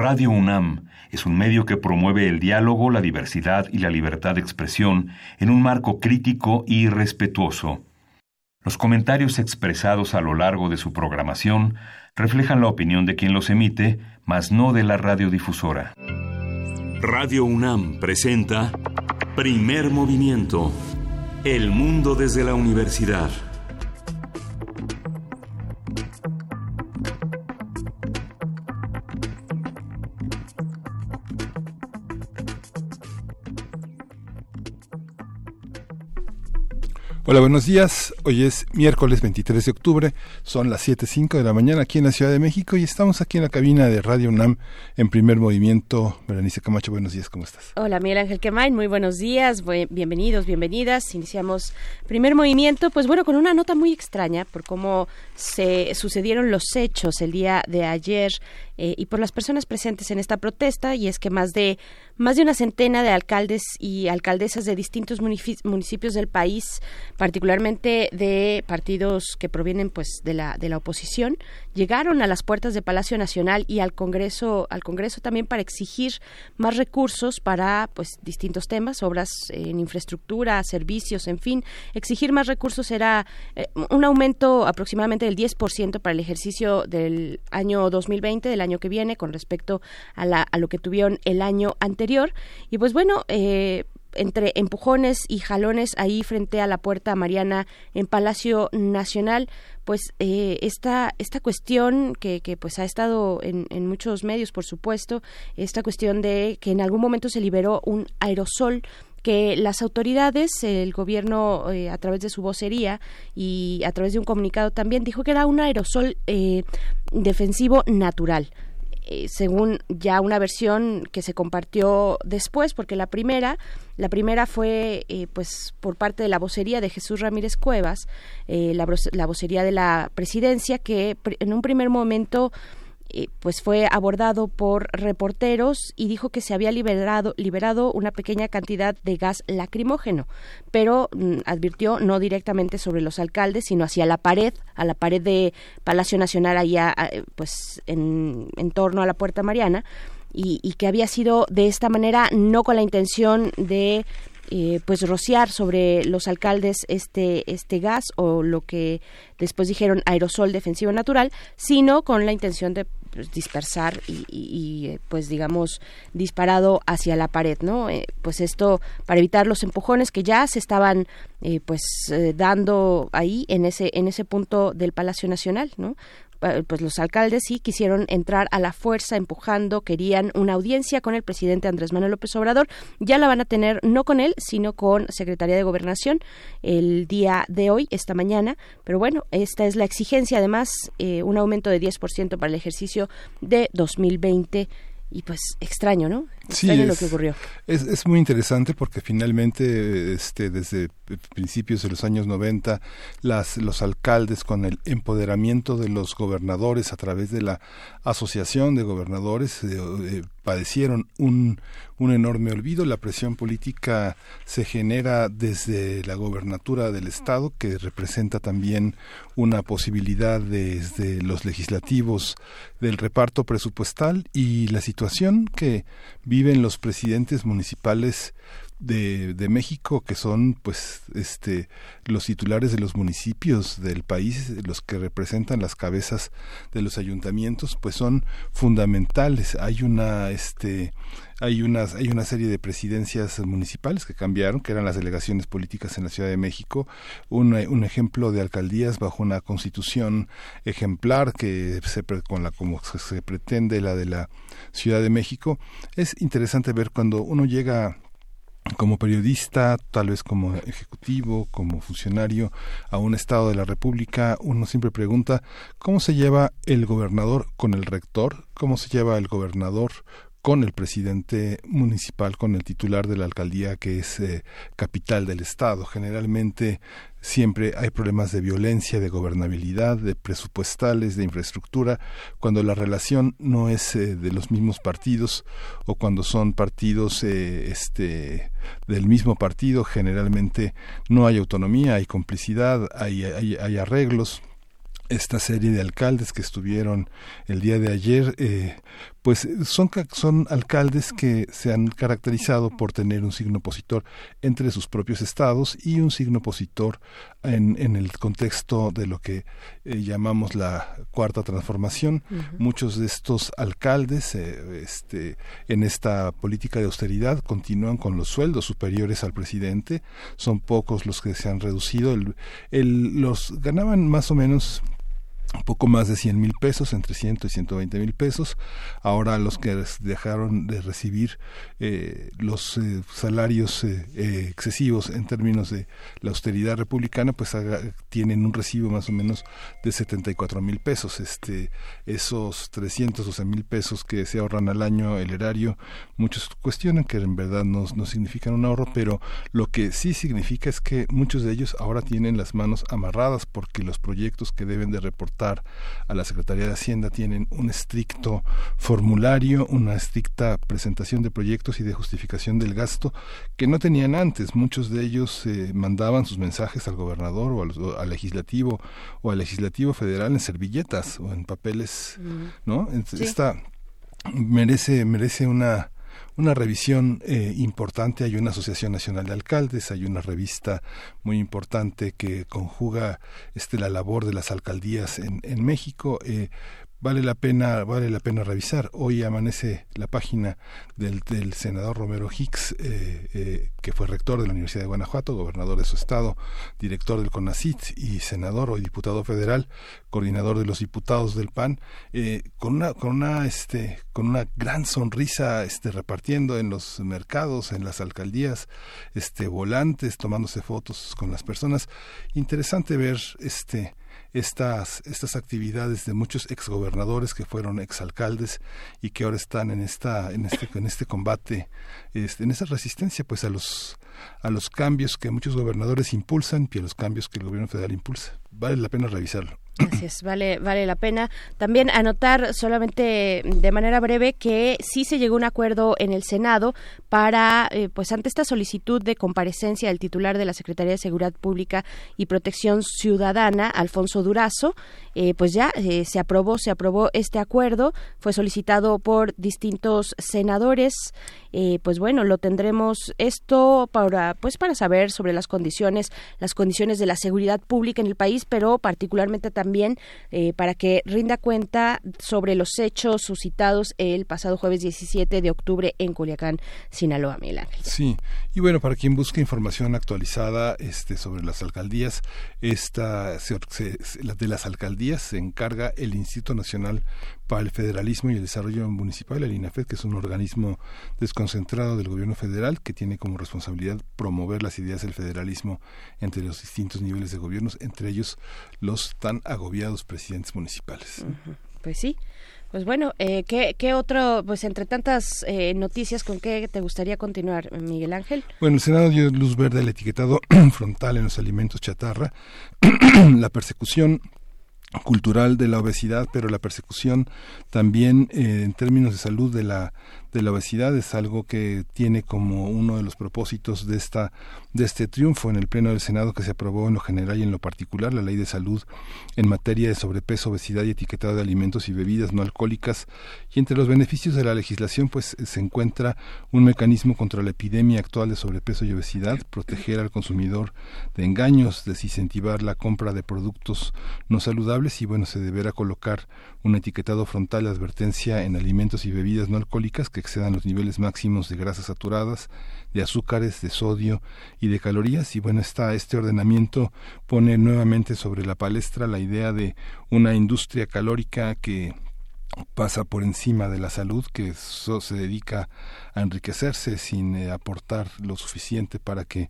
Radio UNAM es un medio que promueve el diálogo, la diversidad y la libertad de expresión en un marco crítico y respetuoso. Los comentarios expresados a lo largo de su programación reflejan la opinión de quien los emite, mas no de la radiodifusora. Radio UNAM presenta Primer Movimiento. El mundo desde la universidad. Hola, buenos días. Hoy es miércoles 23 de octubre, son las 7:05 de la mañana aquí en la Ciudad de México y estamos aquí en la cabina de Radio UNAM en Primer Movimiento. Berenice Camacho, buenos días, ¿cómo estás? Hola, Miguel Ángel Quemain, muy buenos días, bienvenidos, bienvenidas. Iniciamos Primer Movimiento, pues bueno, con una nota muy extraña por cómo se sucedieron los hechos el día de ayer y por las personas presentes en esta protesta, y es que más de una centena de alcaldes y alcaldesas de distintos municipios del país, particularmente de partidos que provienen pues de la oposición, llegaron a las puertas de Palacio Nacional y al Congreso también para exigir más recursos para pues distintos temas, obras en infraestructura, servicios, en fin. Exigir más recursos era un aumento aproximadamente del 10% para el ejercicio del año 2020, del año que viene, con respecto a lo que tuvieron el año anterior. Y pues bueno, entre empujones y jalones ahí frente a la Puerta Mariana en Palacio Nacional, pues esta cuestión que pues ha estado en muchos medios, por supuesto, esta cuestión de que en algún momento se liberó un aerosol que las autoridades, el gobierno a través de su vocería y a través de un comunicado también dijo que era un aerosol defensivo natural. Según ya una versión que se compartió después, porque la primera fue pues por parte de la vocería de Jesús Ramírez Cuevas, la vocería de la presidencia, que en un primer momento pues fue abordado por reporteros y dijo que se había liberado una pequeña cantidad de gas lacrimógeno, pero advirtió no directamente sobre los alcaldes, sino hacia la pared de Palacio Nacional, allá pues en torno a la Puerta Mariana, y que había sido de esta manera, no con la intención de pues rociar sobre los alcaldes este gas, o lo que después dijeron aerosol defensivo natural, sino con la intención de pues dispersar y pues digamos disparado hacia la pared, ¿no? Pues esto para evitar los empujones que ya se estaban dando ahí en ese punto del Palacio Nacional, ¿no? Pues los alcaldes sí quisieron entrar a la fuerza empujando, querían una audiencia con el presidente Andrés Manuel López Obrador. Ya la van a tener no con él, sino con Secretaría de Gobernación el día de hoy, esta mañana. Pero bueno, esta es la exigencia, además, un aumento de 10% para el ejercicio de 2020. Y pues extraño, ¿no? Extraño lo que ocurrió. Es muy interesante porque finalmente desde principios de los años 90 los alcaldes, con el empoderamiento de los gobernadores a través de la Asociación de Gobernadores, padecieron un enorme olvido. La presión política se genera desde la gobernatura del Estado, que representa también una posibilidad desde los legislativos del reparto presupuestal, y la situación que viven los presidentes municipales de México, que son pues los titulares de los municipios del país, los que representan las cabezas de los ayuntamientos, pues son fundamentales. Hay una serie de presidencias municipales que cambiaron, que eran las delegaciones políticas en la Ciudad de México, un ejemplo de alcaldías bajo una constitución ejemplar como se pretende la de la Ciudad de México. Es interesante ver cuando uno llega como periodista, tal vez como ejecutivo, como funcionario a un estado de la República, uno siempre pregunta cómo se lleva el gobernador con el rector, cómo se lleva el gobernador con el presidente municipal, con el titular de la alcaldía, que es capital del estado. Generalmente siempre hay problemas de violencia, de gobernabilidad, de presupuestales, de infraestructura, cuando la relación no es de los mismos partidos, o cuando son partidos del mismo partido. Generalmente no hay autonomía, hay complicidad, hay arreglos. Esta serie de alcaldes que estuvieron el día de ayer pues son alcaldes que se han caracterizado por tener un signo opositor entre sus propios estados y un signo opositor en el contexto de lo que llamamos la Cuarta Transformación. Muchos de estos alcaldes en esta política de austeridad continúan con los sueldos superiores al presidente. Son pocos los que se han reducido. Los ganaban más o menos un poco más de 100,000 pesos, entre 100 y 120,000 pesos. Ahora los que dejaron de recibir los salarios excesivos en términos de la austeridad republicana, pues tienen un recibo más o menos de 74,000 pesos. Esos 312,000 pesos que se ahorran al año el erario, muchos cuestionan que en verdad no significan un ahorro, pero lo que sí significa es que muchos de ellos ahora tienen las manos amarradas porque los proyectos que deben de reportar a la Secretaría de Hacienda tienen un estricto formulario, una estricta presentación de proyectos y de justificación del gasto que no tenían antes. Muchos de ellos mandaban sus mensajes al gobernador o al legislativo o al legislativo federal en servilletas o en papeles, ¿no? Sí. Esta merece una revisión importante. Hay una Asociación Nacional de Alcaldes, hay una revista muy importante que conjuga la labor de las alcaldías en México. Vale la pena revisar. Hoy amanece la página del senador Romero Hicks, que fue rector de la Universidad de Guanajuato, gobernador de su estado, director del CONACYT y senador o diputado federal, coordinador de los diputados del PAN, con una gran sonrisa, repartiendo en los mercados, en las alcaldías, volantes, tomándose fotos con las personas. Interesante ver estas actividades de muchos exgobernadores que fueron exalcaldes y que ahora están en este combate, en esa resistencia pues a los cambios que muchos gobernadores impulsan y a los cambios que el gobierno federal impulsa. Vale la pena revisarlo. Así es, vale la pena. También anotar solamente de manera breve que sí se llegó a un acuerdo en el Senado para, pues ante esta solicitud de comparecencia del titular de la Secretaría de Seguridad Pública y Protección Ciudadana, Alfonso Durazo, pues ya se aprobó este acuerdo, fue solicitado por distintos senadores. Pues bueno, lo tendremos esto para saber sobre las condiciones de la seguridad pública en el país, pero particularmente también para que rinda cuenta sobre los hechos suscitados el pasado jueves 17 de octubre en Culiacán, Sinaloa, Miguel Ángel. Sí, y bueno, para quien busque información actualizada sobre las alcaldías, de las alcaldías se encarga el Instituto Nacional para el Federalismo y el Desarrollo Municipal, el INAFED, que es un organismo desconcentrado del gobierno federal que tiene como responsabilidad promover las ideas del federalismo entre los distintos niveles de gobiernos, entre ellos los tan agobiados presidentes municipales. Pues sí. Pues bueno, ¿qué otro, pues entre tantas noticias, con qué te gustaría continuar, Miguel Ángel? Bueno, el Senado dio luz verde al etiquetado frontal en los alimentos chatarra, la persecución cultural de la obesidad, pero la persecución también en términos de salud de la obesidad es algo que tiene como uno de los propósitos de este triunfo en el Pleno del Senado, que se aprobó en lo general y en lo particular la Ley de Salud en materia de sobrepeso, obesidad y etiquetado de alimentos y bebidas no alcohólicas. Y entre los beneficios de la legislación pues se encuentra un mecanismo contra la epidemia actual de sobrepeso y obesidad, proteger al consumidor de engaños, desincentivar la compra de productos no saludables y bueno, se deberá colocar un etiquetado frontal de advertencia en alimentos y bebidas no alcohólicas que excedan los niveles máximos de grasas saturadas, de azúcares, de sodio y de calorías. Y bueno, este ordenamiento pone nuevamente sobre la palestra la idea de una industria calórica que pasa por encima de la salud, que se dedica a enriquecerse sin aportar lo suficiente para que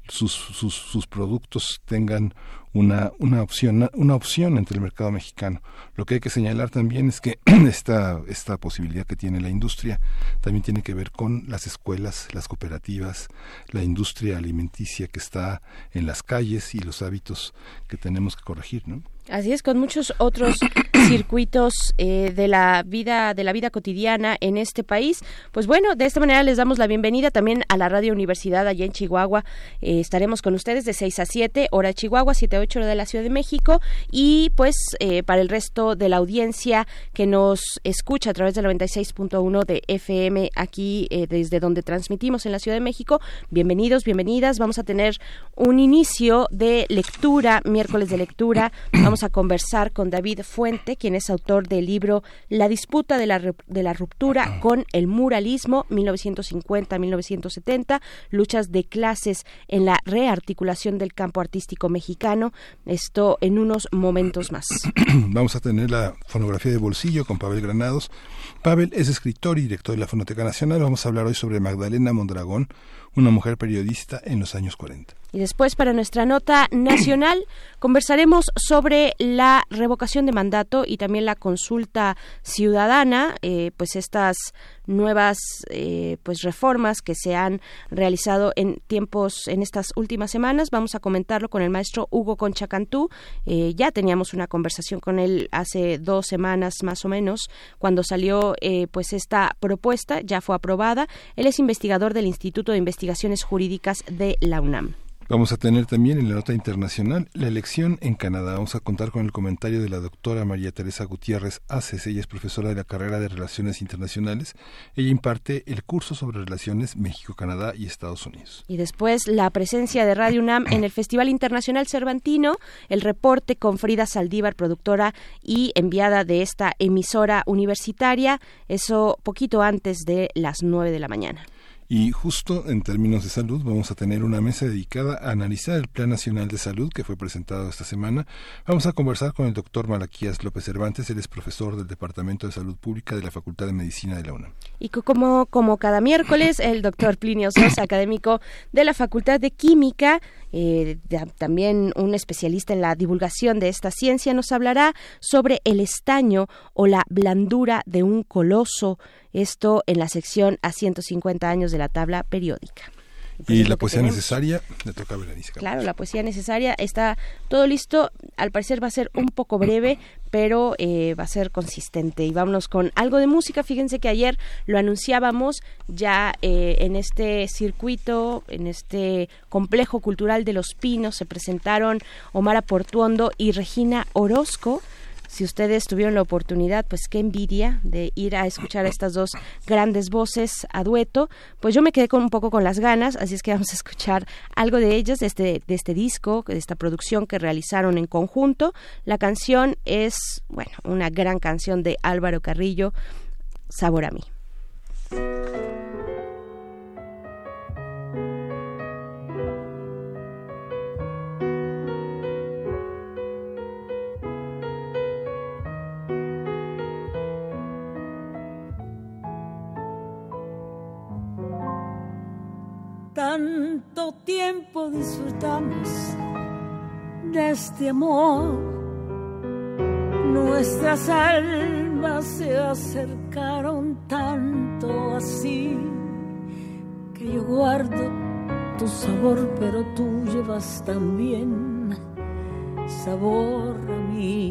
sus productos tengan una opción entre el mercado mexicano. Lo que hay que señalar también es que esta posibilidad que tiene la industria también tiene que ver con las escuelas, las cooperativas, la industria alimenticia que está en las calles y los hábitos que tenemos que corregir, ¿no? Así es, con muchos otros circuitos de la vida cotidiana en este país. Pues bueno, de esta manera les damos la bienvenida también a la Radio Universidad allá en Chihuahua. Estaremos con ustedes de 6 a 7, hora Chihuahua, 7 a Provecho de la Ciudad de México, y pues para el resto de la audiencia que nos escucha a través del 96.1 de FM aquí desde donde transmitimos en la Ciudad de México, bienvenidos, bienvenidas. Vamos a tener un inicio de lectura, miércoles de lectura. Vamos a conversar con David Fuente, quien es autor del libro La disputa de la ruptura con el muralismo, 1950-1970, luchas de clases en la rearticulación del campo artístico mexicano. Esto en unos momentos más. Vamos a tener la fonografía de bolsillo con Pavel Granados. Pavel es escritor y director de la Fonoteca Nacional. Vamos a hablar hoy sobre Magdalena Mondragón, una mujer periodista en los años 40. Y después, para nuestra nota nacional, conversaremos sobre la revocación de mandato y también la consulta ciudadana, pues estas nuevas pues reformas que se han realizado en estas últimas semanas. Vamos a comentarlo con el maestro Hugo Concha Cantú. Ya teníamos una conversación con él hace 2 semanas más o menos, cuando salió pues esta propuesta, ya fue aprobada. Él es investigador del Instituto de Investigaciones Jurídicas de la UNAM. Vamos a tener también en la nota internacional la elección en Canadá. Vamos a contar con el comentario de la doctora María Teresa Gutiérrez Aces. Ella es profesora de la carrera de Relaciones Internacionales. Ella imparte el curso sobre relaciones México-Canadá y Estados Unidos. Y después la presencia de Radio UNAM en el Festival Internacional Cervantino, el reporte con Frida Saldívar, productora y enviada de esta emisora universitaria, eso poquito antes de las 9 de la mañana. Y justo en términos de salud vamos a tener una mesa dedicada a analizar el Plan Nacional de Salud que fue presentado esta semana. Vamos a conversar con el doctor Malaquías López Cervantes. Él es profesor del Departamento de Salud Pública de la Facultad de Medicina de la UNAM. Y como cada miércoles, el doctor Plinio Sosa, académico de la Facultad de Química, también un especialista en la divulgación de esta ciencia, nos hablará sobre el estaño o la blandura de un coloso. Esto en la sección a 150 años de la tabla periódica. Y la poesía necesaria, le toca a Berenice. Claro, la poesía necesaria, está todo listo. Al parecer va a ser un poco breve, pero va a ser consistente. Y vámonos con algo de música. Fíjense que ayer lo anunciábamos ya en este circuito, en este complejo cultural de Los Pinos, se presentaron Omar Portuondo y Regina Orozco. Si ustedes tuvieron la oportunidad, pues qué envidia de ir a escuchar a estas dos grandes voces a dueto. Pues yo me quedé un poco con las ganas, así es que vamos a escuchar algo de ellas, de este disco, de esta producción que realizaron en conjunto. La canción es, bueno, una gran canción de Álvaro Carrillo, Sabor a mí. Tanto tiempo disfrutamos de este amor, nuestras almas se acercaron tanto así, que yo guardo tu sabor, pero tú llevas también sabor a mí.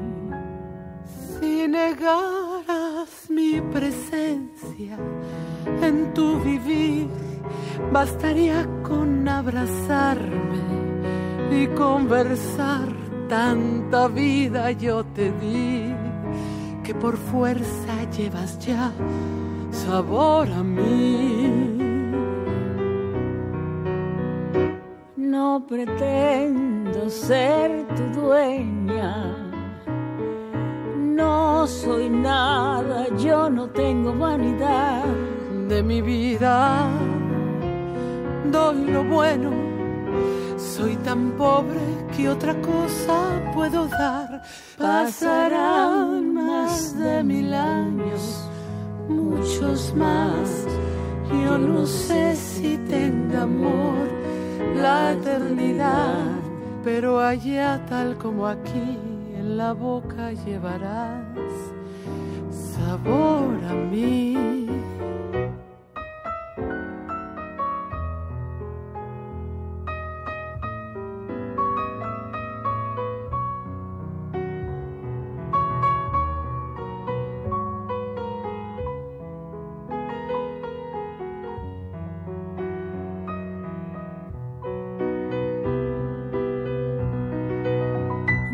Si negaras mi presencia en tu vivir, bastaría con abrazarme y conversar. Tanta vida yo te di, que por fuerza llevas ya sabor a mí. No pretendo ser tu dueña, no soy nada, yo no tengo vanidad. De mi vida doy lo bueno, soy tan pobre que otra cosa puedo dar. Pasarán más de 1000 años, muchos más. Yo no sé si tenga amor la eternidad, pero allá tal como aquí en la boca llevarás sabor a mí.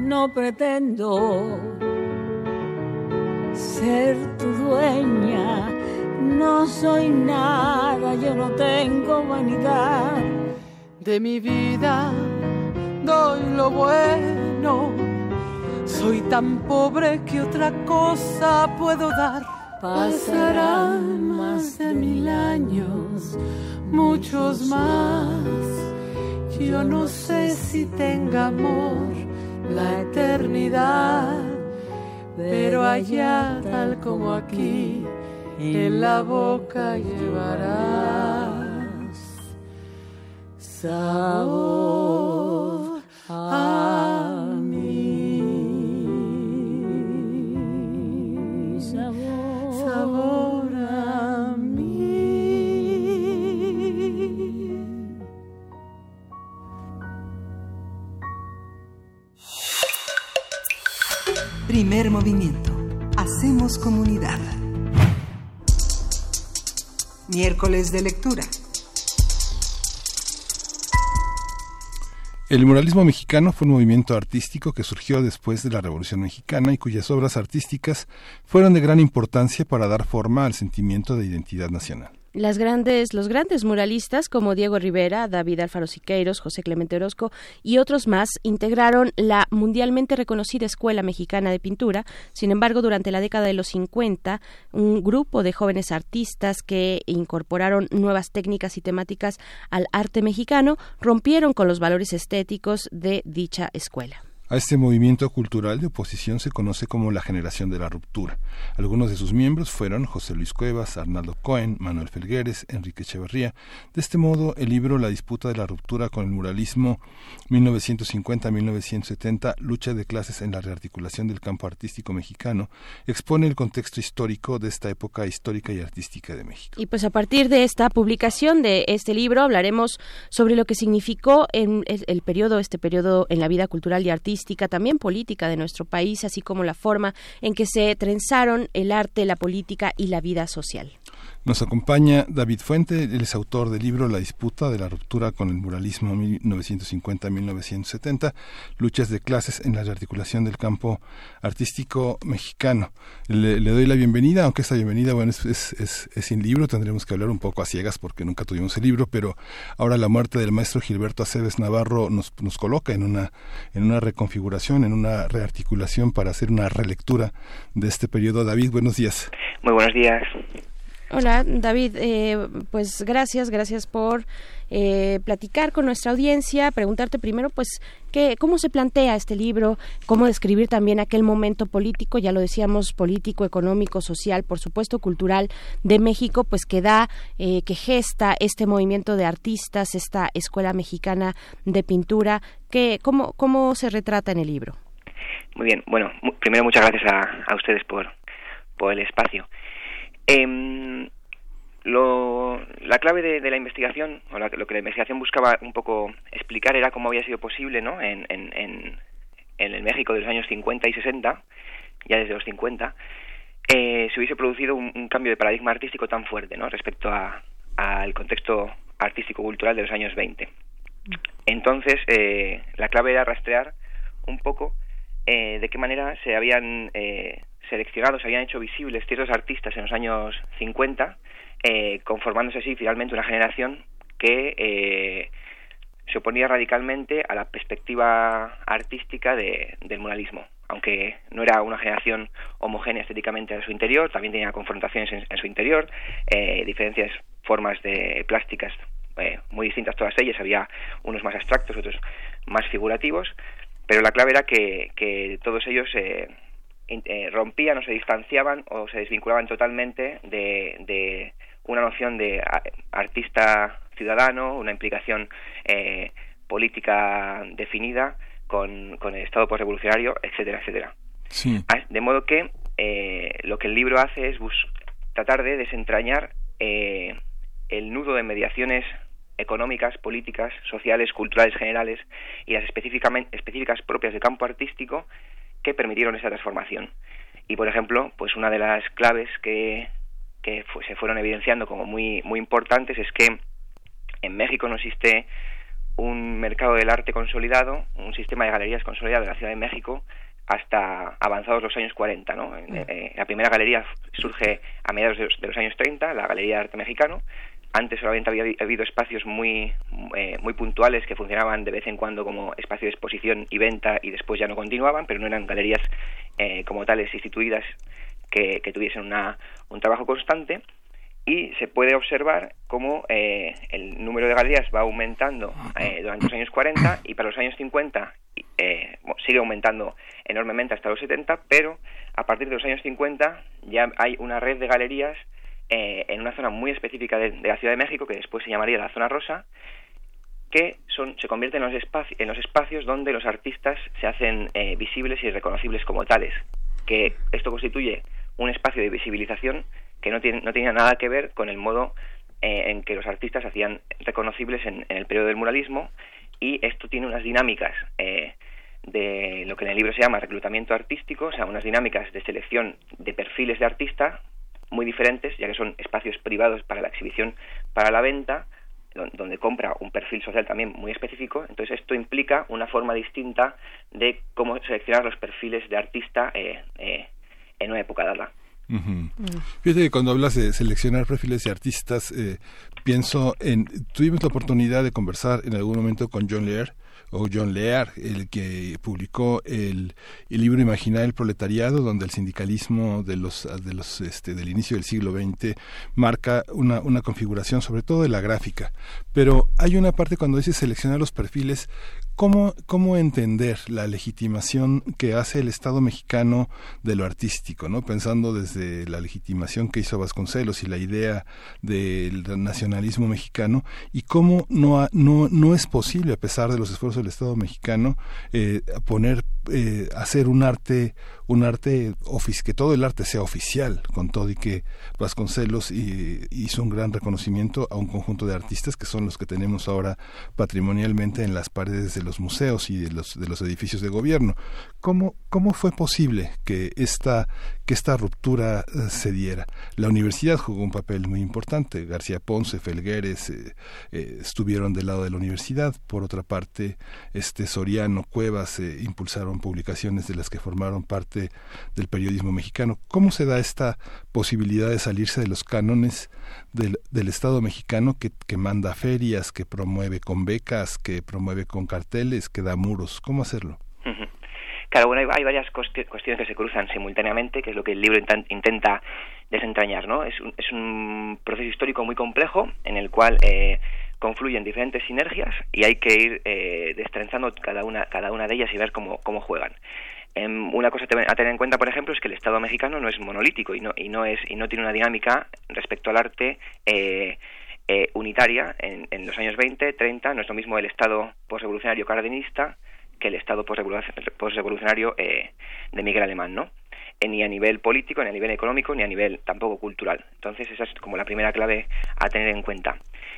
no pretendo ser tu dueña, no soy nada, yo no tengo vanidad. De mi vida doy lo bueno, soy tan pobre que otra cosa puedo dar. Pasarán más de 1000 años, muchos más. Yo no sé si tenga amor la eternidad, pero allá tal como aquí en la boca llevarás sabor a mí, sabor a mí. Primer movimiento. Hacemos comunidad. Miércoles de lectura. El muralismo mexicano fue un movimiento artístico que surgió después de la Revolución Mexicana y cuyas obras artísticas fueron de gran importancia para dar forma al sentimiento de identidad nacional. Los grandes muralistas como Diego Rivera, David Alfaro Siqueiros, José Clemente Orozco y otros más integraron la mundialmente reconocida Escuela Mexicana de Pintura. Sin embargo, durante la década de los 50, un grupo de jóvenes artistas que incorporaron nuevas técnicas y temáticas al arte mexicano rompieron con los valores estéticos de dicha escuela. A este movimiento cultural de oposición se conoce como la generación de la ruptura. Algunos de sus miembros fueron José Luis Cuevas, Arnaldo Cohen, Manuel Felgueres, Enrique Echeverría. De este modo, el libro La disputa de la ruptura con el muralismo 1950-1970, lucha de clases en la rearticulación del campo artístico mexicano, expone el contexto histórico de esta época histórica y artística de México. Y pues a partir de esta publicación de este libro hablaremos sobre lo que significó en este periodo en la vida cultural y artística, también política de nuestro país, así como la forma en que se trenzaron el arte, la política y la vida social. Nos acompaña David Fuente, él es autor del libro La disputa de la ruptura con el muralismo 1950-1970, luchas de clases en la rearticulación del campo artístico mexicano. Le doy la bienvenida, aunque esta bienvenida, bueno, es sin libro, tendremos que hablar un poco a ciegas porque nunca tuvimos el libro, pero ahora la muerte del maestro Gilberto Aceves Navarro nos coloca en una reconfiguración, en una rearticulación para hacer una relectura de este periodo. David, buenos días. Muy buenos días. Hola, David, pues gracias por platicar con nuestra audiencia, preguntarte primero, pues, ¿cómo se plantea este libro? ¿Cómo describir también aquel momento político, ya lo decíamos, político, económico, social, por supuesto cultural de México, pues que gesta este movimiento de artistas, esta Escuela Mexicana de Pintura? ¿Cómo se retrata en el libro? Muy bien, bueno, primero muchas gracias a ustedes por el espacio. La clave de la investigación, o lo que la investigación buscaba un poco explicar, era cómo había sido posible, ¿no?, en el México de los años 50 y 60, ya desde los 50, se hubiese producido un cambio de paradigma artístico tan fuerte, ¿no?, respecto al contexto artístico-cultural de los años 20. Entonces, la clave era rastrear un poco de qué manera se habían seleccionados, se habían hecho visibles ciertos artistas en los años 50, conformándose así finalmente una generación que se oponía radicalmente a la perspectiva artística del muralismo. Aunque no era una generación homogénea estéticamente en su interior, también tenía confrontaciones en su interior, diferentes formas de plásticas muy distintas todas ellas, había unos más abstractos, otros más figurativos, pero la clave era que todos ellos rompían o se distanciaban o se desvinculaban totalmente de una noción de artista ciudadano, una implicación política definida con el Estado postrevolucionario, etcétera, etcétera. Sí. De modo que lo que el libro hace es tratar de desentrañar el nudo de mediaciones económicas, políticas, sociales, culturales generales y las específicas propias del campo artístico que permitieron esa transformación. Y, por ejemplo, pues una de las claves que se fueron evidenciando como muy, muy importantes es que en México no existe un mercado del arte consolidado, un sistema de galerías consolidado en la Ciudad de México hasta avanzados los años 40, ¿no? La primera galería surge a mediados de los años 30, la Galería de Arte Mexicano. Antes solamente había habido espacios muy puntuales que funcionaban de vez en cuando como espacio de exposición y venta, y después ya no continuaban, pero no eran galerías como tales instituidas que tuviesen un trabajo constante. Y se puede observar cómo el número de galerías va aumentando durante los años 40, y para los años 50 sigue aumentando enormemente hasta los 70, pero a partir de los años 50 ya hay una red de galerías en una zona muy específica de la Ciudad de México, que después se llamaría la Zona Rosa, que se convierten en los espacios donde los artistas se hacen visibles y reconocibles como tales, que esto constituye un espacio de visibilización que no tenía nada que ver con el modo en que los artistas hacían reconocibles en el periodo del muralismo, y esto tiene unas dinámicas de lo que en el libro se llama reclutamiento artístico, o sea, unas dinámicas de selección de perfiles de artista muy diferentes, ya que son espacios privados para la exhibición, para la venta, donde compra un perfil social también muy específico. Entonces esto implica una forma distinta de cómo seleccionar los perfiles de artista en una época dada. Fíjate que cuando hablas de seleccionar perfiles de artistas, pienso en... Tuvimos la oportunidad de conversar en algún momento con John Lear, el que publicó el libro Imaginar el proletariado, donde el sindicalismo del inicio del siglo XX marca una configuración, sobre todo de la gráfica. Pero hay una parte cuando dice seleccionar los perfiles. ¿Cómo entender la legitimación que hace el Estado mexicano de lo artístico, ¿no? Pensando desde la legitimación que hizo Vasconcelos y la idea del nacionalismo mexicano, y cómo no es posible, a pesar de los esfuerzos del Estado mexicano, hacer un arte que todo el arte sea oficial, con todo y que Vasconcelos hizo un gran reconocimiento a un conjunto de artistas que son los que tenemos ahora patrimonialmente en las paredes de los museos y de los edificios de gobierno. ¿Cómo fue posible que esta ruptura se diera? La universidad jugó un papel muy importante. García Ponce, Felgueres estuvieron del lado de la universidad. Por otra parte, Soriano, Cuevas impulsaron publicaciones de las que formaron parte del periodismo mexicano. ¿Cómo se da esta posibilidad de salirse de los cánones del Estado mexicano que manda ferias, que promueve con becas, que promueve con carteles, que da muros? ¿Cómo hacerlo? Claro, bueno, hay varias cuestiones que se cruzan simultáneamente, que es lo que el libro intenta desentrañar, ¿no? Es un proceso histórico muy complejo en el cual confluyen diferentes sinergias y hay que ir destrenzando cada una de ellas y ver cómo juegan. Una cosa a tener en cuenta, por ejemplo, es que el Estado mexicano no es monolítico y no tiene una dinámica respecto al arte unitaria. En los años 20, 30, no es lo mismo el Estado posrevolucionario cardenista que el Estado posrevolucionario de Miguel Alemán, ¿no? Ni a nivel político, ni a nivel económico, ni a nivel tampoco cultural. Entonces esa es como la primera clave a tener en cuenta.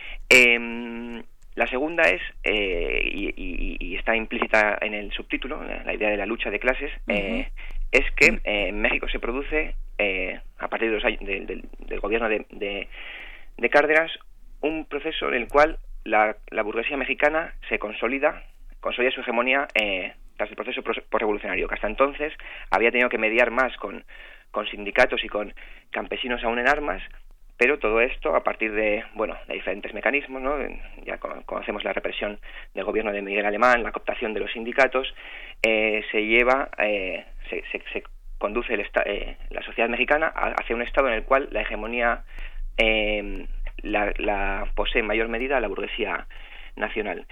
La segunda es, y está implícita en el subtítulo, la idea de la lucha de clases, es que en México se produce, a partir de los años del gobierno de Cárdenas, un proceso en el cual la burguesía mexicana se consolida su hegemonía tras el proceso posrevolucionario, que hasta entonces había tenido que mediar más con sindicatos y con campesinos aún en armas. Pero todo esto a partir de diferentes mecanismos, ¿no? Ya conocemos la represión del gobierno de Miguel Alemán, la cooptación de los sindicatos, se conduce la sociedad mexicana hacia un estado en el cual la hegemonía la posee en mayor medida la burguesía nacional.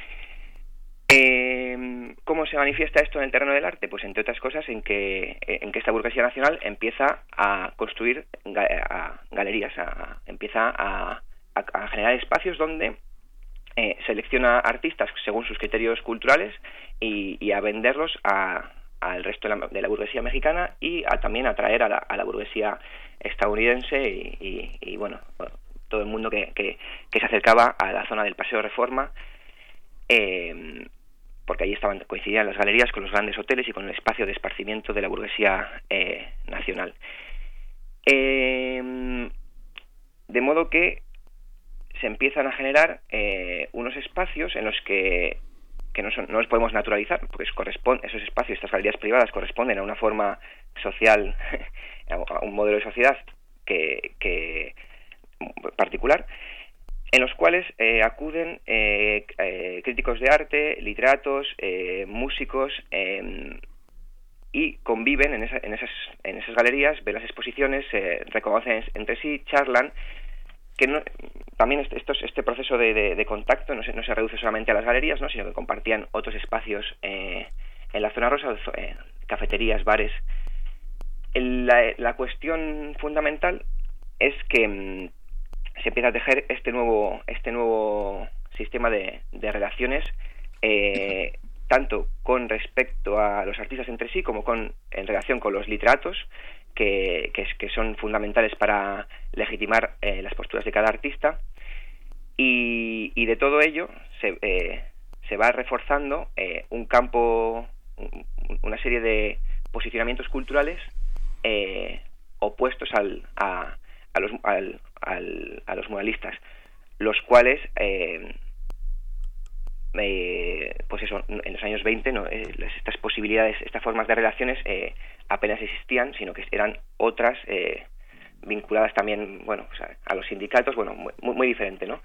¿Cómo se manifiesta esto en el terreno del arte? Pues entre otras cosas en que esta burguesía nacional empieza a construir galerías, empieza a generar espacios donde selecciona artistas según sus criterios culturales y a venderlos al resto de la burguesía mexicana y también a atraer a la burguesía estadounidense y todo el mundo que se acercaba a la zona del Paseo Reforma, porque allí coincidían las galerías con los grandes hoteles y con el espacio de esparcimiento de la burguesía nacional. De modo que se empiezan a generar unos espacios en los que no los podemos naturalizar, porque esos espacios, estas galerías privadas, corresponden a una forma social, a un modelo de sociedad que particular, en los cuales acuden críticos de arte, literatos, músicos, y conviven en esas galerías, ven las exposiciones, se reconocen entre sí, charlan, que también este proceso de contacto no se reduce solamente a las galerías, ¿no?, sino que compartían otros espacios en la zona rosa, cafeterías, bares. La cuestión fundamental es que se empieza a tejer este nuevo sistema de relaciones, tanto con respecto a los artistas entre sí como en relación con los literatos, que son fundamentales para legitimar las posturas de cada artista, y de todo ello se va reforzando un campo, una serie de posicionamientos culturales opuestos a los muralistas, los cuales pues eso, en los años 20 estas posibilidades, estas formas de relaciones apenas existían, sino que eran otras vinculadas también, bueno, o sea, a los sindicatos, bueno, muy diferente, ¿no?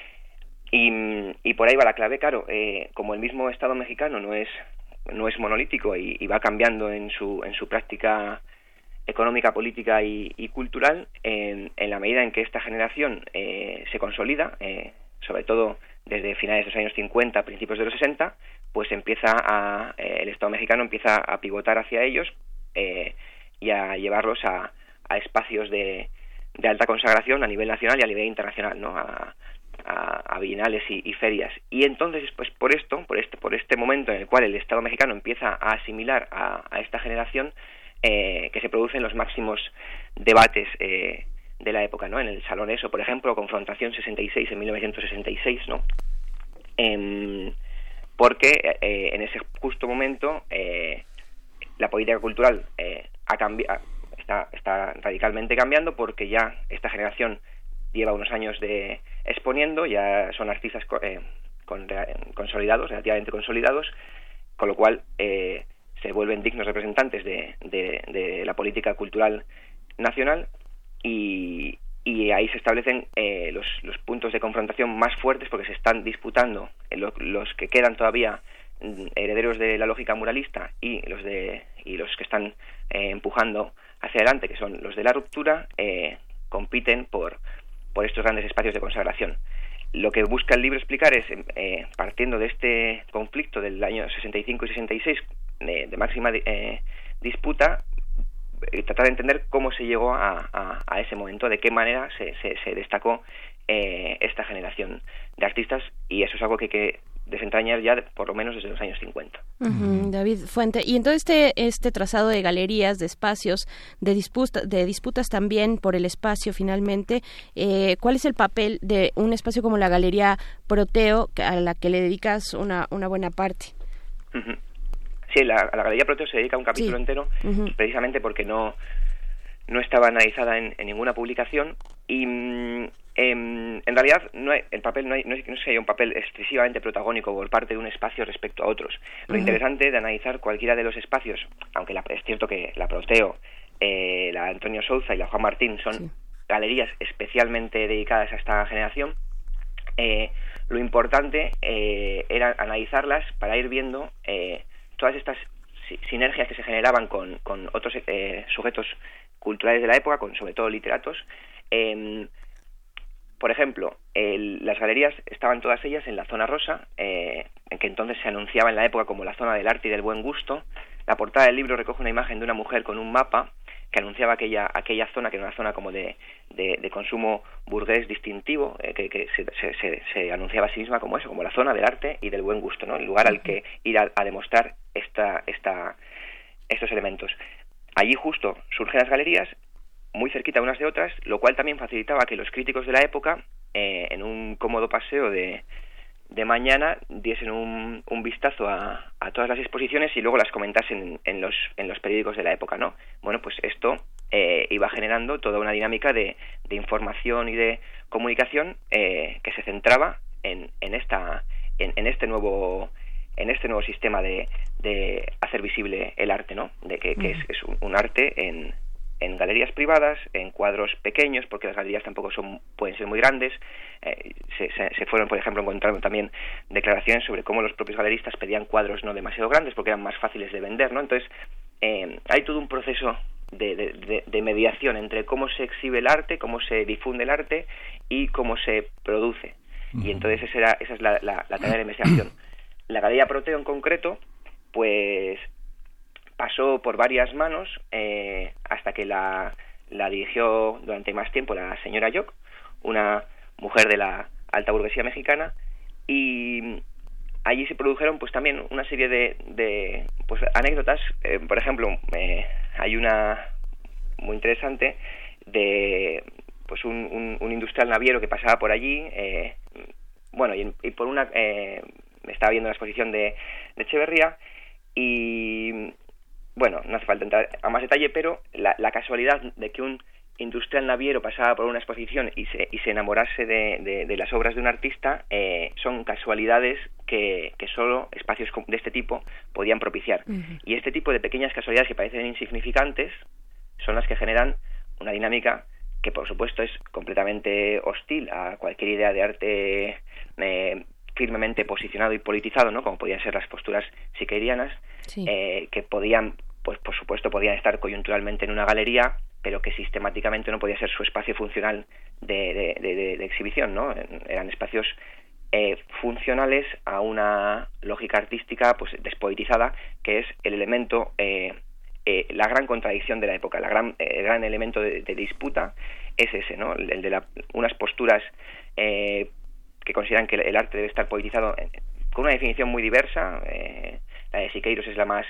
Y por ahí va la clave. Claro, como el mismo Estado mexicano no es monolítico y va cambiando en su práctica económica, política y cultural, en la medida en que esta generación se consolida, sobre todo desde finales de los años 50, principios de los 60, pues el Estado mexicano empieza a pivotar hacia ellos y a llevarlos a espacios de alta consagración a nivel nacional y a nivel internacional, ¿no?, a bienales y ferias. Y entonces, pues por este momento en el cual el Estado mexicano empieza a asimilar a esta generación, que se producen los máximos debates de la época, ¿no? En el Salón ESO, por ejemplo, Confrontación 66 en 1966, ¿no? Porque en ese justo momento la política cultural está radicalmente cambiando, porque ya esta generación lleva unos años exponiendo, ya son artistas consolidados, relativamente consolidados, con lo cual se vuelven dignos representantes de la política cultural nacional, y ahí se establecen los puntos de confrontación más fuertes, porque se están disputando los que quedan todavía herederos de la lógica muralista y los que están empujando hacia adelante, que son los de la ruptura, compiten por estos grandes espacios de consagración. Lo que busca el libro explicar es, partiendo de este conflicto del año 65 y 66, de máxima disputa, tratar de entender cómo se llegó a ese momento, de qué manera se destacó esta generación de artistas, y eso es algo que hay que desentrañar ya por lo menos desde los años 50. David Fuente. Y entonces este trazado de galerías, de espacios, de disputas también por el espacio finalmente, ¿cuál es el papel de un espacio como la Galería Proteo, a la que le dedicas una buena parte? Sí, a la Galería Proteo se dedica un capítulo entero, precisamente porque no estaba analizada en ninguna publicación, y en realidad el papel no es que haya un papel excesivamente protagónico por parte de un espacio respecto a otros. Lo interesante de analizar cualquiera de los espacios, aunque es cierto que la Proteo, la Antonio Souza y la Juan Martín son galerías especialmente dedicadas a esta generación, lo importante era analizarlas para ir viendo todas estas sinergias que se generaban con otros sujetos culturales de la época, sobre todo literatos. Por ejemplo, las galerías estaban todas ellas en la zona rosa, en que entonces se anunciaba en la época como la zona del arte y del buen gusto. La portada del libro recoge una imagen de una mujer con un mapa que anunciaba aquella zona, que era una zona como de consumo burgués distintivo, que se anunciaba a sí misma como eso, como la zona del arte y del buen gusto, ¿no? El lugar al que ir a demostrar estos elementos. Allí justo surgen las galerías, muy cerquita unas de otras, lo cual también facilitaba que los críticos de la época, en un cómodo paseo de de mañana diesen un vistazo a todas las exposiciones y luego las comentasen en los periódicos de la época, ¿no? Bueno, pues esto iba generando toda una dinámica de información y de comunicación que se centraba en este nuevo sistema de hacer visible el arte, ¿no? De que es un arte en galerías privadas, en cuadros pequeños, porque las galerías tampoco pueden ser muy grandes. Se fueron, por ejemplo, encontrando también declaraciones sobre cómo los propios galeristas pedían cuadros no demasiado grandes porque eran más fáciles de vender, ¿no? Entonces, hay todo un proceso de mediación entre cómo se exhibe el arte, cómo se difunde el arte y cómo se produce. Y entonces esa es la tarea de la investigación. La Galería Proteo en concreto, pues pasó por varias manos hasta que la dirigió durante más tiempo la señora Yoc, una mujer de la alta burguesía mexicana, y allí se produjeron pues también una serie de pues anécdotas. Por ejemplo, hay una muy interesante de pues un industrial naviero que pasaba por allí, bueno, y por una estaba viendo la exposición de Echeverría, y bueno, no hace falta entrar a más detalle, pero la casualidad de que un industrial naviero pasaba por una exposición y se enamorase de las obras de un artista, son casualidades que solo espacios de este tipo podían propiciar. Y este tipo de pequeñas casualidades que parecen insignificantes son las que generan una dinámica que por supuesto es completamente hostil a cualquier idea de arte firmemente posicionado y politizado, ¿no? Como podían ser las posturas siqueirianas, sí. Que podían, pues por supuesto, podían estar coyunturalmente en una galería, pero que sistemáticamente no podía ser su espacio funcional de exhibición, ¿no? Eran espacios funcionales a una lógica artística pues despoetizada, que es el elemento, la gran contradicción de la época, el gran elemento de disputa es ese, ¿no? El de unas posturas que consideran que el arte debe estar poetizado con una definición muy diversa. La de Siqueiros es la más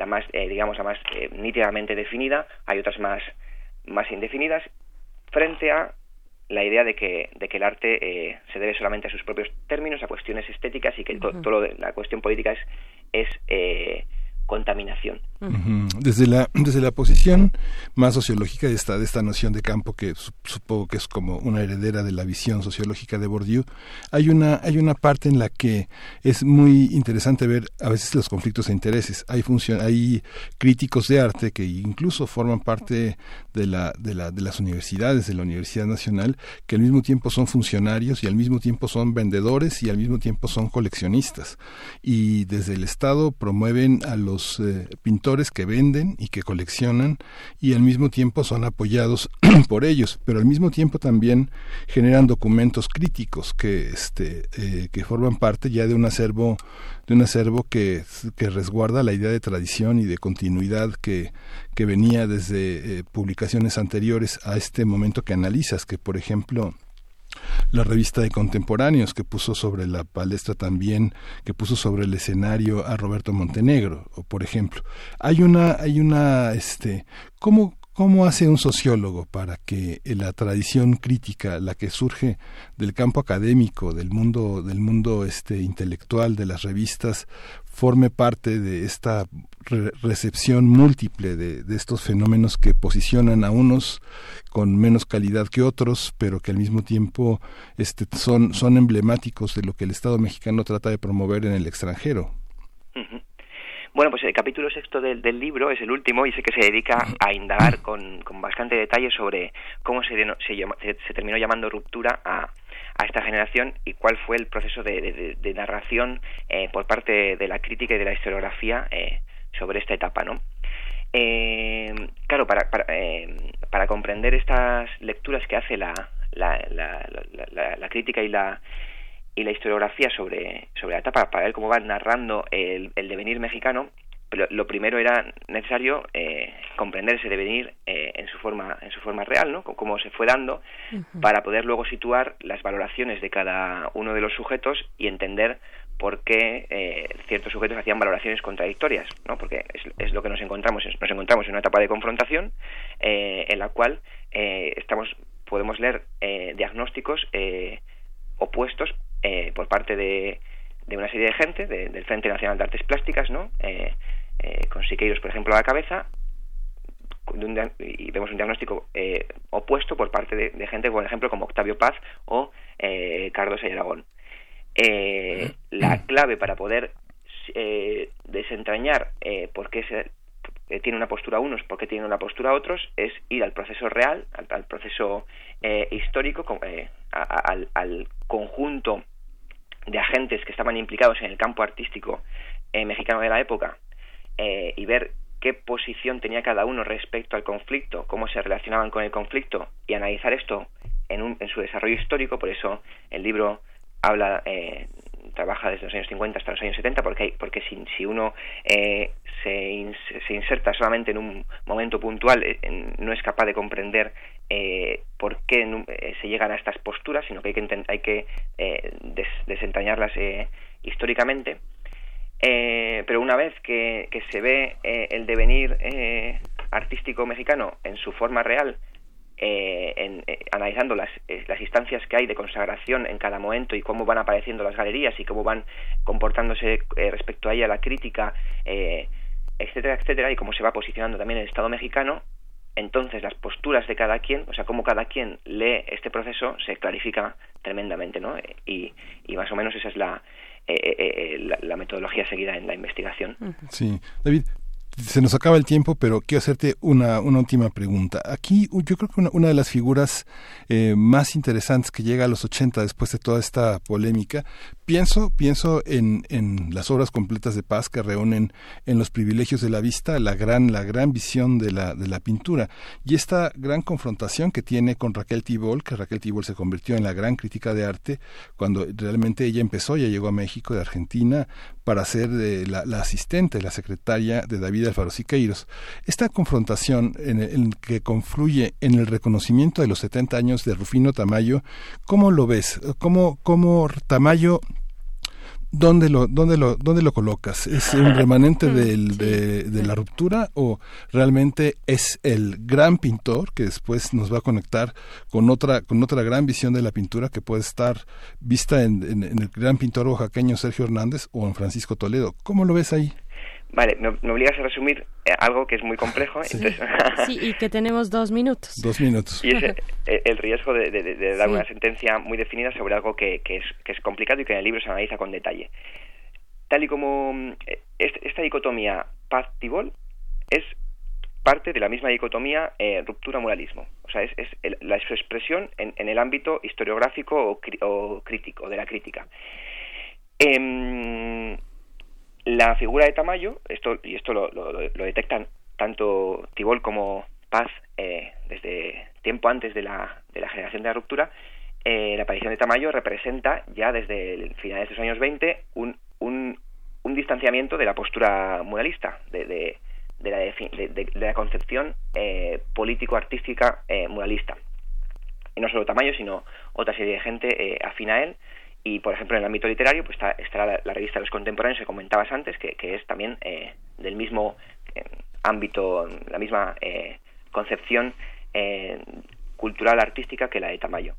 nítidamente definida. Hay otras más indefinidas, frente a la idea de que el arte se debe solamente a sus propios términos, a cuestiones estéticas, y que todo la cuestión política es contaminación. Desde la posición más sociológica de esta noción de campo, que supongo que es como una heredera de la visión sociológica de Bourdieu, hay una parte en la que es muy interesante ver a veces los conflictos de intereses. Hay críticos de arte que incluso forman parte de las universidades, de la Universidad Nacional, que al mismo tiempo son funcionarios y al mismo tiempo son vendedores y al mismo tiempo son coleccionistas, y desde el Estado promueven a los pintores que venden y que coleccionan, y al mismo tiempo son apoyados por ellos, pero al mismo tiempo también generan documentos críticos que forman parte ya de un acervo que resguarda la idea de tradición y de continuidad que venía desde publicaciones anteriores a este momento que analizas, que por ejemplo la revista de Contemporáneos, que puso sobre la palestra también, que puso sobre el escenario a Roberto Montenegro, o por ejemplo, ¿cómo hace un sociólogo para que la tradición crítica, la que surge del campo académico, del mundo intelectual, de las revistas, forme parte de esta recepción múltiple de estos fenómenos que posicionan a unos con menos calidad que otros, pero que al mismo tiempo son emblemáticos de lo que el Estado mexicano trata de promover en el extranjero? Uh-huh. Bueno, pues el capítulo 6 del libro es el último y sé que se dedica a indagar con bastante detalle sobre cómo se terminó llamando ruptura a esta generación y cuál fue el proceso de narración por parte de la crítica y de la historiografía sobre esta etapa, ¿no? Claro, para comprender estas lecturas que hace la crítica y la historiografía sobre la etapa, para ver cómo va narrando el devenir mexicano, pero lo primero era necesario comprender ese devenir en su forma real, ¿no? Cómo se fue dando, para poder luego situar las valoraciones de cada uno de los sujetos y entender por qué ciertos sujetos hacían valoraciones contradictorias, ¿no? Porque es lo que nos encontramos en una etapa de confrontación en la cual podemos leer diagnósticos opuestos, por parte de una serie de gente, del Frente Nacional de Artes Plásticas, ¿no? Con Siqueiros, por ejemplo, a la cabeza, y vemos un diagnóstico opuesto por parte de gente, por ejemplo, como Octavio Paz o Cardosa y Aragón. La clave para poder desentrañar por qué tiene una postura unos, por qué tiene una postura otros, es ir al proceso real, al proceso histórico, al conjunto de agentes que estaban implicados en el campo artístico mexicano de la época, y ver qué posición tenía cada uno respecto al conflicto, cómo se relacionaban con el conflicto, y analizar esto en su desarrollo histórico. Por eso el libro trabaja desde los años 50 hasta los años 70, porque si uno se inserta solamente en un momento puntual, no es capaz de comprender por qué se llegan a estas posturas, sino que hay que desentrañarlas históricamente. Pero una vez que se ve el devenir artístico mexicano en su forma real, analizando las instancias que hay de consagración en cada momento y cómo van apareciendo las galerías y cómo van comportándose respecto a ella la crítica, etcétera, etcétera, y cómo se va posicionando también el Estado mexicano, entonces las posturas de cada quien, o sea, cómo cada quien lee este proceso, se clarifica tremendamente, ¿no? Y más o menos esa es la metodología seguida en la investigación. Sí, David, se nos acaba el tiempo, pero quiero hacerte una última pregunta. Aquí yo creo que una de las figuras más interesantes que llega a los 80 después de toda esta polémica, pienso en las obras completas de Paz, que reúnen en Los privilegios de la vista la gran visión de la pintura, y esta gran confrontación que tiene con Raquel Tibol, que Raquel Tibol se convirtió en la gran crítica de arte cuando realmente ella llegó a México de Argentina para ser la asistente, la secretaria de David Alfaro Siqueiros. Esta confrontación en que confluye en el reconocimiento de los 70 años de Rufino Tamayo, ¿cómo lo ves? ¿Cómo Tamayo, ¿dónde lo colocas? ¿Es un remanente de la ruptura o realmente es el gran pintor que después nos va a conectar con otra gran visión de la pintura que puede estar vista en el gran pintor oaxaqueño Sergio Hernández o en Francisco Toledo? ¿Cómo lo ves ahí? Vale, me obligas a resumir algo que es muy complejo. Sí, entonces... sí, y que tenemos 2 minutos. 2 minutos. Y es el riesgo de dar una sentencia muy definida sobre algo que es complicado y que en el libro se analiza con detalle. Tal y como esta dicotomía Paz-Tibol es parte de la misma dicotomía ruptura-muralismo. O sea, es su expresión en el ámbito historiográfico o crítico, de la crítica. La figura de Tamayo, esto lo detectan tanto Tibol como Paz desde tiempo antes de la generación de la ruptura. La aparición de Tamayo representa ya desde finales de los años 20 un distanciamiento de la postura muralista, de la concepción político-artística muralista. Y no solo Tamayo, sino otra serie de gente afín a él. Y, por ejemplo, en el ámbito literario pues estará la revista de los Contemporáneos que comentabas antes, que es también del mismo ámbito, la misma concepción cultural artística que la de Tamayo.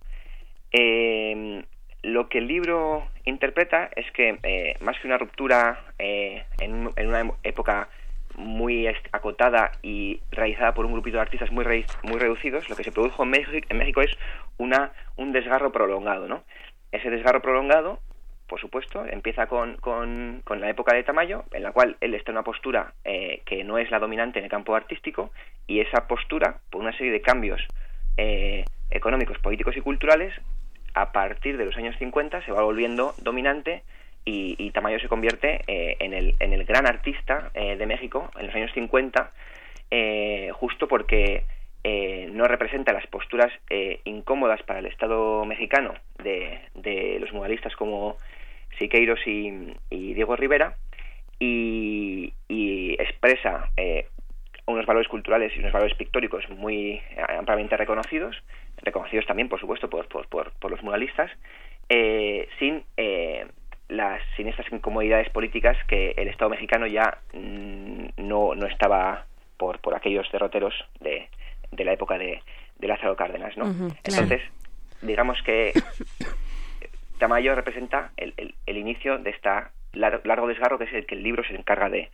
Lo que el libro interpreta es que más que una ruptura en una época muy acotada y realizada por un grupito de artistas muy reducidos, lo que se produjo en México es un desgarro prolongado, ¿no? Ese desgarro prolongado, por supuesto, empieza con la época de Tamayo, en la cual él está en una postura que no es la dominante en el campo artístico, y esa postura, por una serie de cambios económicos, políticos y culturales, a partir de los años 50 se va volviendo dominante y Tamayo se convierte en el gran artista de México en los años 50, justo porque no representa las posturas incómodas para el Estado mexicano de los muralistas como Siqueiros y Diego Rivera, y expresa unos valores culturales y unos valores pictóricos muy ampliamente reconocidos también, por supuesto, por los muralistas, sin estas incomodidades políticas que el Estado mexicano ya no estaba por aquellos derroteros de la época de Lázaro Cárdenas, ¿no? Claro. Entonces, digamos que Tamayo representa el inicio de esta largo desgarro, que es el que el libro se encarga de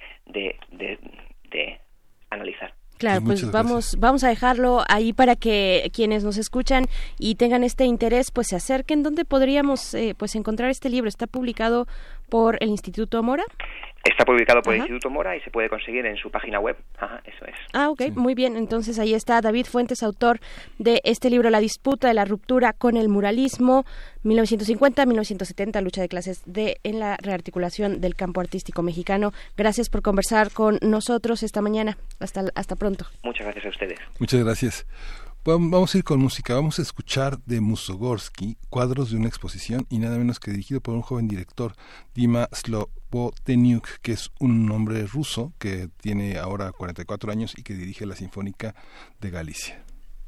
analizar. Claro, pues vamos a dejarlo ahí para que quienes nos escuchan y tengan este interés, pues se acerquen. ¿Dónde podríamos pues encontrar este libro? ¿Está publicado por el Instituto Mora? Está publicado por el Instituto Mora y se puede conseguir en su página web. Eso es. Ok, sí. Muy bien. Entonces ahí está David Fuentes, autor de este libro, La disputa de la ruptura con el muralismo, 1950-1970, lucha de clases en la rearticulación del campo artístico mexicano. Gracias por conversar con nosotros esta mañana. Hasta pronto. Muchas gracias a ustedes. Muchas gracias. Vamos a ir con música, vamos a escuchar de Mussorgsky, cuadros de una exposición, y nada menos que dirigido por un joven director, Dima Slobodeniuk, que es un hombre ruso que tiene ahora 44 años y que dirige la Sinfónica de Galicia.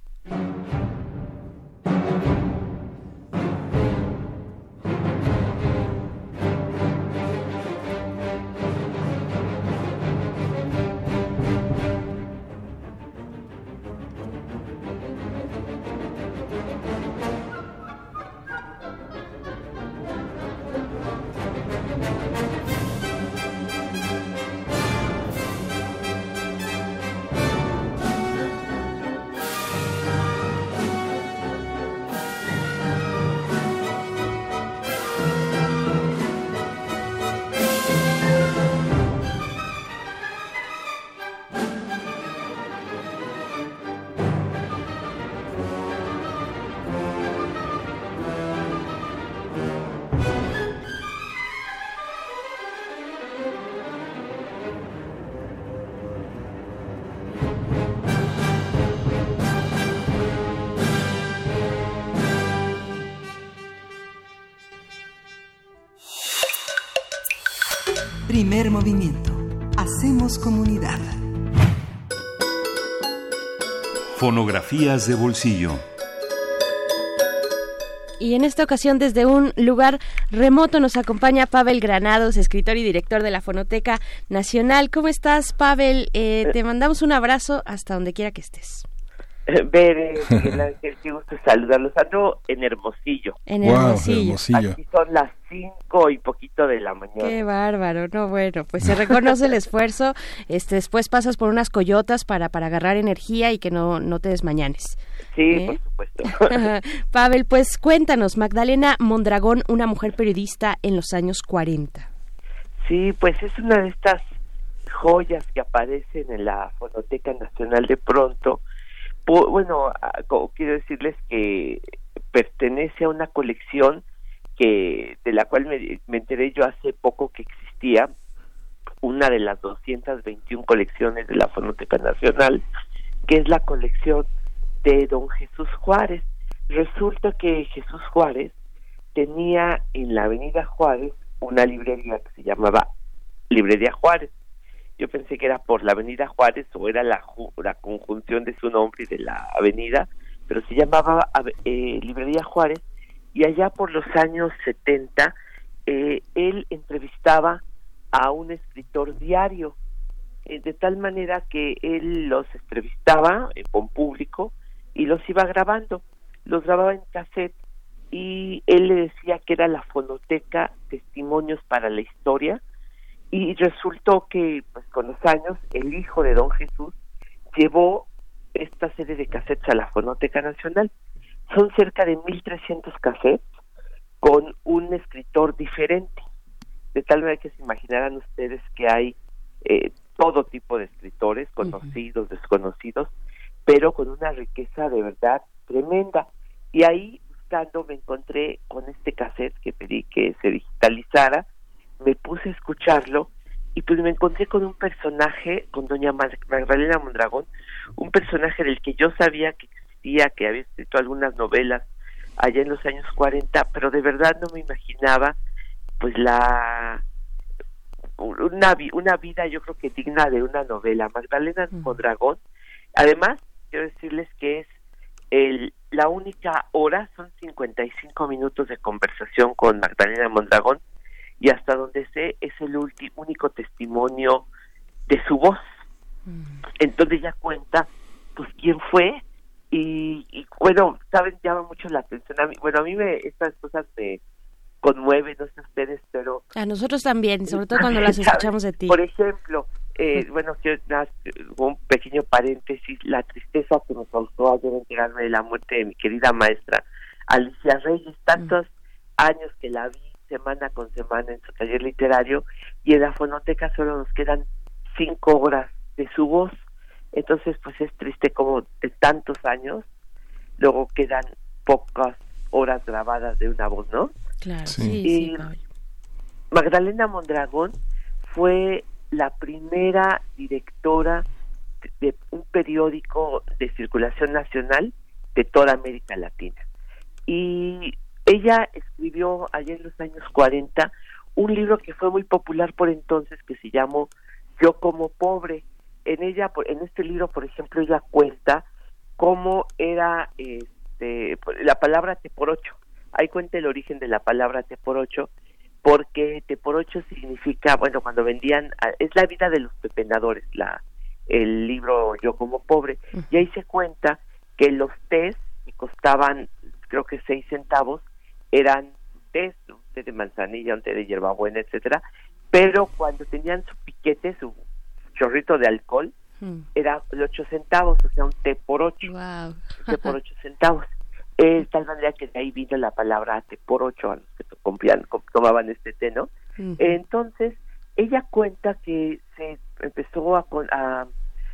Primer movimiento. Hacemos comunidad. Fonografías de bolsillo. Y en esta ocasión, desde un lugar remoto, nos acompaña Pavel Granados, escritor y director de la Fonoteca Nacional. ¿Cómo estás, Pavel? Te mandamos un abrazo hasta donde quiera que estés. Bere, qué gusto saludarlos. Ando en Hermosillo. En Hermosillo. Aquí son las 5 y poquito de la mañana. Qué bárbaro. No, bueno, pues se reconoce el esfuerzo. Después pasas por unas coyotas para agarrar energía y que no te desmañanes. Sí, por supuesto. Pavel, pues cuéntanos, Magdalena Mondragón, una mujer periodista en los años 40. Sí, pues es una de estas joyas que aparecen en la Fonoteca Nacional de pronto. Bueno, quiero decirles que pertenece a una colección de la cual me enteré yo hace poco que existía, una de las 221 colecciones de la Fonoteca Nacional, que es la colección de don Jesús Juárez. Resulta que Jesús Juárez tenía en la Avenida Juárez una librería que se llamaba Librería Juárez. Yo pensé que era por la Avenida Juárez o era la conjunción de su nombre y de la avenida, pero se llamaba Librería Juárez, y allá por los años 70 él entrevistaba a un escritor diario, de tal manera que él los entrevistaba con público y los iba grabando, los grababa en cassette, y él le decía que era la Fonoteca Testimonios para la Historia. Y resultó que, pues, con los años, el hijo de don Jesús llevó esta serie de cassettes a la Fonoteca Nacional. Son cerca de 1,300 cassettes con un escritor diferente, de tal manera que se imaginarán ustedes que hay todo tipo de escritores, conocidos, desconocidos, pero con una riqueza de verdad tremenda. Y ahí, buscando, me encontré con este cassette que pedí que se digitalizara. Me puse a escucharlo y pues me encontré con un personaje, con doña Magdalena Mondragón, un personaje del que yo sabía que existía, que había escrito algunas novelas allá en los años 40, pero de verdad no me imaginaba pues una vida, yo creo que digna de una novela. Magdalena Mondragón, además quiero decirles que es la única hora, son 55 minutos de conversación con Magdalena Mondragón, y hasta donde sé es el único testimonio de su voz. Entonces ella cuenta pues quién fue, y bueno, saben, llama mucho la atención a mí. Bueno, a mí estas cosas conmueve, no sé ustedes, pero... A nosotros también, sobre todo cuando las escuchamos de ti. Por ejemplo, bueno, un pequeño paréntesis, la tristeza que me causó ayer enterarme de la muerte de mi querida maestra Alicia Reyes, tantos años que la vi semana con semana en su taller literario, y en la fonoteca solo nos quedan 5 horas de su voz. Entonces pues es triste como de tantos años luego quedan pocas horas grabadas de una voz, ¿no? Claro, sí. Magdalena Mondragón fue la primera directora de un periódico de circulación nacional de toda América Latina, y ella escribió allá en los años 40 un libro que fue muy popular por entonces, que se llamó Yo como pobre. En este libro, por ejemplo, ella cuenta cómo era la palabra teporocho. Ahí cuenta el origen de la palabra teporocho, porque teporocho significa, bueno, cuando vendían, es la vida de los pepenadores, el libro Yo como pobre, y ahí se cuenta que los tés que costaban, creo que 6 centavos, eran tés, un té de manzanilla, un té de hierbabuena, etcétera, pero cuando tenían su piquete, su chorrito de alcohol, era de 8 centavos, o sea, un té por 8. Wow. Un té por 8 centavos. Tal manera que de ahí vino la palabra té por 8 a los que tomaban este té, ¿no? Entonces, ella cuenta que se empezó a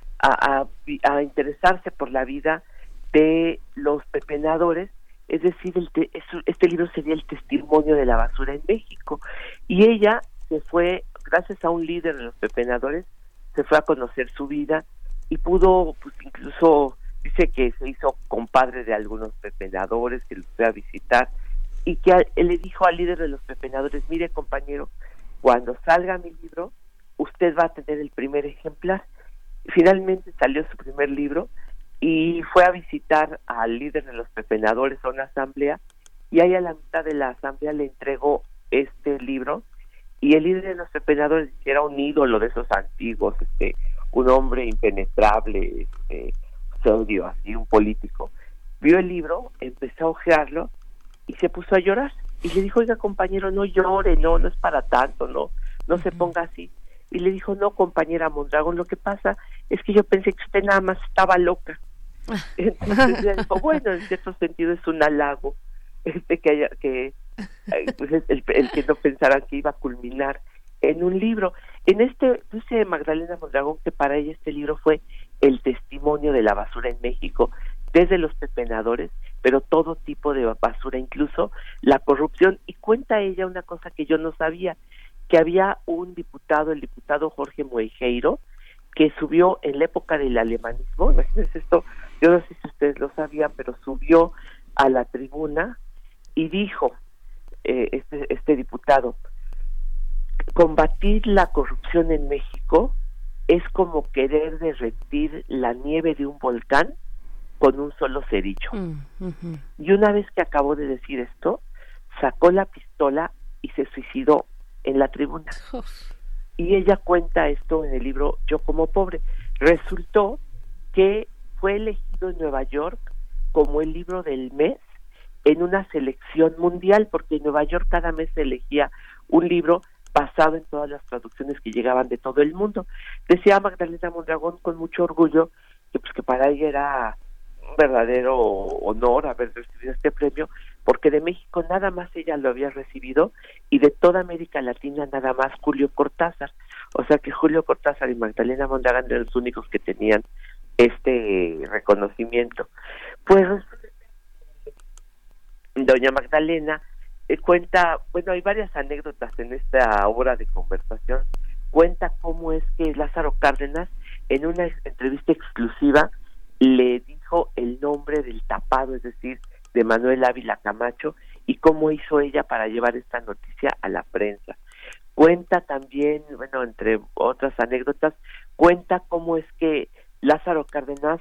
interesarse por la vida de los pepenadores, es decir, este libro sería el testimonio de la basura en México, y ella se fue, gracias a un líder de los pepenadores, se fue a conocer su vida y pudo, pues incluso dice que se hizo compadre de algunos pepenadores, que los fue a visitar, y que él le dijo al líder de los pepenadores: mire, compañero, cuando salga mi libro, usted va a tener el primer ejemplar. Finalmente salió su primer libro y fue a visitar al líder de los pepenadores a una asamblea, y ahí a la mitad de la asamblea le entregó este libro, y el líder de los pepenadores, que era un ídolo de esos antiguos, un hombre impenetrable, serio, así, un político, vio el libro, empezó a hojearlo y se puso a llorar, y le dijo: oiga, compañero, no llore, no es para tanto, no se ponga así. Y le dijo: no, compañera Mondragón, lo que pasa es que yo pensé que usted nada más estaba loca. Entonces le dijo: bueno, en cierto sentido es un halago, pues el que no pensaran que iba a culminar en un libro. Dice Magdalena Mondragón que para ella este libro fue el testimonio de la basura en México, desde los pepenadores, pero todo tipo de basura, incluso la corrupción. Y cuenta ella una cosa que yo no sabía, que había un diputado, el diputado Jorge Moejeiro, que subió en la época del alemanismo, imagínense esto, yo no sé si ustedes lo sabían, pero subió a la tribuna y dijo, este diputado: combatir la corrupción en México es como querer derretir la nieve de un volcán con un solo cerillo. Y una vez que acabó de decir esto, sacó la pistola y se suicidó en la tribuna. Y ella cuenta esto en el libro Yo como pobre. Resultó que fue elegido en Nueva York como el libro del mes en una selección mundial, porque en Nueva York cada mes se elegía un libro basado en todas las traducciones que llegaban de todo el mundo. Decía Magdalena Mondragón con mucho orgullo que para ella era un verdadero honor haber recibido este premio, porque de México nada más ella lo había recibido, y de toda América Latina nada más Julio Cortázar. O sea que Julio Cortázar y Magdalena Mondragón eran los únicos que tenían este reconocimiento. Pues doña Magdalena cuenta, bueno, hay varias anécdotas en esta obra de conversación. Cuenta cómo es que Lázaro Cárdenas, en una entrevista exclusiva, le dijo el nombre del tapado, es decir, de Manuel Ávila Camacho, y cómo hizo ella para llevar esta noticia a la prensa. Cuenta también, bueno, entre otras anécdotas, cuenta cómo es que Lázaro Cárdenas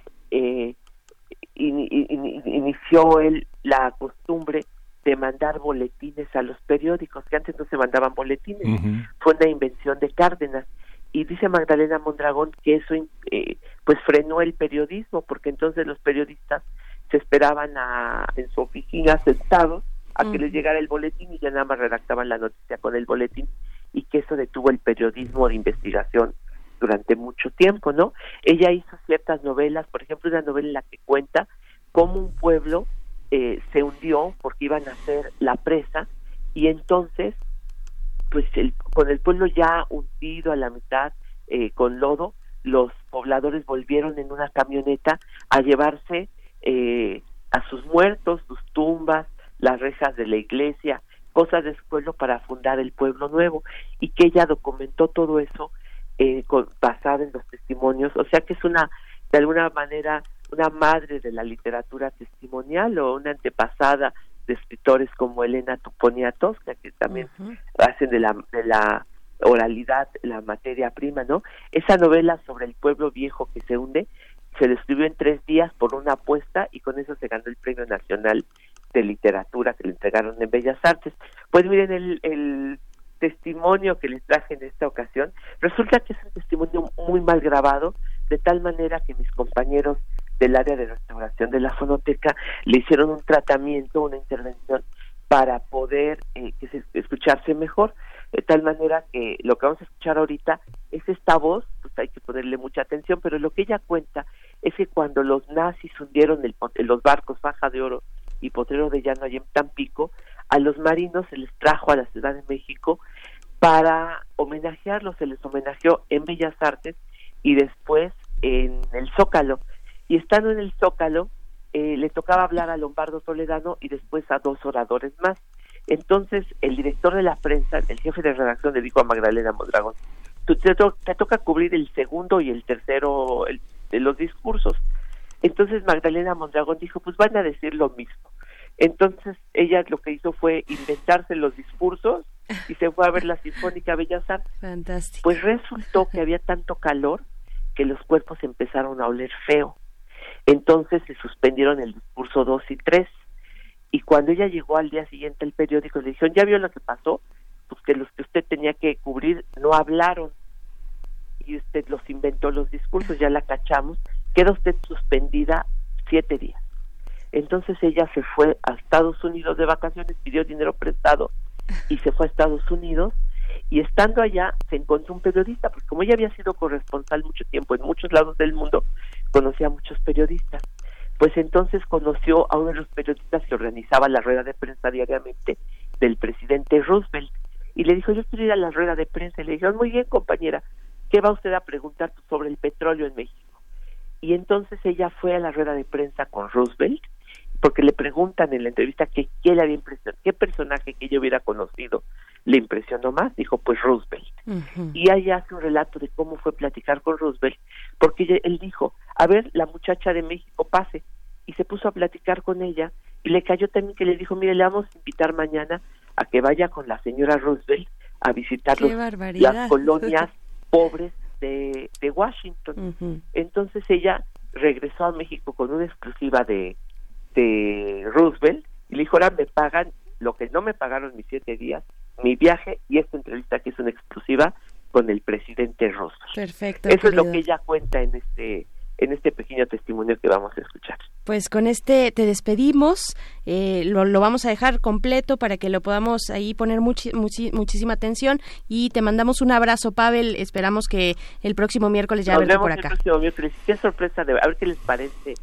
inició la costumbre de mandar boletines a los periódicos, que antes no se mandaban boletines. Fue una invención de Cárdenas, y dice Magdalena Mondragón que eso pues frenó el periodismo, porque entonces los periodistas se esperaban en su oficina sentados a que les llegara el boletín y ya nada más redactaban la noticia con el boletín, y que eso detuvo el periodismo de investigación durante mucho tiempo, ¿no? Ella hizo ciertas novelas, por ejemplo, una novela en la que cuenta cómo un pueblo se hundió porque iban a hacer la presa, y entonces, pues con el pueblo ya hundido a la mitad, con lodo, los pobladores volvieron en una camioneta a llevarse a sus muertos, sus tumbas, las rejas de la iglesia, cosas de su pueblo para fundar el pueblo nuevo, y que ella documentó todo eso basada en los testimonios, o sea que es de alguna manera una madre de la literatura testimonial, o una antepasada de escritores como Elena Poniatowska, que también hacen de la oralidad la materia prima, ¿no? Esa novela sobre el pueblo viejo que se hunde se lo escribió en 3 días por una apuesta, y con eso se ganó el Premio Nacional de Literatura que le entregaron en Bellas Artes. Pues miren, el testimonio que les traje en esta ocasión resulta que es un testimonio muy mal grabado, de tal manera que mis compañeros del área de restauración de la fonoteca le hicieron un tratamiento, una intervención para poder escucharse mejor, de tal manera que lo que vamos a escuchar ahorita es esta voz, pues hay que ponerle mucha atención, pero lo que ella cuenta es que cuando los nazis hundieron los barcos Faja de Oro y Potrero de Llano allí en Tampico, a los marinos se les trajo a la Ciudad de México para homenajearlos, se les homenajeó en Bellas Artes y después en el Zócalo, y estando en el Zócalo le tocaba hablar a Lombardo Toledano y después a 2 oradores más. Entonces el director de la prensa, el jefe de redacción, le dijo a Magdalena Mondragón: te toca cubrir el segundo y el tercero de los discursos. Entonces Magdalena Mondragón dijo, pues van a decir lo mismo. Entonces ella lo que hizo fue inventarse los discursos y se fue a ver la Sinfónica Bellas Artes. Fantástico. Pues resultó que había tanto calor que los cuerpos empezaron a oler feo. Entonces se suspendieron el discurso 2 y 3. Y cuando ella llegó al día siguiente al periódico, le dijeron, ¿ya vio lo que pasó? Pues que los que usted tenía que cubrir no hablaron y usted los inventó los discursos, ya la cachamos, queda usted suspendida 7 días. Entonces ella se fue a Estados Unidos de vacaciones, pidió dinero prestado y se fue a Estados Unidos, y estando allá se encontró un periodista, porque como ella había sido corresponsal mucho tiempo en muchos lados del mundo, conocía a muchos periodistas. Pues entonces conoció a uno de los periodistas que organizaba la rueda de prensa diariamente del presidente Roosevelt, y le dijo, yo quiero ir a la rueda de prensa, y le dijeron, muy bien compañera, ¿qué va usted a preguntar sobre el petróleo en México? Y entonces ella fue a la rueda de prensa con Roosevelt, porque le preguntan en la entrevista que qué le había impresionado, qué personaje que ella hubiera conocido le impresionó más. Dijo, pues Roosevelt. Y ahí hace un relato de cómo fue platicar con Roosevelt, porque él dijo, a ver, la muchacha de México pase, y se puso a platicar con ella, y le cayó también que le dijo, mire, le vamos a invitar mañana a que vaya con la señora Roosevelt a visitar las colonias pobres de Washington. Entonces ella regresó a México con una exclusiva de Roosevelt, y le dijo, ahora me pagan lo que no me pagaron mis 7 días, mi viaje y esta entrevista que es una exclusiva con el presidente Roosevelt. Perfecto. Eso es lo que ella cuenta en este pequeño testimonio que vamos a escuchar. Pues con te despedimos, lo vamos a dejar completo para que lo podamos ahí poner muchísima atención, y te mandamos un abrazo, Pavel. Esperamos que el próximo miércoles ya verte por acá. El próximo miércoles. Qué sorpresa, a ver qué les parece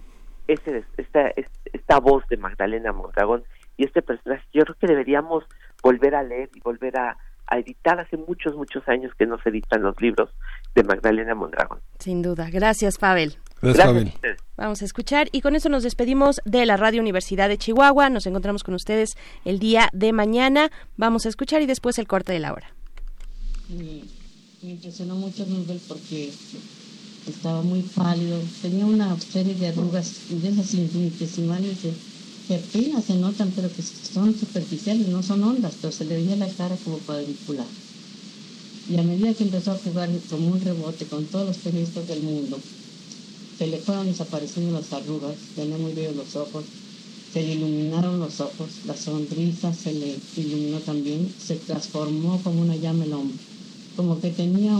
esta voz de Magdalena Mondragón y este personaje. Yo creo que deberíamos volver a leer y volver a editar. Hace muchos años que no se editan los libros de Magdalena Mondragón. Sin duda. Gracias, Pavel. Gracias. Vamos a escuchar, y con eso nos despedimos de la Radio Universidad de Chihuahua. Nos encontramos con ustedes el día de mañana. Vamos a escuchar y después el corte de la hora. Me impresionó mucho Roosevelt porque estaba muy pálido, tenía una serie de arrugas de esas infinitesimales que apenas se notan, pero que son superficiales, no son hondas, pero se le veía la cara como cuadricular. Y a medida que empezó a jugar como un rebote con todos los periodistas del mundo, se le fueron desapareciendo las arrugas, tenía muy bellos los ojos, se le iluminaron los ojos, la sonrisa se le iluminó también, se transformó como una llama el hombre, como que tenía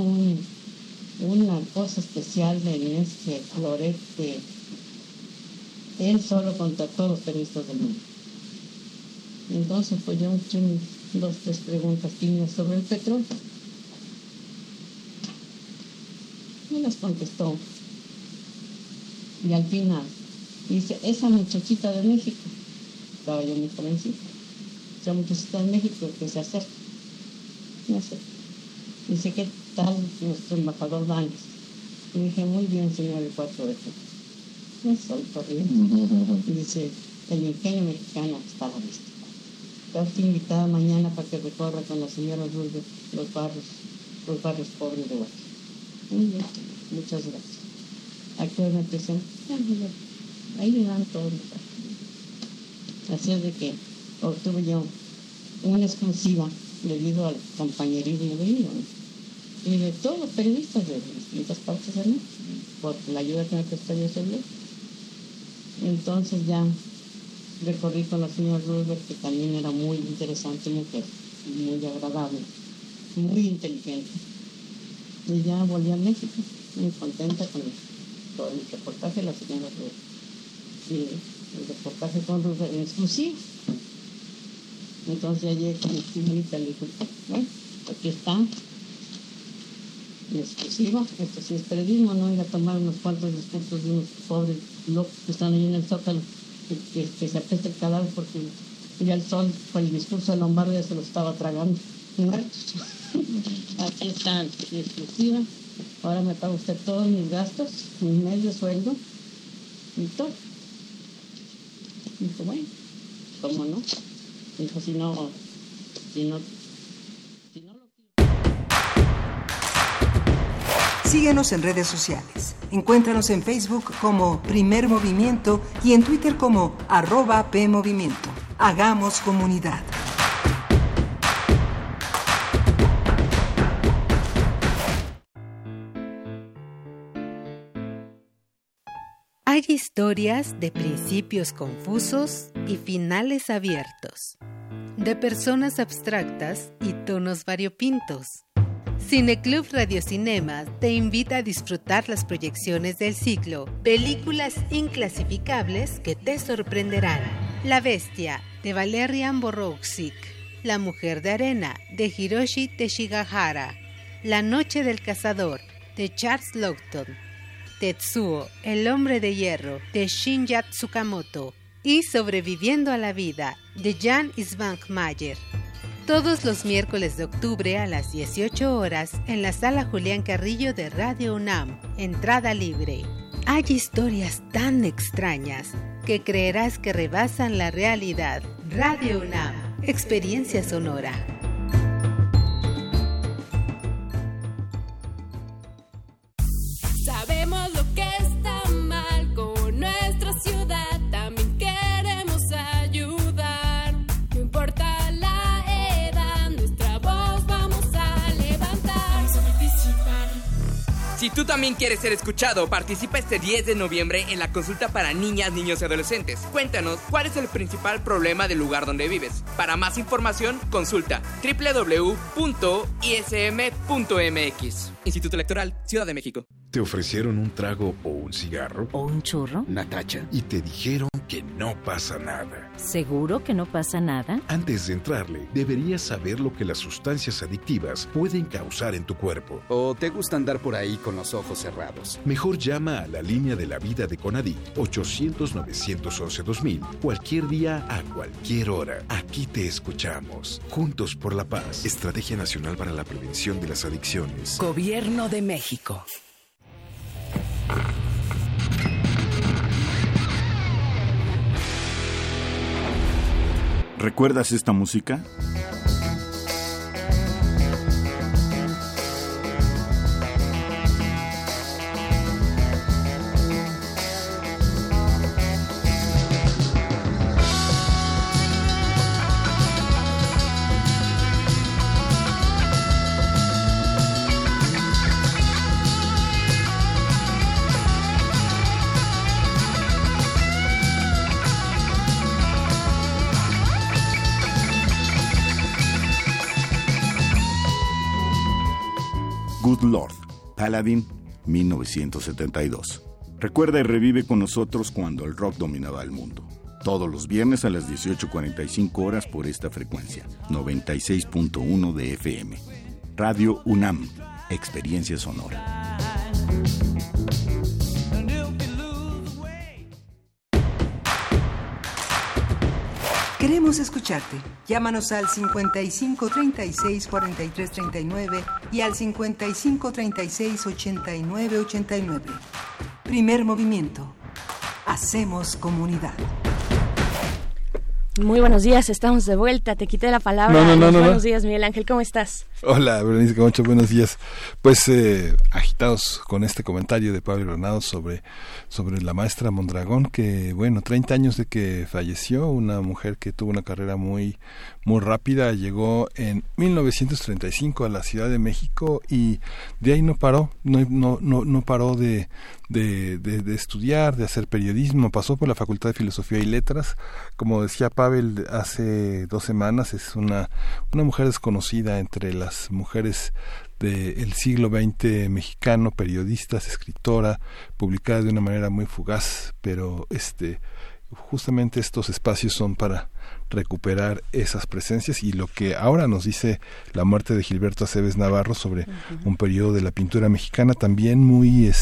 una cosa especial en ese florete, él solo contra todos los periodistas del mundo. Entonces, pues yo hice 2-3 preguntas tímidas sobre el petróleo. Me las contestó. Y al final, dice, esa muchachita de México, estaba yo muy jovencita, esa muchachita de México que se acerca, no sé. Dice, ¿qué tal nuestro embajador Baños? Y dije, muy bien, señor, el 4 de julio. Me soltó riendo. Y dice, el ingenio mexicano está a la vista. Está usted invitada mañana para que recorra con la señora Rubio los barrios pobres de Guatemala. Muy bien, muchas gracias. ¿A qué hora me presento? Ahí le dan todos los datos. Así es de que obtuve yo una exclusiva debido al compañerismo de ellos, ¿no? Y de todos los periodistas de distintas partes del mundo, por la ayuda que me prestó yo ese día. Entonces ya recorrí con la señora Rubert, que también era muy interesante mujer, muy agradable, muy inteligente. Y ya volví a México, muy contenta con todo el reportaje de la señora Rubert. Y el reportaje con Rubert en exclusivo. Entonces ya llegué con mi señorita y le dije, bueno, aquí está, en exclusiva, esto sí es periodismo, no ir a tomar unos cuantos discursos de unos pobres locos que están ahí en el Zócalo, que se apesta el cadáver porque ya el sol, por el discurso de Lombardo, ya se lo estaba tragando, muertos. Aquí está en exclusiva, ahora me paga usted todos mis gastos, mi medio sueldo y todo. Dijo, bueno, ¿cómo no? Dijo, si no lo quiero. Síguenos en redes sociales. Encuéntranos en Facebook como Primer Movimiento y en Twitter como @PMovimiento. Hagamos comunidad. Hay historias de principios confusos y finales abiertos, de personas abstractas y tonos variopintos. Cineclub Radiocinema te invita a disfrutar las proyecciones del ciclo Películas Inclasificables que te sorprenderán. La Bestia, de Valerian Borowczyk. La Mujer de Arena, de Hiroshi Teshigahara. La Noche del Cazador, de Charles Laughton. Tetsuo, el Hombre de Hierro, de Shinya Tsukamoto. Y Sobreviviendo a la Vida, de Jan Svankmajer. Todos los miércoles de octubre a las 18 horas en la Sala Julián Carrillo de Radio UNAM. Entrada libre. Hay historias tan extrañas que creerás que rebasan la realidad. Radio UNAM. Experiencia sonora. Sabemos lo que está mal con nuestra ciudad. También queremos ayudar. No importa la edad, nuestra voz vamos a levantar. Vamos a participar. Si tú también quieres ser escuchado, participa este 10 de noviembre en la consulta para niñas, niños y adolescentes. Cuéntanos cuál es el principal problema del lugar donde vives. Para más información, consulta www.ism.mx. Instituto Electoral, Ciudad de México. ¿Te ofrecieron un trago o un cigarro? ¿O un churro? Natacha. Y te dijeron que no pasa nada. ¿Seguro que no pasa nada? Antes de entrarle, deberías saber lo que las sustancias adictivas pueden causar en tu cuerpo. ¿O te gusta andar por ahí con los ojos cerrados? Mejor llama a la línea de la vida de CONADIC 800-911-2000 cualquier día a cualquier hora. Aquí te escuchamos. Juntos por la paz. Estrategia Nacional para la Prevención de las Adicciones. Gobierno de México. ¿Recuerdas esta música? Good Lord, Paladin, 1972. Recuerda y revive con nosotros cuando el rock dominaba el mundo. Todos los viernes a las 18:45 horas por esta frecuencia, 96.1 de FM. Radio UNAM, Experiencia Sonora. Queremos escucharte. Llámanos al 5536-4339 y al 5536-8989. Primer movimiento. Hacemos comunidad. Muy buenos días, estamos de vuelta. Te quité la palabra. Buenos días, Miguel Ángel, ¿cómo estás? Hola, Berenice Camacho, buenos días. Pues agitados con este comentario de Pablo Granados sobre la maestra Mondragón, que 30 años de que falleció, una mujer que tuvo una carrera muy rápida, llegó en 1935 a la Ciudad de México y de ahí no paró de estudiar, de hacer periodismo, pasó por la Facultad de Filosofía y Letras, como decía Pavel hace 2 semanas, es una mujer desconocida entre las mujeres del siglo XX mexicano, periodistas, escritora, publicada de una manera muy fugaz, pero justamente estos espacios son para recuperar esas presencias, y lo que ahora nos dice la muerte de Gilberto Aceves Navarro sobre un periodo de la pintura mexicana también muy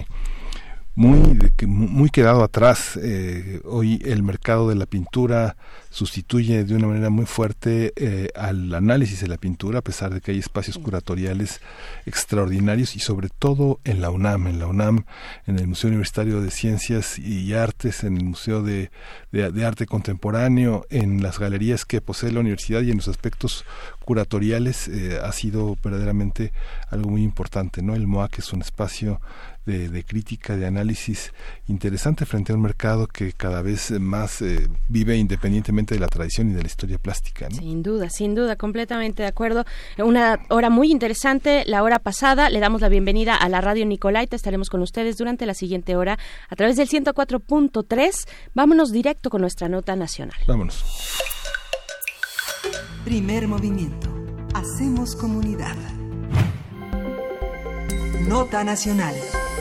quedado atrás. Hoy el mercado de la pintura sustituye de una manera muy fuerte al análisis de la pintura, a pesar de que hay espacios curatoriales extraordinarios, y sobre todo en la UNAM, en el Museo Universitario de Ciencias y Artes, en el Museo de Arte Contemporáneo, en las galerías que posee la universidad y en los aspectos curatoriales, ha sido verdaderamente algo muy importante, ¿no? El MOAC es un espacio de crítica, de análisis interesante frente a un mercado que cada vez más vive independientemente de la tradición y de la historia plástica, ¿no? Sin duda, completamente de acuerdo. Una hora muy interesante, la hora pasada. Le damos la bienvenida a la Radio Nicolaita. Estaremos con ustedes durante la siguiente hora a través del 104.3. Vámonos directo con nuestra nota nacional. Vámonos. Primer movimiento. Hacemos comunidad. Nota nacional.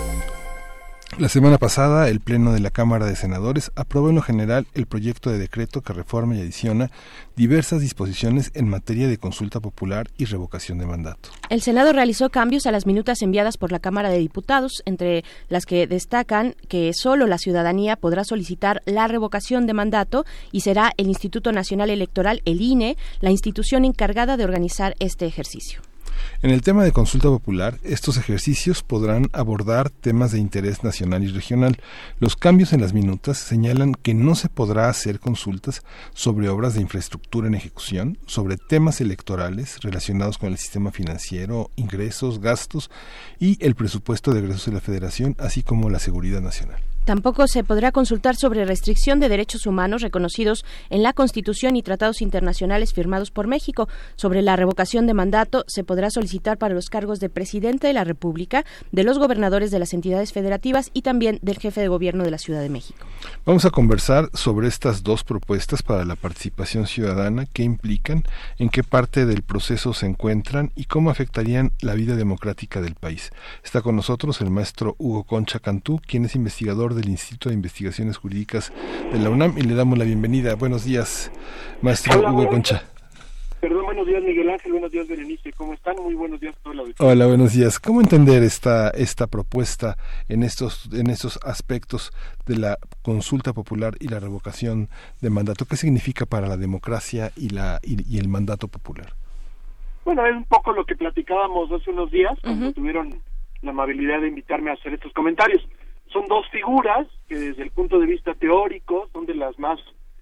La semana pasada, el Pleno de la Cámara de Senadores aprobó en lo general el proyecto de decreto que reforma y adiciona diversas disposiciones en materia de consulta popular y revocación de mandato. El Senado realizó cambios a las minutas enviadas por la Cámara de Diputados, entre las que destacan que solo la ciudadanía podrá solicitar la revocación de mandato y será el Instituto Nacional Electoral, el INE, la institución encargada de organizar este ejercicio. En el tema de consulta popular, estos ejercicios podrán abordar temas de interés nacional y regional. Los cambios en las minutas señalan que no se podrá hacer consultas sobre obras de infraestructura en ejecución, sobre temas electorales relacionados con el sistema financiero, ingresos, gastos y el presupuesto de egresos de la Federación, así como la seguridad nacional. Tampoco se podrá consultar sobre restricción de derechos humanos reconocidos en la Constitución y tratados internacionales firmados por México. Sobre la revocación de mandato, se podrá solicitar para los cargos de presidente de la República, de los gobernadores de las entidades federativas y también del jefe de gobierno de la Ciudad de México. Vamos a conversar sobre estas dos propuestas para la participación ciudadana, qué implican, en qué parte del proceso se encuentran y cómo afectarían la vida democrática del país. Está con nosotros el maestro Hugo Concha Cantú, quien es investigador del Instituto de Investigaciones Jurídicas de la UNAM, y le damos la bienvenida. Buenos días, maestro Hugo Concha. Perdón, buenos días, Miguel Ángel, buenos días, Berenice, ¿cómo están? Muy buenos días a toda la audiencia. Hola, buenos días. ¿Cómo entender esta propuesta en estos aspectos de la consulta popular y la revocación de mandato? ¿Qué significa para la democracia y el mandato popular? Bueno, es un poco lo que platicábamos hace unos días, cuando tuvieron la amabilidad de invitarme a hacer estos comentarios. Son dos figuras que desde el punto de vista teórico son de las más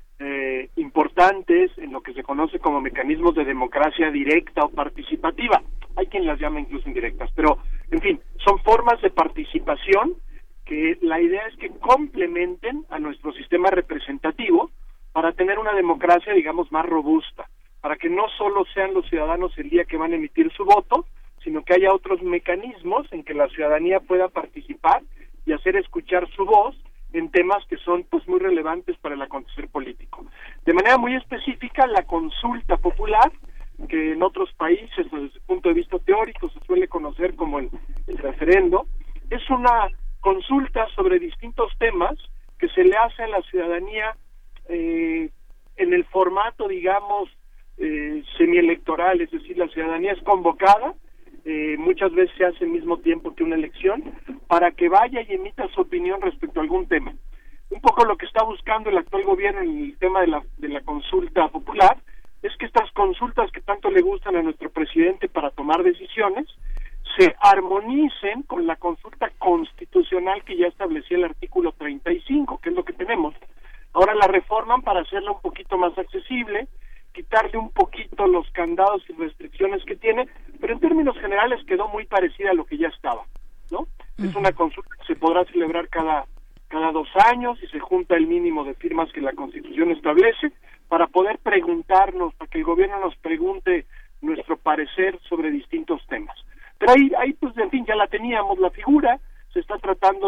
importantes en lo que se conoce como mecanismos de democracia directa o participativa. Hay quien las llama incluso indirectas, pero en fin, son formas de participación que la idea es que complementen a nuestro sistema representativo para tener una democracia, digamos, más robusta, para que no solo sean los ciudadanos el día que van a emitir su voto, sino que haya otros mecanismos en que la ciudadanía pueda participar y hacer escuchar su voz en temas que son pues muy relevantes para el acontecer político. De manera muy específica, la consulta popular, que en otros países desde el punto de vista teórico se suele conocer como el referendo, es una consulta sobre distintos temas que se le hace a la ciudadanía en el formato, digamos, semielectoral, es decir, la ciudadanía es convocada, muchas veces se hace al mismo tiempo que una elección, para que vaya y emita su opinión respecto a algún tema. Un poco lo que está buscando el actual gobierno en el tema de la consulta popular es que estas consultas que tanto le gustan a nuestro presidente para tomar decisiones se armonicen con la consulta constitucional que ya establecía el artículo 35, que es lo que tenemos. Ahora la reforman para hacerla un poquito más accesible, quitarle un poquito los candados y restricciones que tiene, pero en términos generales quedó muy parecida a lo que ya estaba, ¿no? Es una consulta que se podrá celebrar cada 2 años y se junta el mínimo de firmas que la Constitución establece para poder preguntarnos, para que el gobierno nos pregunte nuestro parecer sobre distintos temas. Pero ahí pues, en fin, ya la teníamos, la figura, se está tratando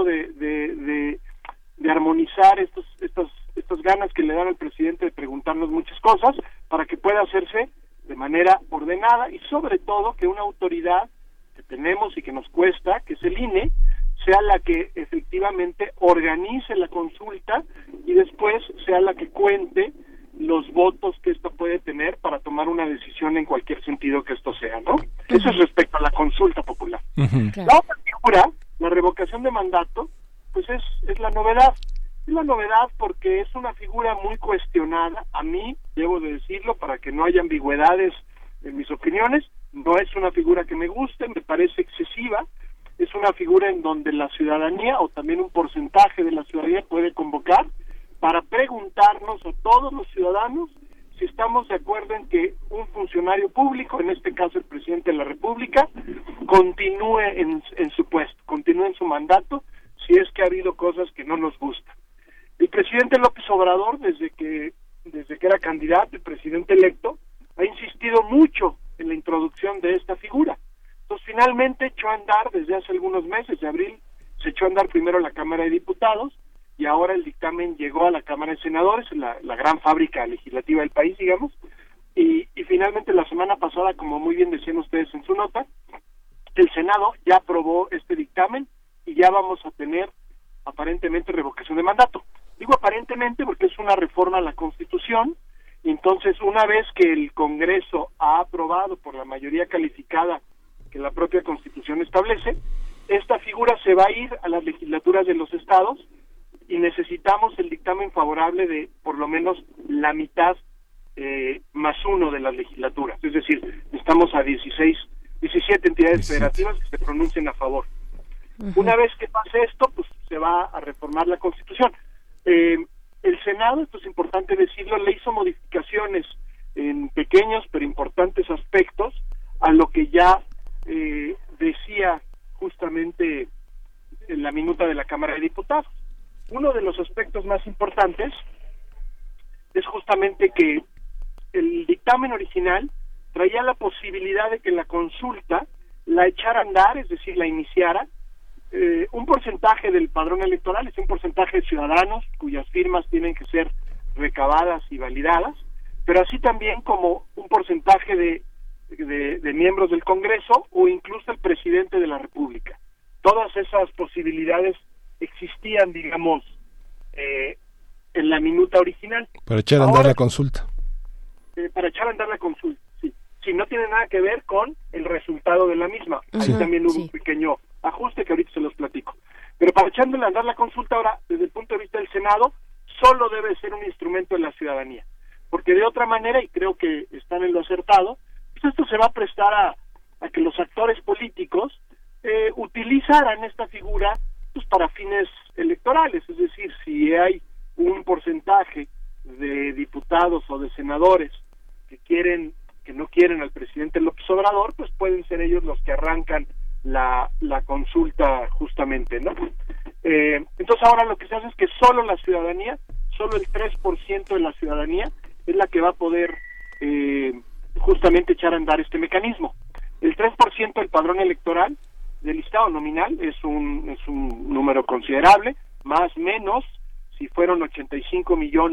de armonizar estas ganas que le dan al presidente de preguntarnos muchas cosas para que pueda hacerse de manera ordenada y sobre todo que una autoridad que tenemos y que nos cuesta, que es el INE, sea la que efectivamente organice la consulta y después sea la que cuente los votos que esto puede tener para tomar una decisión en cualquier sentido que esto sea, ¿no? Eso es respecto a la consulta popular. La otra figura, la revocación de mandato, pues es la novedad. Es la novedad porque es una figura muy cuestionada. A mí, debo de decirlo, para que no haya ambigüedades en mis opiniones, no es una figura que me guste, me parece excesiva. Es una figura en donde la ciudadanía, o también un porcentaje de la ciudadanía, puede convocar para preguntarnos a todos los ciudadanos si estamos de acuerdo en que un funcionario público, en este caso el presidente de la República, continúe en su puesto, continúe en su mandato, si es que ha habido cosas que no nos gustan. El presidente López Obrador, desde que era candidato, el presidente electo, ha insistido mucho en la introducción de esta figura. Entonces, finalmente echó a andar, desde hace algunos meses, de abril, se echó a andar primero la Cámara de Diputados, y ahora el dictamen llegó a la Cámara de Senadores, la gran fábrica legislativa del país, digamos, y finalmente la semana pasada, como muy bien decían ustedes en su nota, el Senado ya aprobó este dictamen y ya vamos a tener aparentemente revocación de mandato. Digo aparentemente porque es una reforma a la Constitución, y entonces una vez que el Congreso ha aprobado por la mayoría calificada que la propia Constitución establece, esta figura se va a ir a las legislaturas de los estados y necesitamos el dictamen favorable de por lo menos la mitad más uno de las legislaturas, es decir, estamos a 17 entidades federativas que se pronuncien a favor. Una vez que pase esto, pues se va a reformar la Constitución. El Senado, esto es importante decirlo, le hizo modificaciones en pequeños pero importantes aspectos a lo que ya decía justamente en la minuta de la Cámara de Diputados. Uno de los aspectos más importantes es justamente que el dictamen original traía la posibilidad de que la consulta la echara a andar, es decir, la iniciara, un porcentaje del padrón electoral, es un porcentaje de ciudadanos cuyas firmas tienen que ser recabadas y validadas, pero así también como un porcentaje de miembros del Congreso o incluso el presidente de la República. Todas esas posibilidades existían, digamos, en la minuta original. Para echar a andar la consulta. Para echar a andar la consulta, sí. Sí, no tiene nada que ver con el resultado de la misma. Ahí también hubo un pequeño ajuste que ahorita se los platico. Pero para echándole a andar la consulta ahora, desde el punto de vista del Senado, solo debe ser un instrumento de la ciudadanía. Porque de otra manera, y creo que están en lo acertado, pues esto se va a prestar a que los actores políticos utilizaran esta figura pues para fines electorales, es decir, si hay un porcentaje de diputados o de senadores que no quieren al presidente López Obrador, pues pueden ser ellos los que arrancan la consulta justamente, ¿no? Entonces ahora lo que se hace es que solo la ciudadanía, solo el 3% de la ciudadanía es la que va a poder justamente echar a andar este mecanismo. El 3% del padrón electoral del listado nominal es un número considerable, más menos si fueron 86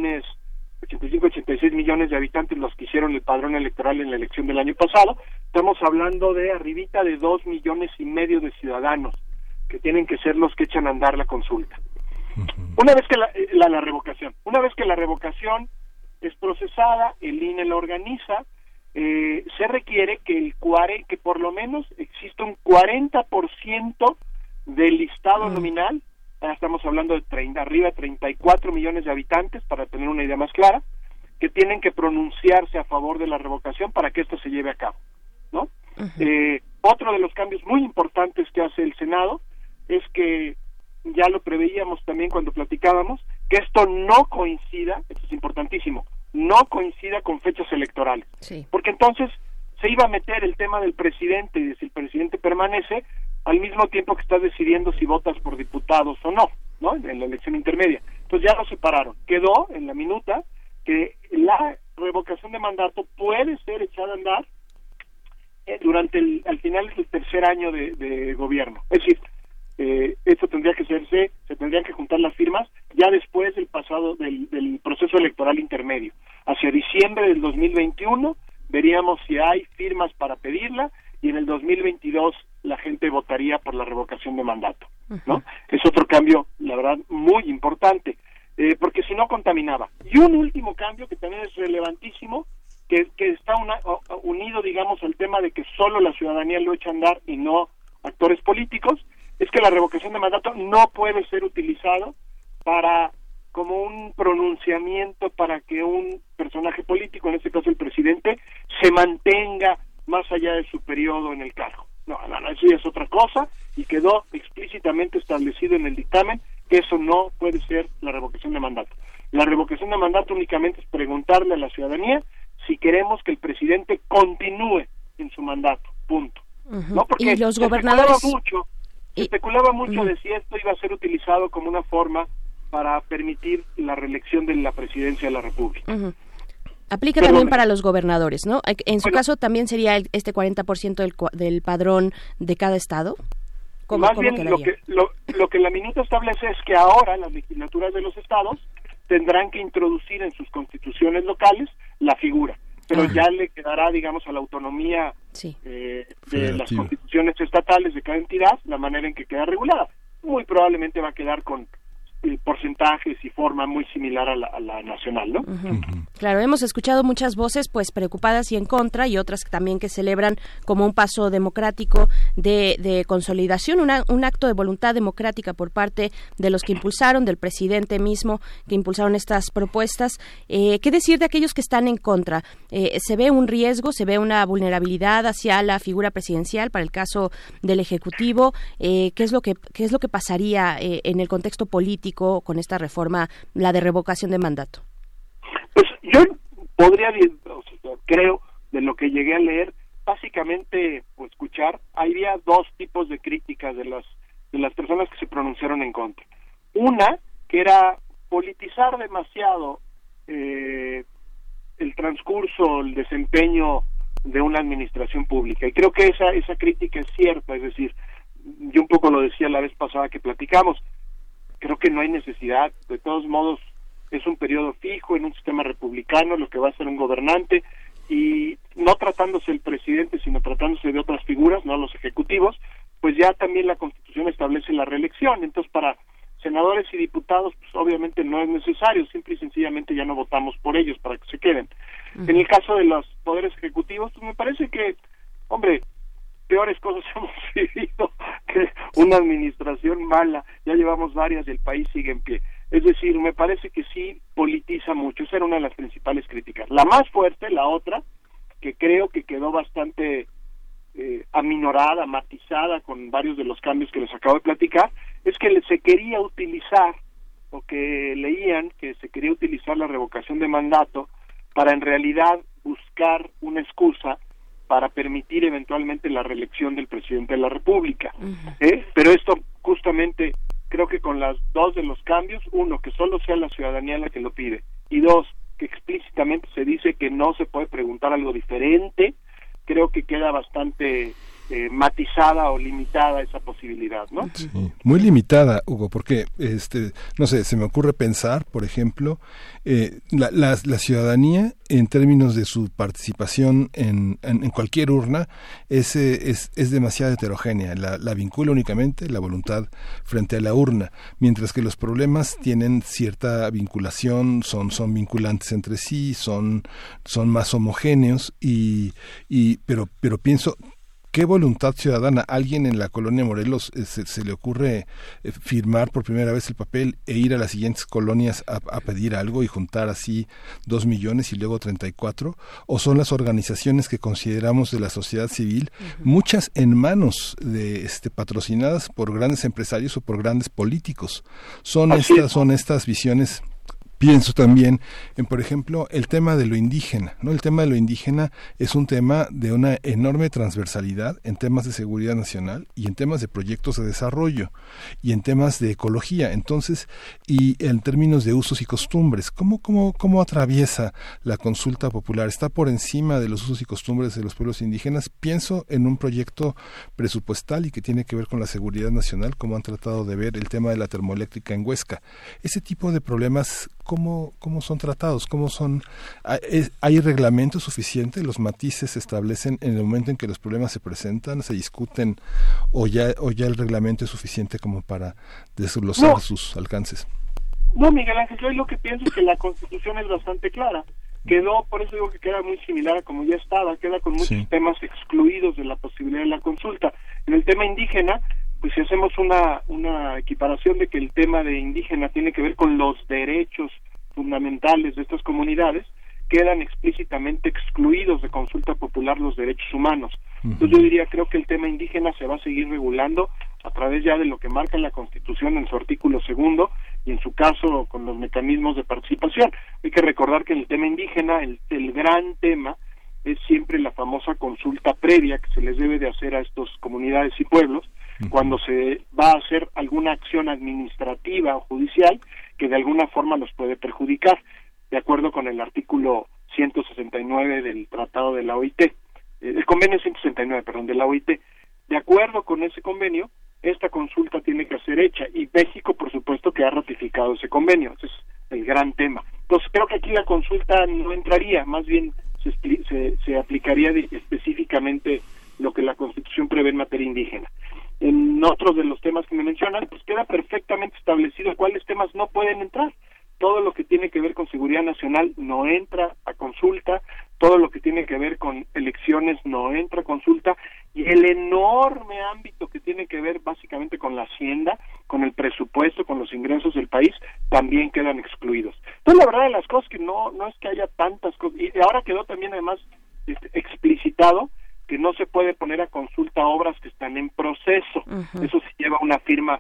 millones de habitantes los que hicieron el padrón electoral en la elección del año pasado. Estamos hablando de arribita de 2,5 millones de ciudadanos que tienen que ser los que echan a andar la consulta. Una vez que la revocación, una vez que la revocación es procesada, el INE la organiza, se requiere que que por lo menos exista un 40% del listado nominal. Estamos hablando de arriba de 34 millones de habitantes, para tener una idea más clara, que tienen que pronunciarse a favor de la revocación para que esto se lleve a cabo, ¿no? Otro de los cambios muy importantes que hace el Senado es que, ya lo preveíamos también cuando platicábamos, que esto no coincida, esto es importantísimo, no coincida con fechas electorales, porque entonces se iba a meter el tema del presidente, y si el presidente permanece, al mismo tiempo que estás decidiendo si votas por diputados o no, ¿no? En la elección intermedia. Entonces ya lo separaron. Quedó en la minuta que la revocación de mandato puede ser echada a andar al final del tercer año de gobierno. Es decir, esto tendría que se tendrían que juntar las firmas ya después del proceso electoral intermedio. Hacia diciembre del 2021 veríamos si hay firmas para pedirla, y en el 2022 la gente votaría por la revocación de mandato, ¿no? Es otro cambio, la verdad, muy importante, porque si no contaminaba. Y un último cambio que también es relevantísimo, que está unido, digamos, al tema de que solo la ciudadanía lo echa a andar y no actores políticos, es que la revocación de mandato no puede ser utilizado como un pronunciamiento para que un personaje político, en este caso el presidente, se mantenga más allá de su periodo en el cargo. No, eso ya es otra cosa, y quedó explícitamente establecido en el dictamen que eso no puede ser la revocación de mandato. La revocación de mandato únicamente es preguntarle a la ciudadanía si queremos que el presidente continúe en su mandato, punto. ¿No? Porque ¿y los gobernadores? Se especulaba mucho de si esto iba a ser utilizado como una forma para permitir la reelección de la presidencia de la República. Aplica también para los gobernadores, ¿no? En su caso también sería este 40% del padrón de cada estado. Más bien lo que la minuta establece es que ahora las legislaturas de los estados tendrán que introducir en sus constituciones locales la figura, pero ya le quedará, digamos, a la autonomía de las constituciones estatales de cada entidad la manera en que queda regulada. Muy probablemente va a quedar con porcentajes y forma muy similar a la nacional, ¿no? Claro, hemos escuchado muchas voces pues preocupadas y en contra, y otras también que celebran como un paso democrático de consolidación, un acto de voluntad democrática por parte de los que impulsaron, del presidente mismo que impulsaron estas propuestas. ¿Qué decir de aquellos que están en contra? ¿Se ve un riesgo, se ve una vulnerabilidad hacia la figura presidencial para el caso del Ejecutivo? ¿Qué es lo que pasaría en el contexto político con esta reforma, la de revocación de mandato? Pues yo creo, de lo que llegué a leer, básicamente, o escuchar, había dos tipos de críticas de las personas que se pronunciaron en contra. Una, que era politizar demasiado el transcurso, el desempeño de una administración pública, y creo que esa crítica es cierta. Es decir, yo un poco lo decía la vez pasada que platicamos, creo que no hay necesidad. De todos modos, es un periodo fijo en un sistema republicano, lo que va a ser un gobernante, y no tratándose el presidente, sino tratándose de otras figuras, no los ejecutivos, pues ya también la Constitución establece la reelección. Entonces, para senadores y diputados, pues obviamente no es necesario, simple y sencillamente ya no votamos por ellos para que se queden. En el caso de los poderes ejecutivos, pues me parece que, hombre, peores cosas hemos vivido que una administración mala. Ya llevamos varias y el país sigue en pie. Es decir, me parece que sí politiza mucho. Esa era una de las principales críticas. La más fuerte, la otra, que creo que quedó bastante aminorada, matizada con varios de los cambios que les acabo de platicar, es que se quería utilizar, o que leían que se quería utilizar la revocación de mandato para en realidad buscar una excusa para permitir eventualmente la reelección del presidente de la República. Pero esto justamente creo que con las dos de los cambios, uno, que solo sea la ciudadanía la que lo pide, y dos, que explícitamente se dice que no se puede preguntar algo diferente, creo que queda bastante matizada o limitada esa posibilidad, ¿no? Sí, muy limitada, Hugo, porque no sé, se me ocurre pensar, por ejemplo, la ciudadanía en términos de su participación en cualquier urna es demasiado heterogénea, la vincula únicamente la voluntad frente a la urna, mientras que los problemas tienen cierta vinculación, son vinculantes entre sí, son más homogéneos pero pienso, ¿qué voluntad ciudadana? ¿Alguien en la colonia Morelos se le ocurre firmar por primera vez el papel e ir a las siguientes colonias a pedir algo y juntar así 2 millones y luego 34? ¿O son las organizaciones que consideramos de la sociedad civil, muchas en manos de patrocinadas por grandes empresarios o por grandes políticos? Son estas visiones. Pienso también en, por ejemplo, el tema de lo indígena, ¿no? El tema de lo indígena es un tema de una enorme transversalidad en temas de seguridad nacional y en temas de proyectos de desarrollo y en temas de ecología. Entonces, y en términos de usos y costumbres, ¿cómo atraviesa la consulta popular? ¿Está por encima de los usos y costumbres de los pueblos indígenas? Pienso en un proyecto presupuestal y que tiene que ver con la seguridad nacional, como han tratado de ver el tema de la termoeléctrica en Huesca. Ese tipo de problemas, ¿cómo son tratados? ¿Hay reglamento suficiente? ¿Los matices se establecen en el momento en que los problemas se presentan, se discuten, o ya el reglamento es suficiente como para desglosar sus alcances? No, Miguel Ángel, yo lo que pienso es que la Constitución es bastante clara. Por eso digo que queda muy similar a como ya estaba, queda con muchos temas excluidos de la posibilidad de la consulta. En el tema indígena, pues si hacemos una equiparación de que el tema de indígena tiene que ver con los derechos fundamentales de estas comunidades, quedan explícitamente excluidos de consulta popular los derechos humanos. Entonces yo diría, creo que el tema indígena se va a seguir regulando a través ya de lo que marca la Constitución en su artículo 2 y en su caso con los mecanismos de participación. Hay que recordar que en el tema indígena el gran tema es siempre la famosa consulta previa que se les debe de hacer a estas comunidades y pueblos cuando se va a hacer alguna acción administrativa o judicial que de alguna forma los puede perjudicar, de acuerdo con el artículo 169 del Tratado de la OIT, el convenio 169, de la OIT. De acuerdo con ese convenio, esta consulta tiene que ser hecha, y México, por supuesto, que ha ratificado ese convenio. Ese es el gran tema. Entonces, creo que aquí la consulta no entraría, más bien se aplicaría específicamente lo que la Constitución prevé en materia indígena. En otros de los temas que me mencionan, pues queda perfectamente establecido cuáles temas no pueden entrar. Todo lo que tiene que ver con seguridad nacional no entra a consulta, todo lo que tiene que ver con elecciones no entra a consulta, y el enorme ámbito que tiene que ver básicamente con la hacienda, con el presupuesto, con los ingresos del país, también quedan excluidos. Entonces, la verdad de las cosas que no es que haya tantas cosas, y ahora quedó también además explicitado que no se puede poner a consulta obras que están en proceso. Eso sí lleva una firma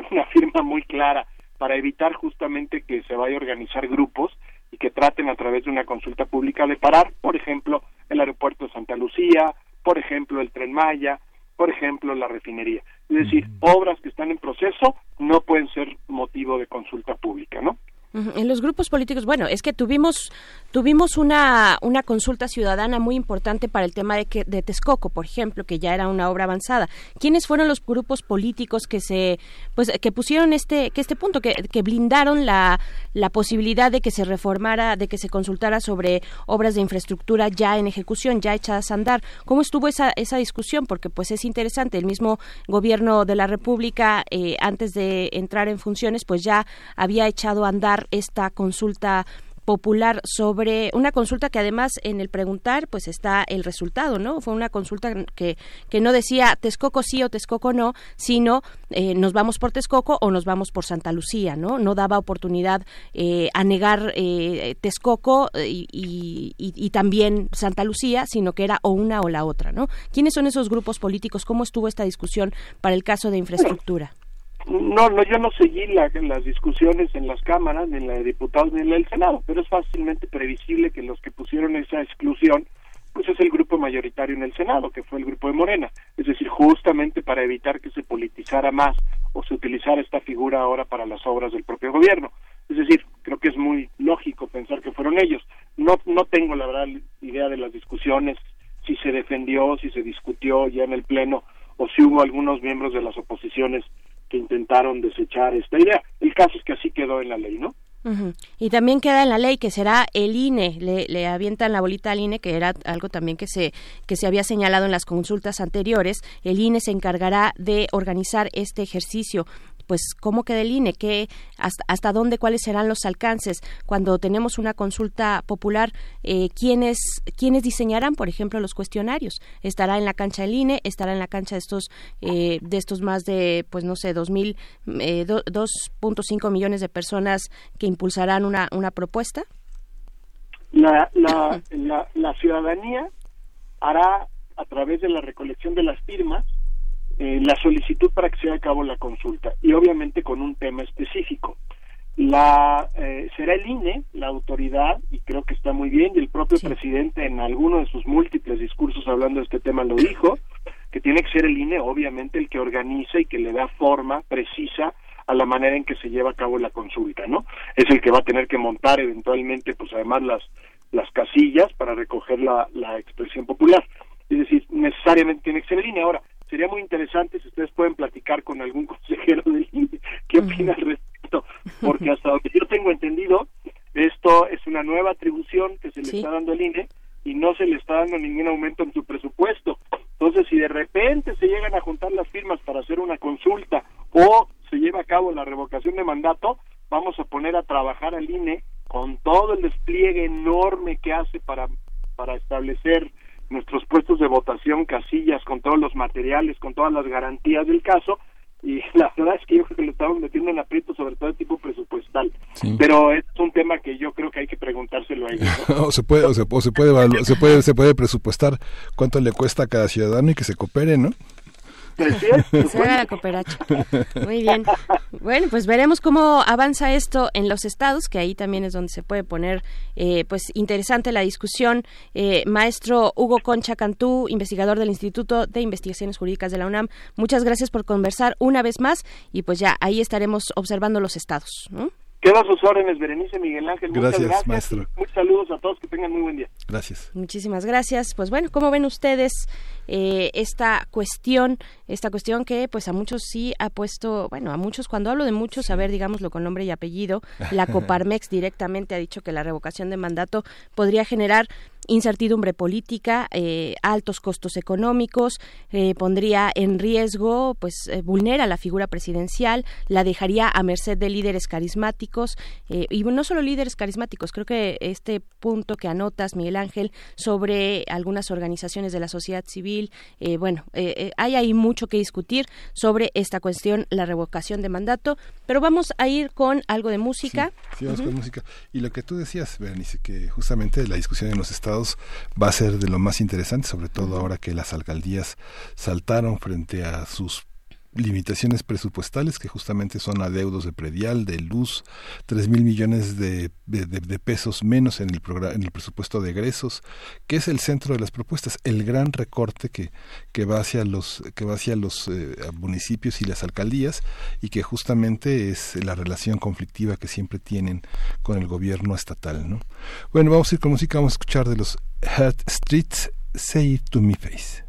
muy clara para evitar justamente que se vaya a organizar grupos y que traten a través de una consulta pública de parar, por ejemplo, el aeropuerto de Santa Lucía, por ejemplo, el Tren Maya, por ejemplo, la refinería. Es decir, obras que están en proceso no pueden ser motivo de consulta pública, ¿no? En los grupos políticos, bueno, es que tuvimos una consulta ciudadana muy importante para el tema de Texcoco, por ejemplo, que ya era una obra avanzada. ¿Quiénes fueron los grupos políticos que pusieron este punto, que blindaron la posibilidad de que se reformara, de que se consultara sobre obras de infraestructura ya en ejecución, ya echadas a andar? ¿Cómo estuvo esa discusión? Porque pues es interesante, el mismo gobierno de la República, antes de entrar en funciones, pues ya había echado a andar esta consulta popular, sobre una consulta que además en el preguntar pues está el resultado, ¿no? Fue una consulta que no decía Texcoco sí o Texcoco no, sino nos vamos por Texcoco o nos vamos por Santa Lucía, ¿no? No daba oportunidad a negar Texcoco y también Santa Lucía, sino que era o una o la otra, ¿no? ¿Quiénes son esos grupos políticos? ¿Cómo estuvo esta discusión para el caso de infraestructura? No, yo no seguí las discusiones en las cámaras, ni en la de diputados, ni en la del Senado, pero es fácilmente previsible que los que pusieron esa exclusión, pues es el grupo mayoritario en el Senado, que fue el grupo de Morena, es decir, justamente para evitar que se politizara más o se utilizara esta figura ahora para las obras del propio gobierno. Es decir, creo que es muy lógico pensar que fueron ellos. No tengo, la verdad, idea de las discusiones, si se defendió, si se discutió ya en el Pleno, o si hubo algunos miembros de las oposiciones que intentaron desechar esta idea. El caso es que así quedó en la ley, ¿no? Uh-huh. Y también queda en la ley que será el INE, le avientan la bolita al INE, que era algo también que se había señalado en las consultas anteriores. El INE se encargará de organizar este ejercicio. Pues cómo queda el INE, hasta dónde, cuáles serán los alcances cuando tenemos una consulta popular, quiénes diseñarán, por ejemplo, los cuestionarios. Estará en la cancha del INE, estará en la cancha de estos más de, pues no sé, 2.5 millones de personas que impulsarán una propuesta. La ciudadanía hará, a través de la recolección de las firmas, la solicitud para que se lleve a cabo la consulta, y obviamente con un tema específico. Será el INE la autoridad, y creo que está muy bien, y el propio presidente en alguno de sus múltiples discursos hablando de este tema lo dijo, que tiene que ser el INE obviamente el que organiza y que le da forma precisa a la manera en que se lleva a cabo la consulta, ¿no? Es el que va a tener que montar eventualmente, pues además las casillas para recoger la expresión popular. Es decir, necesariamente tiene que ser el INE. Ahora, sería muy interesante si ustedes pueden platicar con algún consejero del INE qué opina al respecto, porque hasta donde yo tengo entendido, esto es una nueva atribución que se le está dando al INE y no se le está dando ningún aumento en su presupuesto. Entonces, si de repente se llegan a juntar las firmas para hacer una consulta o se lleva a cabo la revocación de mandato, vamos a poner a trabajar al INE con todo el despliegue enorme que hace para establecer nuestros puestos de votación, casillas, con todos los materiales, con todas las garantías del caso, y la verdad es que yo creo que lo estamos metiendo en aprieto, sobre todo de tipo presupuestal. Sí. Pero es un tema que yo creo que hay que preguntárselo a ellos, ¿no? se puede presupuestar cuánto le cuesta a cada ciudadano y que se coopere, ¿no? Que se haga la cooperacha. Muy bien. Bueno, pues veremos cómo avanza esto en los estados, que ahí también es donde se puede poner pues interesante la discusión. Maestro Hugo Concha Cantú, investigador del Instituto de Investigaciones Jurídicas de la UNAM, muchas gracias por conversar una vez más, y pues ya ahí estaremos observando los estados, ¿no? Quedo a sus órdenes, Berenice, Miguel Ángel. Muchas gracias, maestro. Muchos saludos a todos, que tengan muy buen día. Gracias. Muchísimas gracias. Pues bueno, ¿cómo ven ustedes esta cuestión que pues a muchos sí ha puesto, bueno, a muchos, cuando hablo de muchos, a ver, digámoslo con nombre y apellido, la Coparmex directamente ha dicho que la revocación de mandato podría generar incertidumbre política, altos costos económicos, pondría en riesgo, pues vulnera la figura presidencial, la dejaría a merced de líderes carismáticos, y no solo líderes carismáticos. Creo que este punto que anotas, Miguel Ángel, sobre algunas organizaciones de la sociedad civil, hay ahí mucho que discutir sobre esta cuestión, la revocación de mandato, pero vamos a ir con algo de música. Sí, vamos con música. Y lo que tú decías, Berenice, que justamente la discusión en los estados va a ser de lo más interesante, sobre todo ahora que las alcaldías saltaron frente a sus limitaciones presupuestales, que justamente son adeudos de predial, de luz, 3,000 millones de pesos menos en el presupuesto de egresos, que es el centro de las propuestas, el gran recorte que va hacia los municipios y las alcaldías, y que justamente es la relación conflictiva que siempre tienen con el gobierno estatal, ¿no? Bueno, vamos a ir con música, vamos a escuchar de los Heart Streets, Say It to Me Face.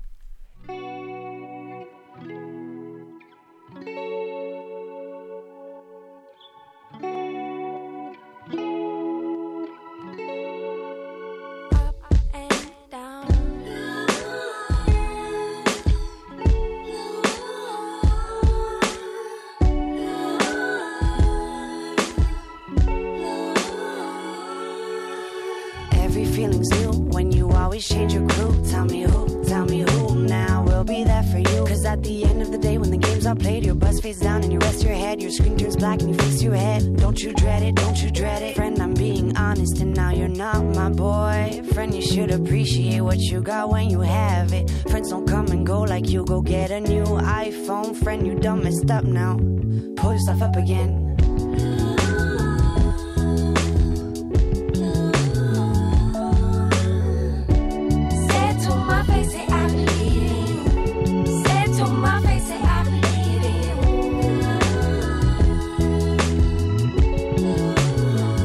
Change your crew, tell me who now will be there for you. Cause at the end of the day when the games are played, your buzz fades down and you rest your head, your screen turns black and you fix your head. Don't you dread it, friend, I'm being honest and now you're not my boyfriend. You should appreciate what you got when you have it. Friends don't come and go like you go get a new iPhone. Friend, you done messed up now, pull yourself up again.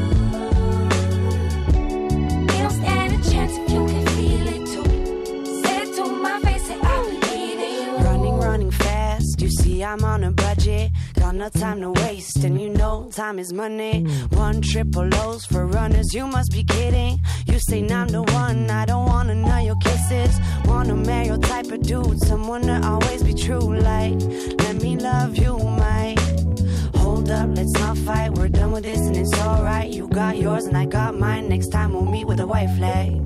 Say Baby, I'm on a budget, got no time to waste. And you know time is money. 1 triple O's for runners, you must be kidding. You say I'm the one, I don't wanna know your kisses. Wanna marry your type of dude, someone to always be true. Like, let me love you, Mike. Hold up, let's not fight, we're done with this and it's alright. You got yours and I got mine, next time we'll meet with a white flag.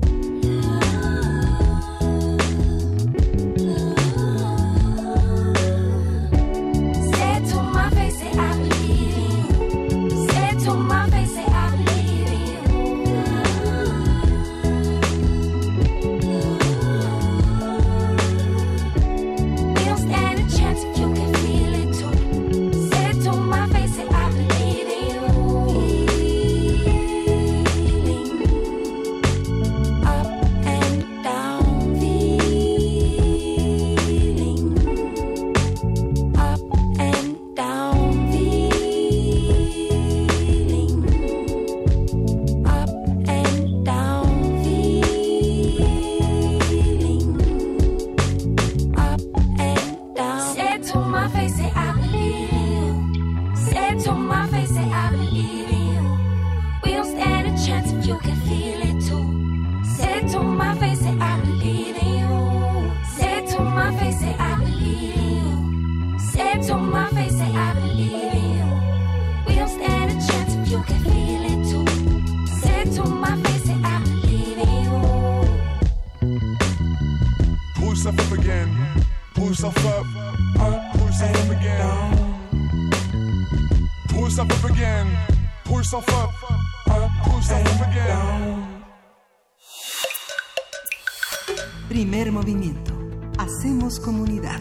Primer movimiento. Hacemos comunidad.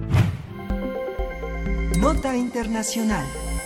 Nota internacional.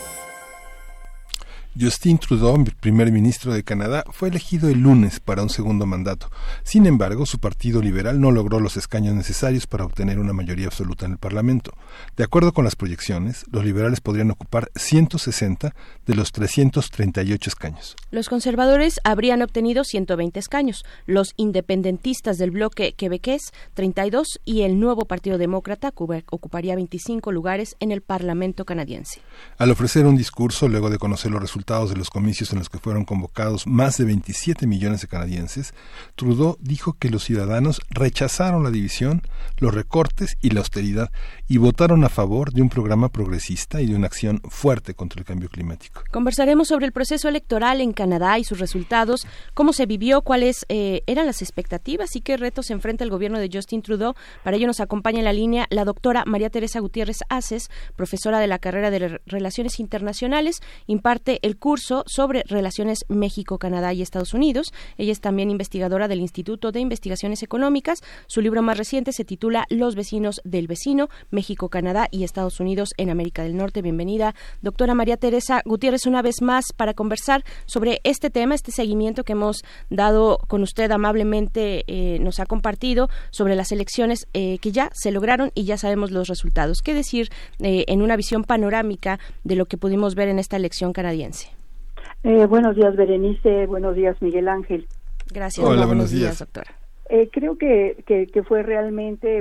Justin Trudeau, primer ministro de Canadá, fue elegido el lunes para un segundo mandato. Sin embargo, su partido liberal no logró los escaños necesarios para obtener una mayoría absoluta en el Parlamento. De acuerdo con las proyecciones, los liberales podrían ocupar 160 de los 338 escaños. Los conservadores habrían obtenido 120 escaños, los independentistas del bloque quebequés 32 y el nuevo Partido Demócrata ocuparía 25 lugares en el Parlamento canadiense. Al ofrecer un discurso luego de conocer los resultados de los comicios en los que fueron convocados más de 27 millones de canadienses, Trudeau dijo que los ciudadanos rechazaron la división, los recortes y la austeridad y votaron a favor de un programa progresista y de una acción fuerte contra el cambio climático. Conversaremos sobre el proceso electoral en Canadá y sus resultados, cómo se vivió, cuáles eran las expectativas y qué retos enfrenta el gobierno de Justin Trudeau. Para ello nos acompaña en la línea la doctora María Teresa Gutiérrez Aces, profesora de la carrera de Relaciones Internacionales, imparte el curso sobre relaciones México, Canadá y Estados Unidos. Ella es también investigadora del Instituto de Investigaciones Económicas. Su libro más reciente se titula Los vecinos del vecino, México, Canadá y Estados Unidos en América del Norte. Bienvenida, doctora María Teresa Gutiérrez, una vez más para conversar sobre este tema, este seguimiento que hemos dado con usted amablemente, nos ha compartido sobre las elecciones que ya se lograron y ya sabemos los resultados. ¿Qué decir en una visión panorámica de lo que pudimos ver en esta elección canadiense? Buenos días, Berenice. Buenos días, Miguel Ángel. Gracias. Hola, buenos días, doctora. Creo que fue realmente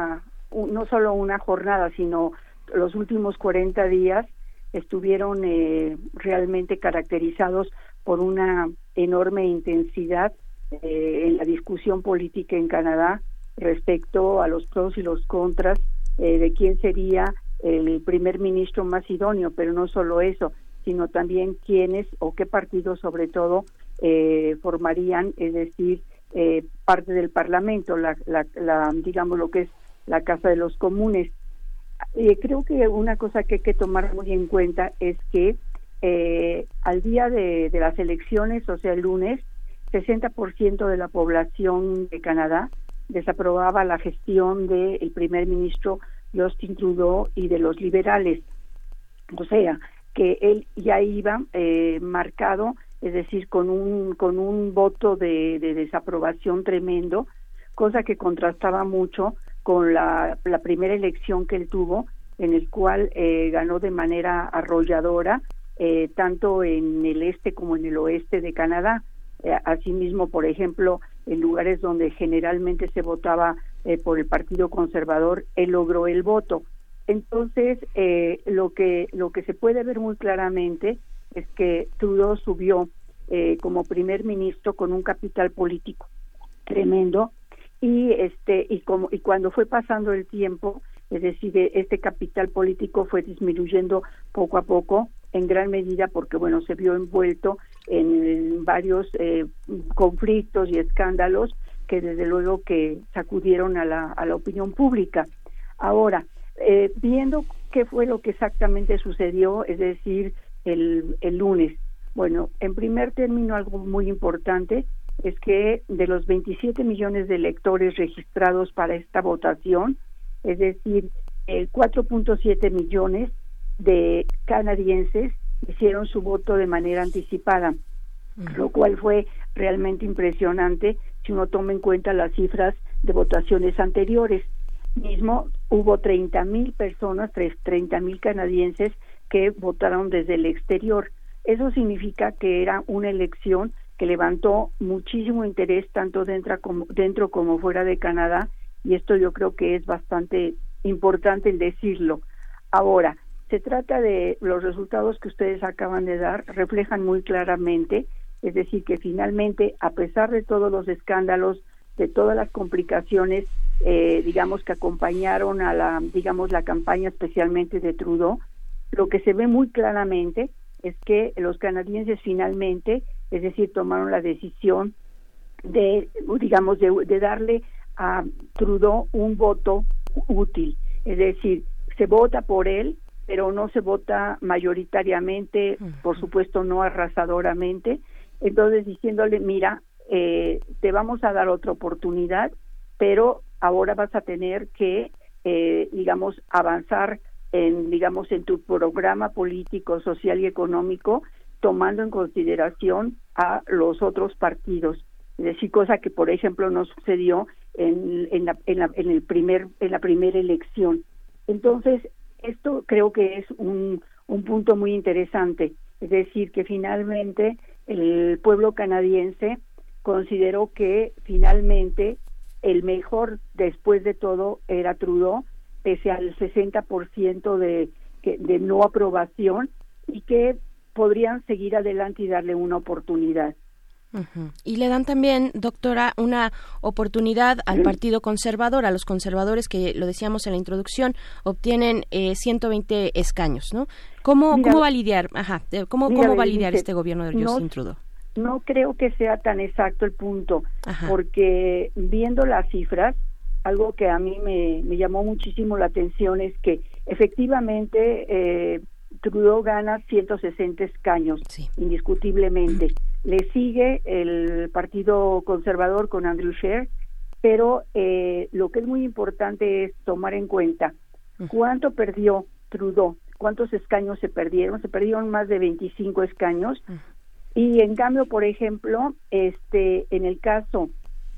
no solo una jornada, sino los últimos 40 días estuvieron realmente caracterizados por una enorme intensidad en la discusión política en Canadá respecto a los pros y los contras de quién sería el primer ministro más idóneo, pero no solo eso, sino también quiénes o qué partidos sobre todo formarían, es decir, parte del Parlamento, digamos lo que es la Casa de los Comunes. Creo que una cosa que hay que tomar muy en cuenta es que al día de las elecciones, o sea el lunes, 60% de la población de Canadá desaprobaba la gestión del primer ministro Justin Trudeau y de los liberales. O sea, que él ya iba marcado, es decir, con un voto de desaprobación tremendo, cosa que contrastaba mucho con la primera elección que él tuvo, en el cual ganó de manera arrolladora, tanto en el este como en el oeste de Canadá. Asimismo, por ejemplo, en lugares donde generalmente se votaba por el Partido Conservador, él logró el voto. Entonces, lo que se puede ver muy claramente es que Trudeau subió como primer ministro con un capital político tremendo, y cuando fue pasando el tiempo, es decir, este capital político fue disminuyendo poco a poco, en gran medida porque, bueno, se vio envuelto en varios conflictos y escándalos que desde luego que sacudieron a la opinión pública. Ahora, viendo qué fue lo que exactamente sucedió, es decir, el lunes, bueno, en primer término, algo muy importante es que de los 27 millones de electores registrados para esta votación, es decir, 4.7 millones de canadienses hicieron su voto de manera anticipada, lo cual fue realmente impresionante si uno toma en cuenta las cifras de votaciones anteriores. Mismo hubo 30,000 personas, 30,000 canadienses que votaron desde el exterior. Eso significa que era una elección que levantó muchísimo interés tanto dentro como fuera de Canadá, y esto yo creo que es bastante importante el decirlo. Ahora, se trata de los resultados que ustedes acaban de dar, reflejan muy claramente, es decir, que finalmente, a pesar de todos los escándalos, de todas las complicaciones, digamos, que acompañaron a la campaña especialmente de Trudeau, lo que se ve muy claramente es que los canadienses finalmente, es decir, tomaron la decisión de darle a Trudeau un voto útil, es decir, se vota por él, pero no se vota mayoritariamente, por supuesto no arrasadoramente, entonces diciéndole, mira, te vamos a dar otra oportunidad, pero ahora vas a tener que, avanzar en tu programa político, social y económico, tomando en consideración a los otros partidos. Es decir, cosa que, por ejemplo, no sucedió en la primera elección. Entonces, esto creo que es un punto muy interesante. Es decir, que finalmente el pueblo canadiense consideró que finalmente el mejor, después de todo, era Trudeau, pese al 60% de no aprobación, y que podrían seguir adelante y darle una oportunidad. Uh-huh. Y le dan también, doctora, una oportunidad al Partido Conservador, a los conservadores que, lo decíamos en la introducción, obtienen 120 escaños, ¿no? ¿Cómo va a lidiar? ¿Cómo va a lidiar este gobierno de Justin Trudeau? No creo que sea tan exacto el punto, porque viendo las cifras, algo que a mí me llamó muchísimo la atención es que efectivamente Trudeau gana 160 escaños, indiscutiblemente. Le sigue el Partido Conservador con Andrew Scheer, pero lo que es muy importante es tomar en cuenta cuánto perdió Trudeau, cuántos escaños se perdieron más de 25 escaños, y en cambio, por ejemplo, en el caso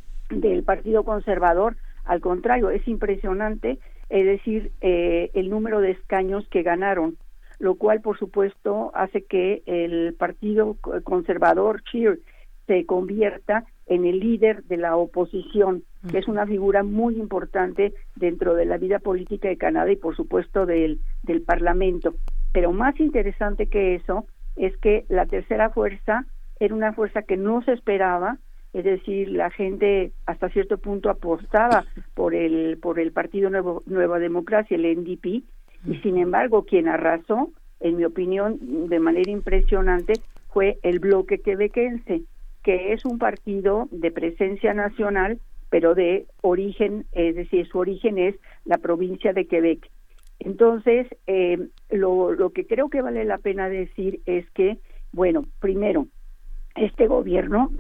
del Partido Conservador, al contrario, es impresionante, es decir, el número de escaños que ganaron, lo cual, por supuesto, hace que el Partido Conservador, Scheer, se convierta en el líder de la oposición, que es una figura muy importante dentro de la vida política de Canadá y, por supuesto, del Parlamento. Pero más interesante que eso es que la tercera fuerza era una fuerza que no se esperaba, es decir, la gente hasta cierto punto apostaba por el Partido Nueva Democracia, el NDP, y sin embargo quien arrasó, en mi opinión, de manera impresionante, fue el Bloque Quebequense, que es un partido de presencia nacional, pero de origen, es decir, su origen es la provincia de Quebec. Entonces, lo que creo que vale la pena decir es que, bueno, primero, este gobierno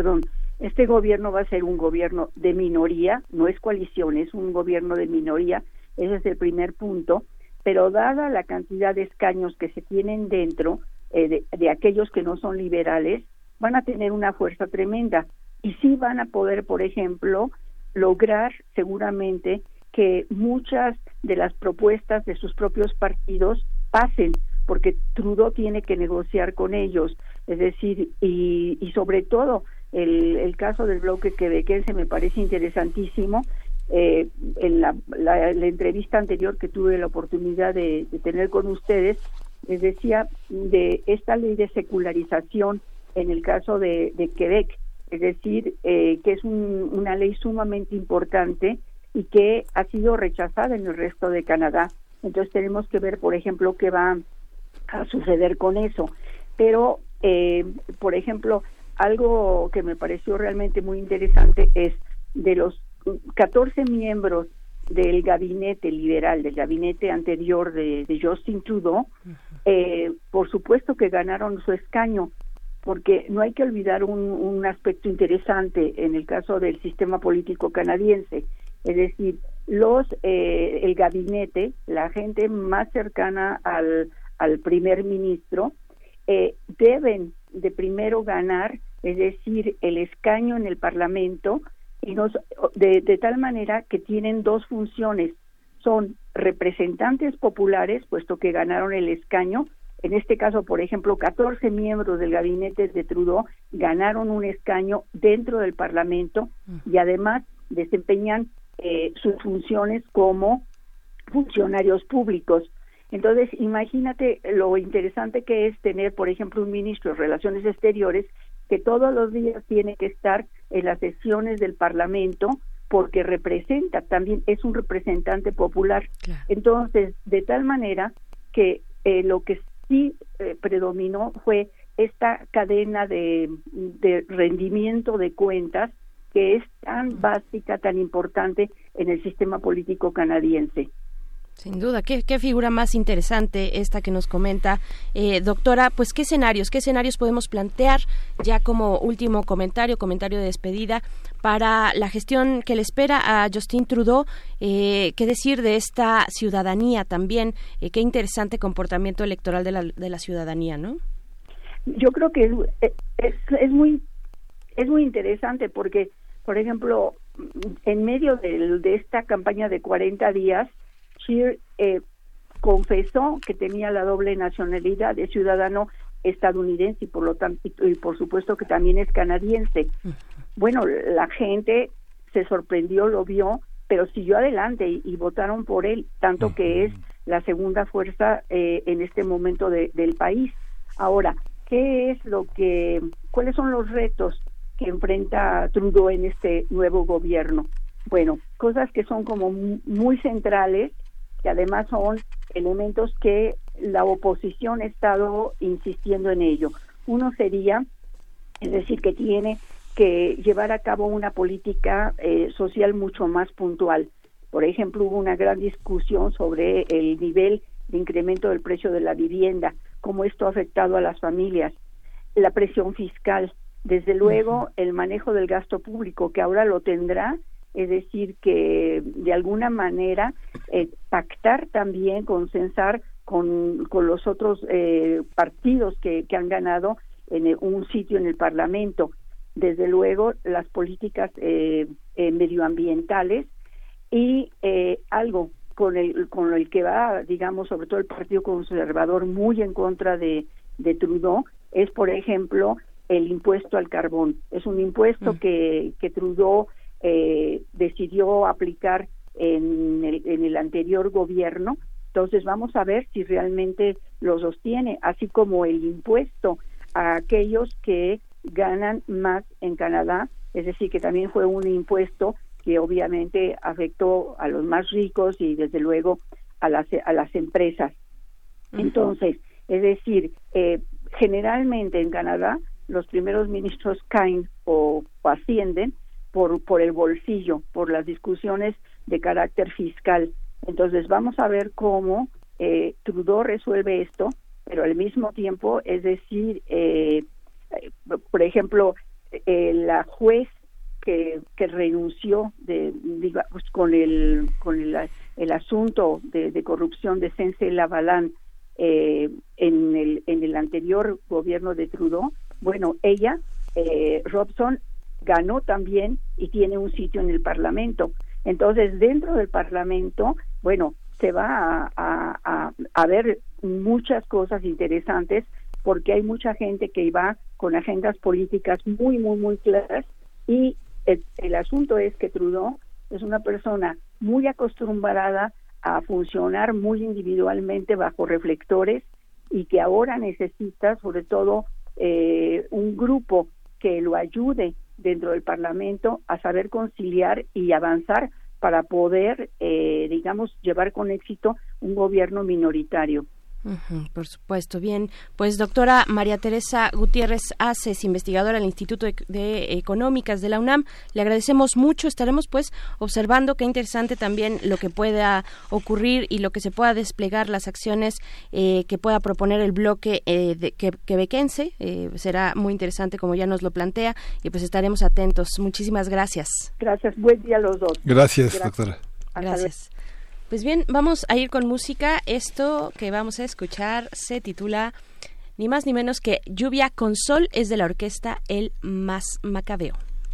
va a ser un gobierno de minoría, no es coalición, es un gobierno de minoría, ese es el primer punto, pero dada la cantidad de escaños que se tienen dentro de aquellos que no son liberales, van a tener una fuerza tremenda y sí van a poder, por ejemplo, lograr seguramente que muchas de las propuestas de sus propios partidos pasen, porque Trudeau tiene que negociar con ellos, es decir, y sobre todo el caso del Bloque Quebequense me parece interesantísimo, en la entrevista anterior que tuve la oportunidad de tener con ustedes, les decía de esta ley de secularización en el caso de Quebec, es decir, que es una ley sumamente importante y que ha sido rechazada en el resto de Canadá. Entonces tenemos que ver, por ejemplo, qué va a suceder con eso. Pero, por ejemplo, algo que me pareció realmente muy interesante es de los 14 miembros del gabinete liberal, del gabinete anterior de Justin Trudeau, por supuesto que ganaron su escaño, porque no hay que olvidar un aspecto interesante en el caso del sistema político canadiense, es decir, el gabinete, la gente más cercana al primer ministro, deben de primero ganar, es decir, el escaño en el Parlamento, y de tal manera que tienen dos funciones, son representantes populares, puesto que ganaron el escaño. En este caso, por ejemplo, 14 miembros del gabinete de Trudeau ganaron un escaño dentro del Parlamento y además desempeñan sus funciones como funcionarios públicos. Entonces, imagínate lo interesante que es tener, por ejemplo, un ministro de Relaciones Exteriores que todos los días tiene que estar en las sesiones del Parlamento porque representa, también es un representante popular. Claro. Entonces, de tal manera que lo que sí predominó fue esta cadena de rendimiento de cuentas que es tan básica, tan importante en el sistema político canadiense. Sin duda, qué figura más interesante esta que nos comenta, doctora. Pues qué escenarios podemos plantear ya como último comentario de despedida para la gestión que le espera a Justin Trudeau. Qué decir de esta ciudadanía también, qué interesante comportamiento electoral de la ciudadanía, ¿no? Yo creo que es muy interesante porque, por ejemplo, en medio de esta campaña de 40 días, Scheer confesó que tenía la doble nacionalidad de ciudadano estadounidense y por lo tanto y por supuesto que también es canadiense. Bueno, la gente se sorprendió, lo vio, pero siguió adelante y votaron por él, tanto que es la segunda fuerza en este momento del país. Ahora, ¿cuáles son los retos que enfrenta Trudeau en este nuevo gobierno? Bueno, cosas que son como muy centrales, que además son elementos que la oposición ha estado insistiendo en ello. Uno sería, es decir, que tiene que llevar a cabo una política social mucho más puntual. Por ejemplo, hubo una gran discusión sobre el nivel de incremento del precio de la vivienda, cómo esto ha afectado a las familias, la presión fiscal, desde luego el manejo del gasto público, que ahora lo tendrá. Es decir, que de alguna manera pactar también, consensar con los otros partidos que han ganado en un sitio en el Parlamento. Desde luego, las políticas medioambientales y algo con el que va, digamos, sobre todo el Partido Conservador muy en contra de Trudeau, es, por ejemplo, el impuesto al carbón. Es un impuesto que Trudeau decidió aplicar en el anterior gobierno. Entonces vamos a ver si realmente lo sostiene, así como el impuesto a aquellos que ganan más en Canadá, es decir, que también fue un impuesto que obviamente afectó a los más ricos y desde luego a las empresas. Entonces, es decir, generalmente en Canadá los primeros ministros caen o ascienden por el bolsillo, por las discusiones de carácter fiscal. Entonces vamos a ver cómo Trudeau resuelve esto, pero al mismo tiempo, es decir, por ejemplo, la juez que renunció con el asunto de corrupción de Sensei-Lavalin en el anterior gobierno de Trudeau, bueno, ella, Robson, ganó también y tiene un sitio en el Parlamento. Entonces, dentro del Parlamento, bueno, se va a ver muchas cosas interesantes porque hay mucha gente que va con agendas políticas muy, muy, muy claras y el asunto es que Trudeau es una persona muy acostumbrada a funcionar muy individualmente bajo reflectores y que ahora necesita sobre todo un grupo que lo ayude dentro del Parlamento a saber conciliar y avanzar para poder, digamos, llevar con éxito un gobierno minoritario. Por supuesto. Bien, pues doctora María Teresa Gutiérrez Aces, investigadora del Instituto de Económicas de la UNAM, le agradecemos mucho. Estaremos pues observando qué interesante también lo que pueda ocurrir y lo que se pueda desplegar, las acciones que pueda proponer el bloque quebequense. Será muy interesante como ya nos lo plantea y pues estaremos atentos. Muchísimas gracias. Gracias, buen día a los dos. Gracias. Doctora. Gracias. Pues bien, vamos a ir con música. Esto que vamos a escuchar se titula ni más ni menos que Lluvia con Sol, es de la orquesta El Más Macabeo.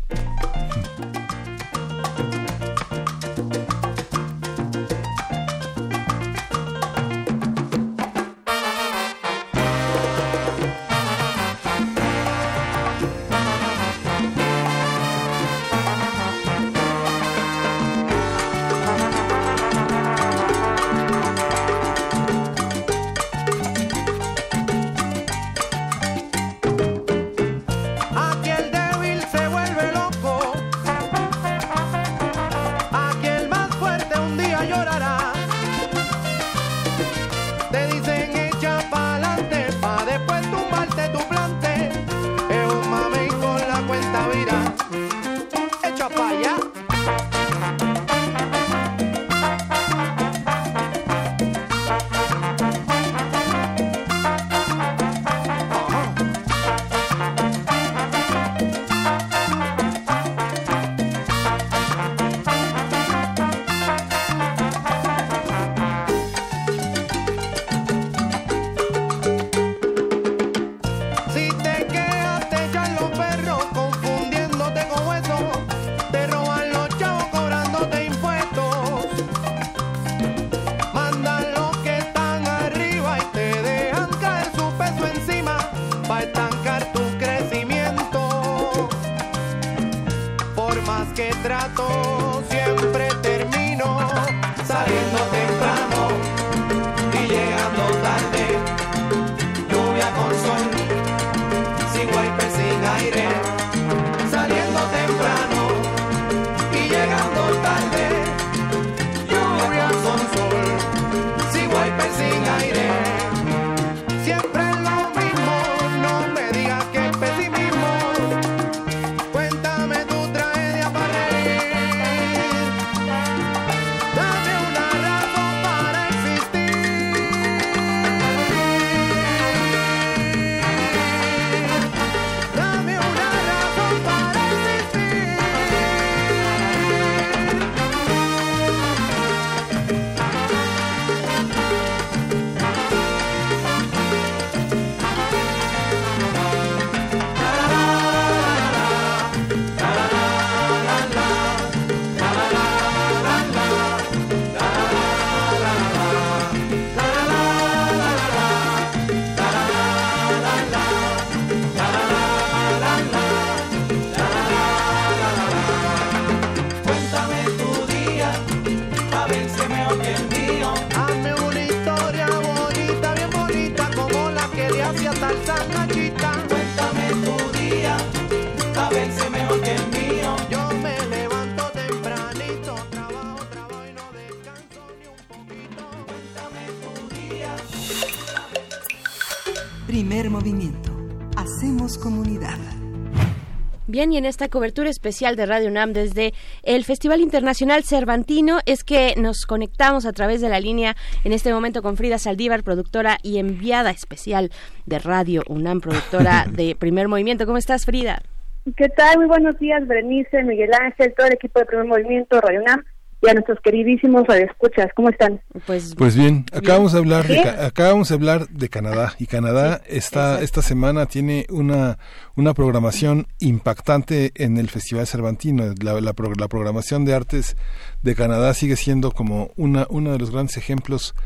Primer movimiento. Hacemos comunidad. Bien, y en esta cobertura especial de Radio UNAM desde el Festival Internacional Cervantino es que nos conectamos a través de la línea en este momento con Frida Saldívar, productora y enviada especial de Radio UNAM, productora de Primer Movimiento. ¿Cómo estás, Frida? ¿Qué tal? Muy buenos días, Berenice, Miguel Ángel, todo el equipo de Primer Movimiento, Radio UNAM y a nuestros queridísimos radioescuchas. ¿Cómo están? Pues bien, acabamos de hablar de Canadá, y Canadá esta semana tiene una programación impactante en el Festival Cervantino. La programación de artes de Canadá sigue siendo como uno de los grandes ejemplos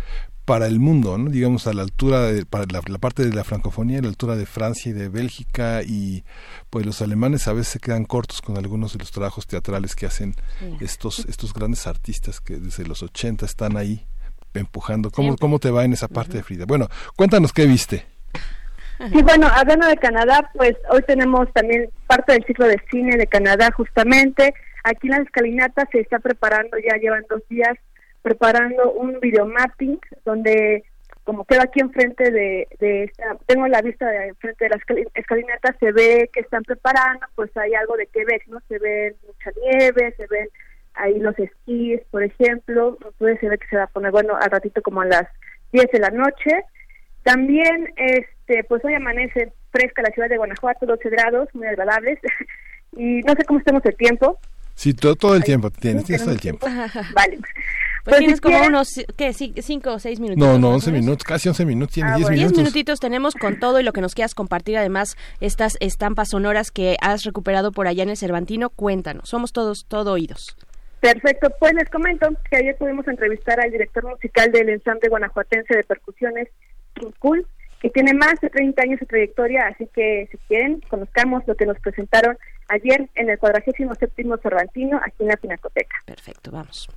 para el mundo, ¿no? Digamos a la altura para la parte de la francofonía, a la altura de Francia y de Bélgica, y pues los alemanes a veces se quedan cortos con algunos de los trabajos teatrales que hacen estos grandes artistas que desde los 80 están ahí empujando. ¿Cómo te va en esa parte, Frida? Bueno, cuéntanos qué viste. Sí, bueno, hablando de Canadá, pues hoy tenemos también parte del ciclo de cine de Canadá, justamente. Aquí en las escalinatas se está preparando, ya llevan 2 días preparando un videomapping, donde como quedo aquí enfrente de esta, tengo la vista de enfrente de las escalinatas, se ve que están preparando, pues hay algo de Quebec, ¿no? Se ve mucha nieve, se ven ahí los esquís, por ejemplo, entonces se ve que se va a poner bueno al ratito como a las 10 de la noche. También, pues hoy amanece fresca la ciudad de Guanajuato, 12 grados, muy agradables, y no sé cómo estamos de tiempo. Sí, todo el tiempo, tienes todo el tiempo. Vale. Pues tienes como unos, ¿qué? 5 o 6 minutos. No, 11 minutos, casi 11 minutos, tienes 10 minutos. 10 minutitos tenemos con todo y lo que nos quieras compartir, además, estas estampas sonoras que has recuperado por allá en el Cervantino, cuéntanos, somos todos todo oídos. Perfecto, pues les comento que ayer pudimos entrevistar al director musical del ensamble guanajuatense de percusiones, Cool, que tiene más de 30 años de trayectoria, así que si quieren, conozcamos lo que nos presentaron ayer en el 47º Cervantino, aquí en la Pinacoteca. Perfecto, vamos.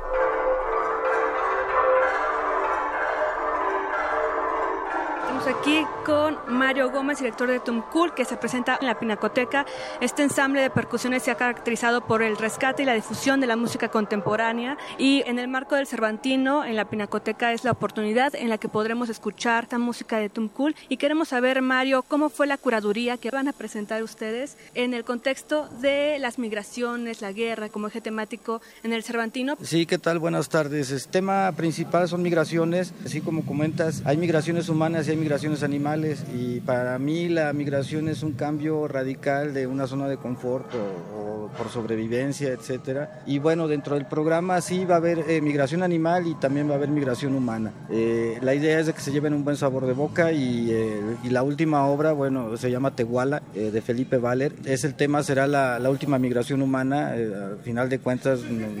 Estamos aquí con Mario Gómez, director de Tumcul, que se presenta en la Pinacoteca. Este ensamble de percusiones se ha caracterizado por el rescate y la difusión de la música contemporánea, y en el marco del Cervantino, en la Pinacoteca, es la oportunidad en la que podremos escuchar esta música de Tumcul. Y queremos saber, Mario, ¿cómo fue la curaduría que van a presentar ustedes en el contexto de las migraciones, la guerra como eje temático en el Cervantino? Sí, ¿qué tal? Buenas tardes. El tema principal son migraciones, así como comentas, hay migraciones humanas y hay migraciones animales, y para mí la migración es un cambio radical de una zona de confort o por sobrevivencia, etcétera. Y bueno, dentro del programa sí va a haber migración animal y también va a haber migración humana. La idea es de que se lleven un buen sabor de boca, y la última obra, bueno, se llama Tehuala, de Felipe Valer. El tema será la última migración humana. Al final de cuentas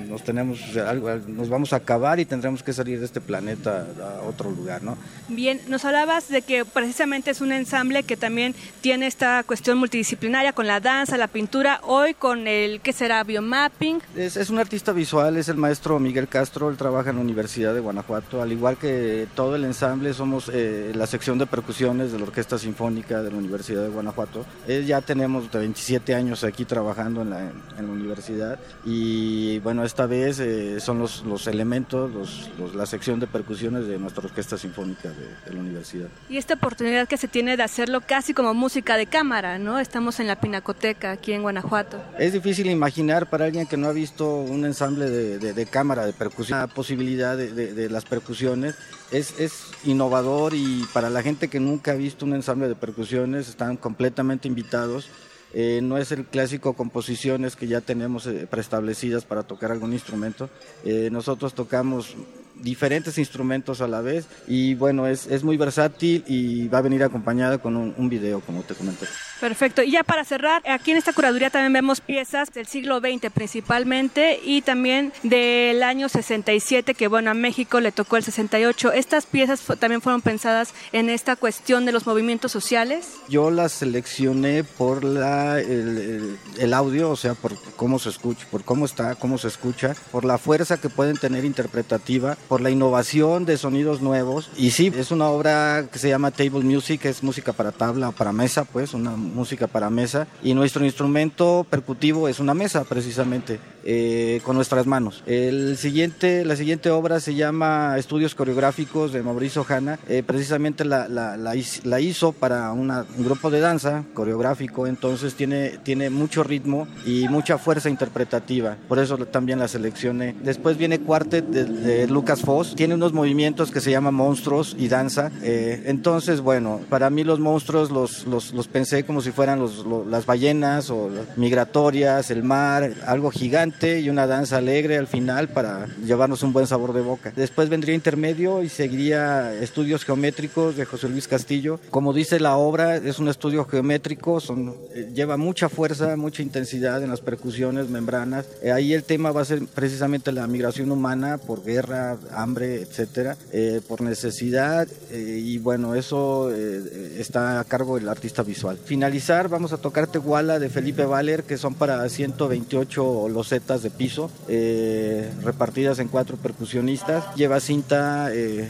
nos vamos a acabar y tendremos que salir de este planeta a otro lugar, ¿no? Bien, nos hablabas de que precisamente es un ensamble que también tiene esta cuestión multidisciplinaria con la danza, la pintura, hoy con el, ¿qué será? Biomapping. Es un artista visual, es el maestro Miguel Castro, él trabaja en la Universidad de Guanajuato, al igual que todo el ensamble, somos la sección de percusiones de la Orquesta Sinfónica de la Universidad de Guanajuato. Ya tenemos 27 años aquí trabajando en la universidad, y bueno, esta vez son los elementos, la sección de percusiones de nuestra Orquesta Sinfónica de la universidad. Y esta oportunidad que se tiene de hacerlo casi como música de cámara, ¿no? Estamos en la Pinacoteca, aquí en Guanajuato. Es difícil imaginar para alguien que no ha visto un ensamble de cámara, de percusión, la posibilidad de las percusiones. Es innovador, y para la gente que nunca ha visto un ensamble de percusiones están completamente invitados. No es el clásico composiciones que ya tenemos preestablecidas para tocar algún instrumento. Nosotros tocamos diferentes instrumentos a la vez, y bueno, es muy versátil, y va a venir acompañada con un video, como te comenté. Perfecto, y ya para cerrar, aquí en esta curaduría también vemos piezas del siglo XX principalmente, y también del año 67, que bueno, a México le tocó el 68. ¿Estas piezas también fueron pensadas en esta cuestión de los movimientos sociales? Yo las seleccioné por el audio, o sea, por cómo se escucha, por cómo se escucha, por la fuerza que pueden tener interpretativa, por la innovación de sonidos nuevos. Y sí, es una obra que se llama Table Music, es música para tabla o para mesa, pues, una música para mesa, y nuestro instrumento percutivo es una mesa, precisamente, con nuestras manos. La siguiente obra se llama Estudios Coreográficos, de Mauricio Hanna, precisamente la hizo para un grupo de danza coreográfico, entonces tiene mucho ritmo y mucha fuerza interpretativa, por eso también la seleccioné. Después viene Quartet de Lucas Foss, tiene unos movimientos que se llaman monstruos y danza, entonces bueno, para mí los monstruos los pensé como si fueran las ballenas o las migratorias, el mar, algo gigante, cante y una danza alegre al final para llevarnos un buen sabor de boca. Después vendría intermedio y seguiría estudios geométricos de José Luis Castillo. Como dice la obra, es un estudio geométrico, lleva mucha fuerza, mucha intensidad en las percusiones, membranas. Ahí el tema va a ser precisamente la migración humana por guerra, hambre, etcétera, por necesidad, y bueno, eso está a cargo del artista visual. Finalizar, vamos a tocar Tehuala de Felipe Valer, que son para 128 losetas de piso, repartidas en 4 percusionistas. Lleva cinta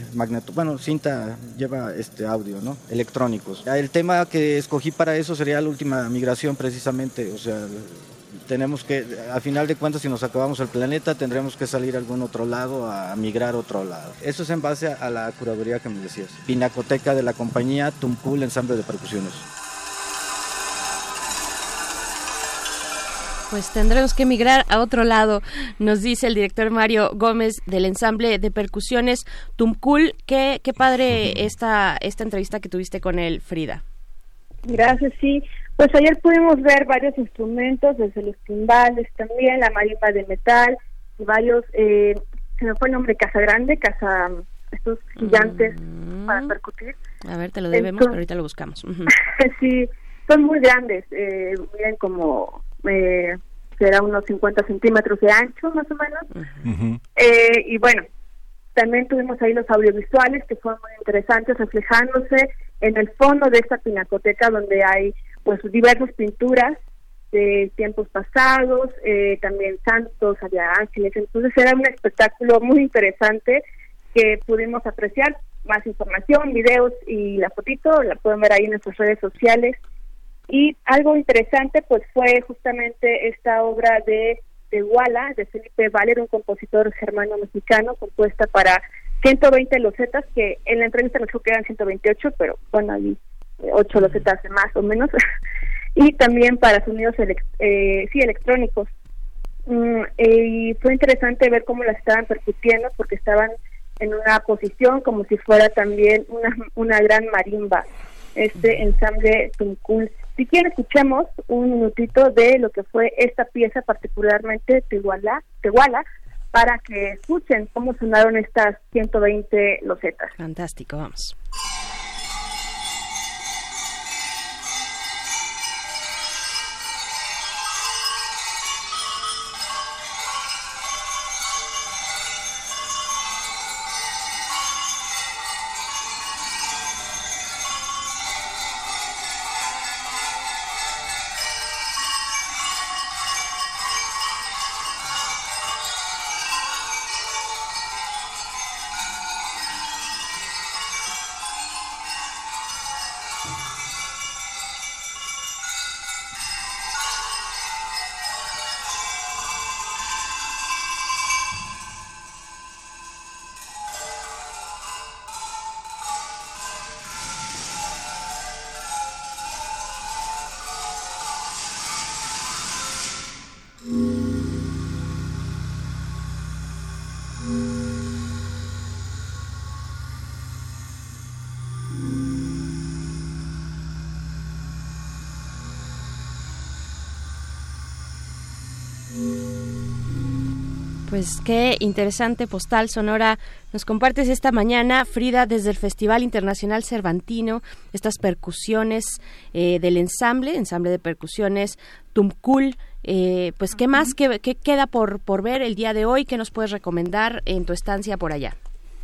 lleva audio, ¿no? Electrónicos. El tema que escogí para eso sería la última migración, precisamente, o sea, tenemos que, a final de cuentas, si nos acabamos el planeta, tendremos que salir a algún otro lado, a migrar a otro lado. Eso es en base a la curaduría que me decías. Pinacoteca de la compañía Tumcul, ensamble de percusiones. Pues tendremos que migrar a otro lado, nos dice el director Mario Gómez del ensamble de percusiones Tumcul. Qué padre esta entrevista que tuviste con él, Frida. Gracias, sí. Pues ayer pudimos ver varios instrumentos, desde los timbales también, la marimba de metal, y varios, se me fue el nombre, Casa Grande, estos gigantes para percutir. A ver, te lo debemos, pero ahorita lo buscamos. Uh-huh. Sí, son muy grandes, miren como... será unos 50 centímetros de ancho, más o menos. Uh-huh. Y bueno, también tuvimos ahí los audiovisuales que fueron muy interesantes, reflejándose en el fondo de esta pinacoteca, donde hay pues diversas pinturas de tiempos pasados, también santos, había ángeles. Entonces era un espectáculo muy interesante que pudimos apreciar. Más información, videos y la fotito la pueden ver ahí en nuestras redes sociales. Y algo interesante pues fue justamente esta obra de Tehuala, de Felipe Valer, un compositor germano-mexicano, compuesta para 120 losetas, que en la entrevista nos dijo que eran 128, pero bueno, hay 8 losetas más o menos, y también para sonidos electrónicos. Y fue interesante ver cómo las estaban percutiendo, porque estaban en una posición como si fuera también una gran marimba, este ensamble Tumcul. Si quieren, escuchemos un minutito de lo que fue esta pieza, particularmente Tehuala, para que escuchen cómo sonaron estas 120 losetas. Fantástico, vamos. Pues qué interesante postal sonora nos compartes esta mañana, Frida, desde el Festival Internacional Cervantino, estas percusiones del ensamble de percusiones Tumcul. Pues qué más, qué queda por ver el día de hoy, qué nos puedes recomendar en tu estancia por allá.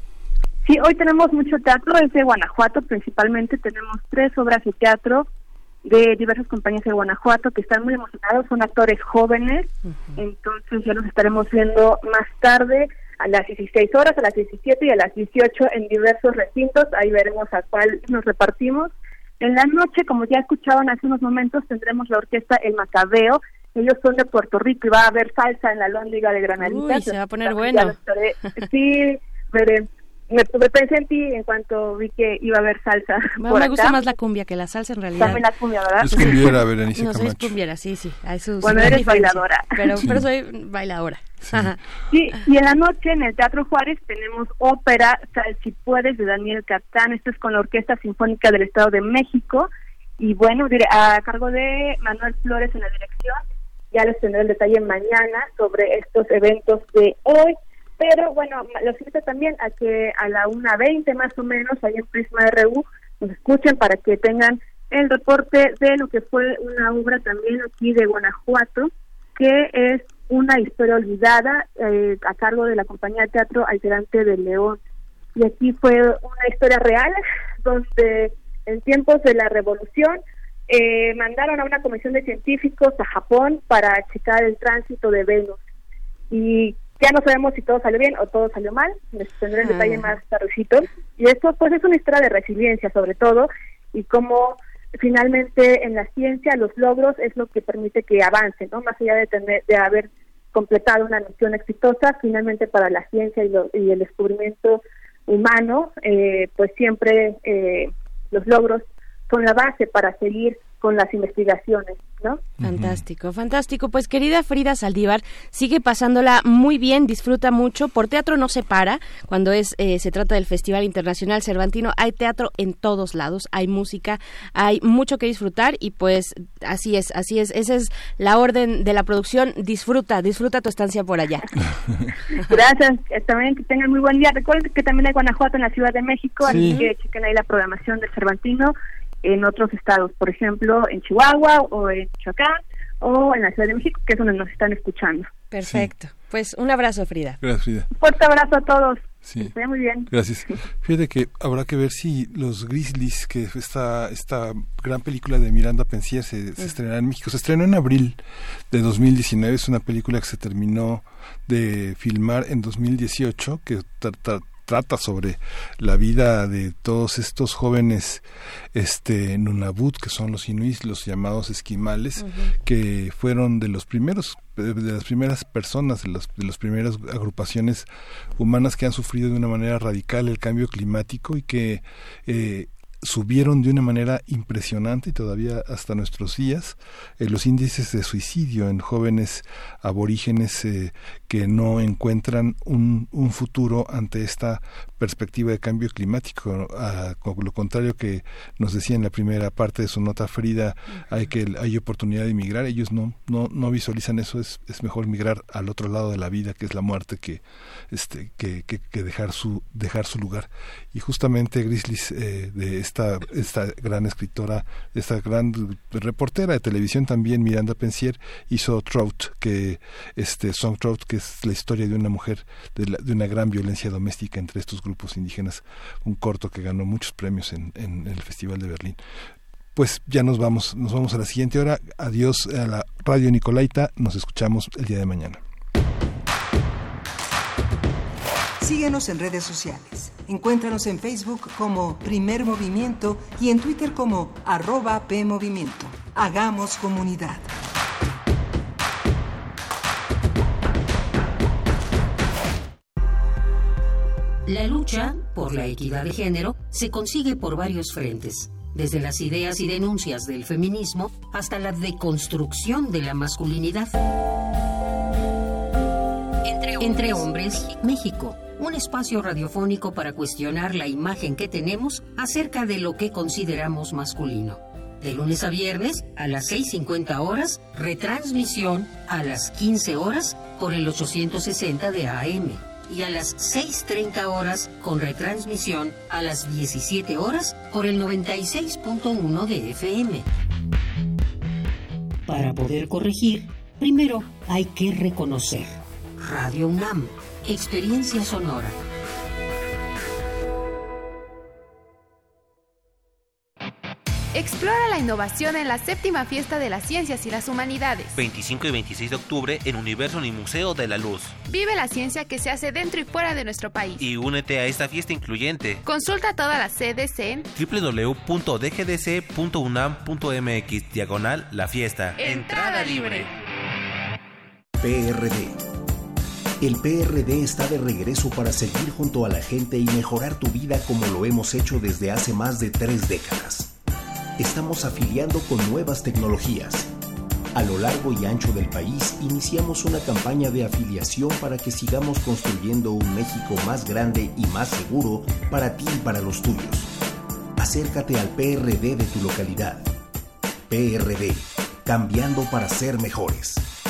Sí, hoy tenemos mucho teatro, desde Guanajuato principalmente, tenemos 3 obras de teatro de diversas compañías de Guanajuato que están muy emocionados, son actores jóvenes. Uh-huh. Entonces ya los estaremos viendo más tarde a las 16 horas, a las 17 y a las 18 en diversos recintos. Ahí veremos a cuál nos repartimos. En la noche, como ya escuchaban hace unos momentos, tendremos la orquesta El Macabeo. Ellos son de Puerto Rico y va a haber salsa en la Lóndiga de Granaditas. Uy, se va a poner bueno. Sí, veré. Me pensé en ti en cuanto vi que iba a haber salsa. Me gusta más la cumbia que la salsa en realidad. También la cumbia, ¿verdad? Es cumbiera, Berenice Camacho. No, soy cumbiera, sí. Hay sus bueno, eres bailadora. Pero soy bailadora. Sí. Sí, y en la noche en el Teatro Juárez tenemos ópera Sal si puedes de Daniel Catán. Esto es con la Orquesta Sinfónica del Estado de México. Y bueno, a cargo de Manuel Flores en la dirección. Ya les tendré el detalle mañana sobre estos eventos de hoy. Pero bueno, los invito también a que a la 1:20 más o menos, ahí en Prisma RU, nos escuchen para que tengan el reporte de lo que fue una obra también aquí de Guanajuato, que es Una historia olvidada, a cargo de la compañía de teatro Alterante de León. Y aquí fue una historia real, donde en tiempos de la revolución mandaron a una comisión de científicos a Japón para checar el tránsito de Venus. Y ya no sabemos si todo salió bien o todo salió mal, les tendré el detalle más tardecito. Y esto pues es una historia de resiliencia sobre todo, y cómo finalmente en la ciencia los logros es lo que permite que avance, ¿no? Más allá de haber completado una misión exitosa, finalmente para la ciencia y el descubrimiento humano, pues siempre los logros son la base para seguir con las investigaciones, ¿no? Fantástico, fantástico. Pues querida Frida Saldívar, sigue pasándola muy bien, disfruta mucho. Por teatro no se para. Cuando se trata del Festival Internacional Cervantino, hay teatro en todos lados, hay música, hay mucho que disfrutar y pues así es. Esa es la orden de la producción. Disfruta tu estancia por allá. Gracias, también que tengan muy buen día. Recuerden que también hay Guanajuato en la Ciudad de México, así que chequen ahí la programación del Cervantino en otros estados, por ejemplo, en Chihuahua o en Michoacán o en la Ciudad de México, que es donde nos están escuchando. Perfecto. Pues un abrazo, Frida. Gracias, Frida. Un fuerte abrazo a todos. Sí. Está muy bien. Gracias. Fíjate que habrá que ver si Los Grizzlies, que esta gran película de Miranda Pensier se estrenará en México. Se estrenó en abril de 2019. Es una película que se terminó de filmar en 2018, que trata sobre la vida de todos estos jóvenes Nunavut, que son los inuits, los llamados esquimales, que fueron de las primeras personas, de las primeras agrupaciones humanas que han sufrido de una manera radical el cambio climático y que subieron de una manera impresionante y todavía hasta nuestros días los índices de suicidio en jóvenes aborígenes que no encuentran un futuro ante esta perspectiva de cambio climático. Con lo contrario que nos decía en la primera parte de su nota Frida, hay oportunidad de emigrar. Ellos no visualizan eso. Es mejor migrar al otro lado de la vida, que es la muerte, que dejar su lugar. Y justamente Grizzlies, de esta gran escritora, esta gran reportera de televisión también, Miranda Pensier, hizo Trout, Song Trout, que es la historia de una mujer, de una gran violencia doméstica entre estos grupos indígenas, un corto que ganó muchos premios en el Festival de Berlín. Pues ya nos vamos a la siguiente hora. Adiós a la Radio Nicolaita, nos escuchamos el día de mañana. Síguenos en redes sociales. Encuéntranos en Facebook como Primer Movimiento y en Twitter como @PMovimiento. Hagamos comunidad. La lucha por la equidad de género se consigue por varios frentes, desde las ideas y denuncias del feminismo hasta la deconstrucción de la masculinidad. Entre hombres, México, un espacio radiofónico para cuestionar la imagen que tenemos acerca de lo que consideramos masculino. De lunes a viernes a las 6:50 horas, retransmisión a las 15 horas por el 860 de AM y a las 6:30 horas con retransmisión a las 17 horas por el 96.1 de FM. Para poder corregir, primero hay que reconocer. Radio UNAM, experiencia sonora. Explora la innovación en la 7ª Fiesta de las Ciencias y las Humanidades. 25 y 26 de octubre en Universo y Museo de la Luz. Vive la ciencia que se hace dentro y fuera de nuestro país. Y únete a esta fiesta incluyente. Consulta todas las sedes en www.dgdc.unam.mx/la fiesta. Entrada libre. PRD. El PRD está de regreso para seguir junto a la gente y mejorar tu vida como lo hemos hecho desde hace más de 3 décadas. Estamos afiliando con nuevas tecnologías. A lo largo y ancho del país, iniciamos una campaña de afiliación para que sigamos construyendo un México más grande y más seguro para ti y para los tuyos. Acércate al PRD de tu localidad. PRD, cambiando para ser mejores.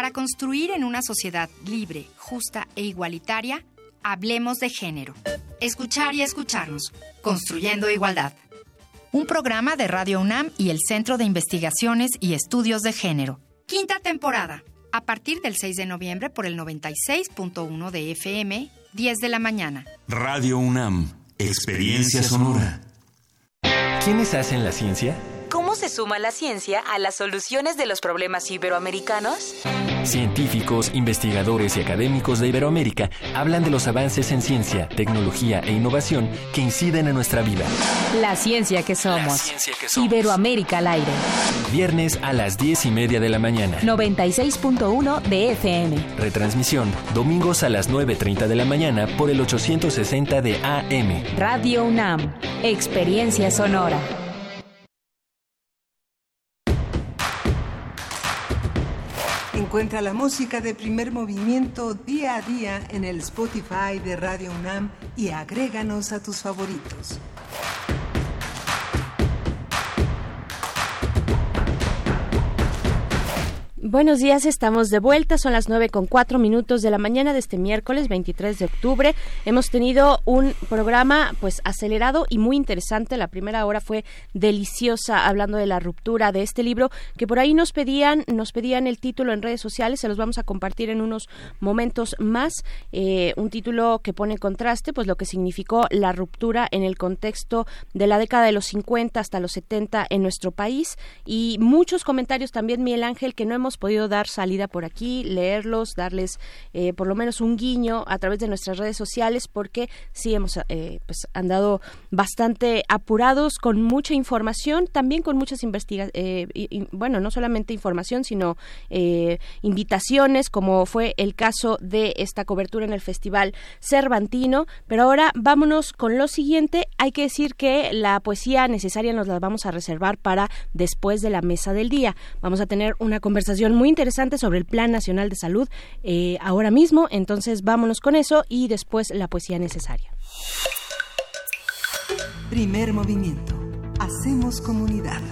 Para construir en una sociedad libre, justa e igualitaria, hablemos de género. Escuchar y escucharnos. Construyendo igualdad. Un programa de Radio UNAM y el Centro de Investigaciones y Estudios de Género. 5ª temporada. A partir del 6 de noviembre por el 96.1 de FM, 10 de la mañana. Radio UNAM. Experiencia sonora. ¿Quiénes hacen la ciencia? ¿Cómo se suma la ciencia a las soluciones de los problemas iberoamericanos? Científicos, investigadores y académicos de Iberoamérica hablan de los avances en ciencia, tecnología e innovación que inciden en nuestra vida. La ciencia que somos. Iberoamérica al aire. Viernes a las 10:30 de la mañana. 96.1 de FM. Retransmisión, domingos a las 9:30 de la mañana por el 860 de AM. Radio UNAM. Experiencia sonora. Encuentra la música de Primer Movimiento día a día en el Spotify de Radio UNAM y agréganos a tus favoritos. Buenos días, estamos de vuelta, son las 9:04 de la mañana de este miércoles 23 de octubre. Hemos tenido un programa pues acelerado y muy interesante. La primera hora fue deliciosa, hablando de la ruptura de este libro, que por ahí nos pedían el título en redes sociales, se los vamos a compartir en unos momentos más. Un título que pone en contraste pues lo que significó la ruptura en el contexto de la década de los 50 hasta los 70 en nuestro país, y muchos comentarios también, Miguel Ángel, que no hemos podido dar salida por aquí, leerlos, darles por lo menos un guiño a través de nuestras redes sociales, porque sí hemos pues andado bastante apurados con mucha información, también con muchas bueno, no solamente información, sino invitaciones, como fue el caso de esta cobertura en el Festival Cervantino. Pero ahora vámonos con lo siguiente. Hay que decir que la poesía necesaria nos la vamos a reservar para después de la mesa del día. Vamos a tener una conversación muy interesante sobre el Plan Nacional de Salud ahora mismo, entonces vámonos con eso y después la poesía necesaria. Primer movimiento. Hacemos comunidad.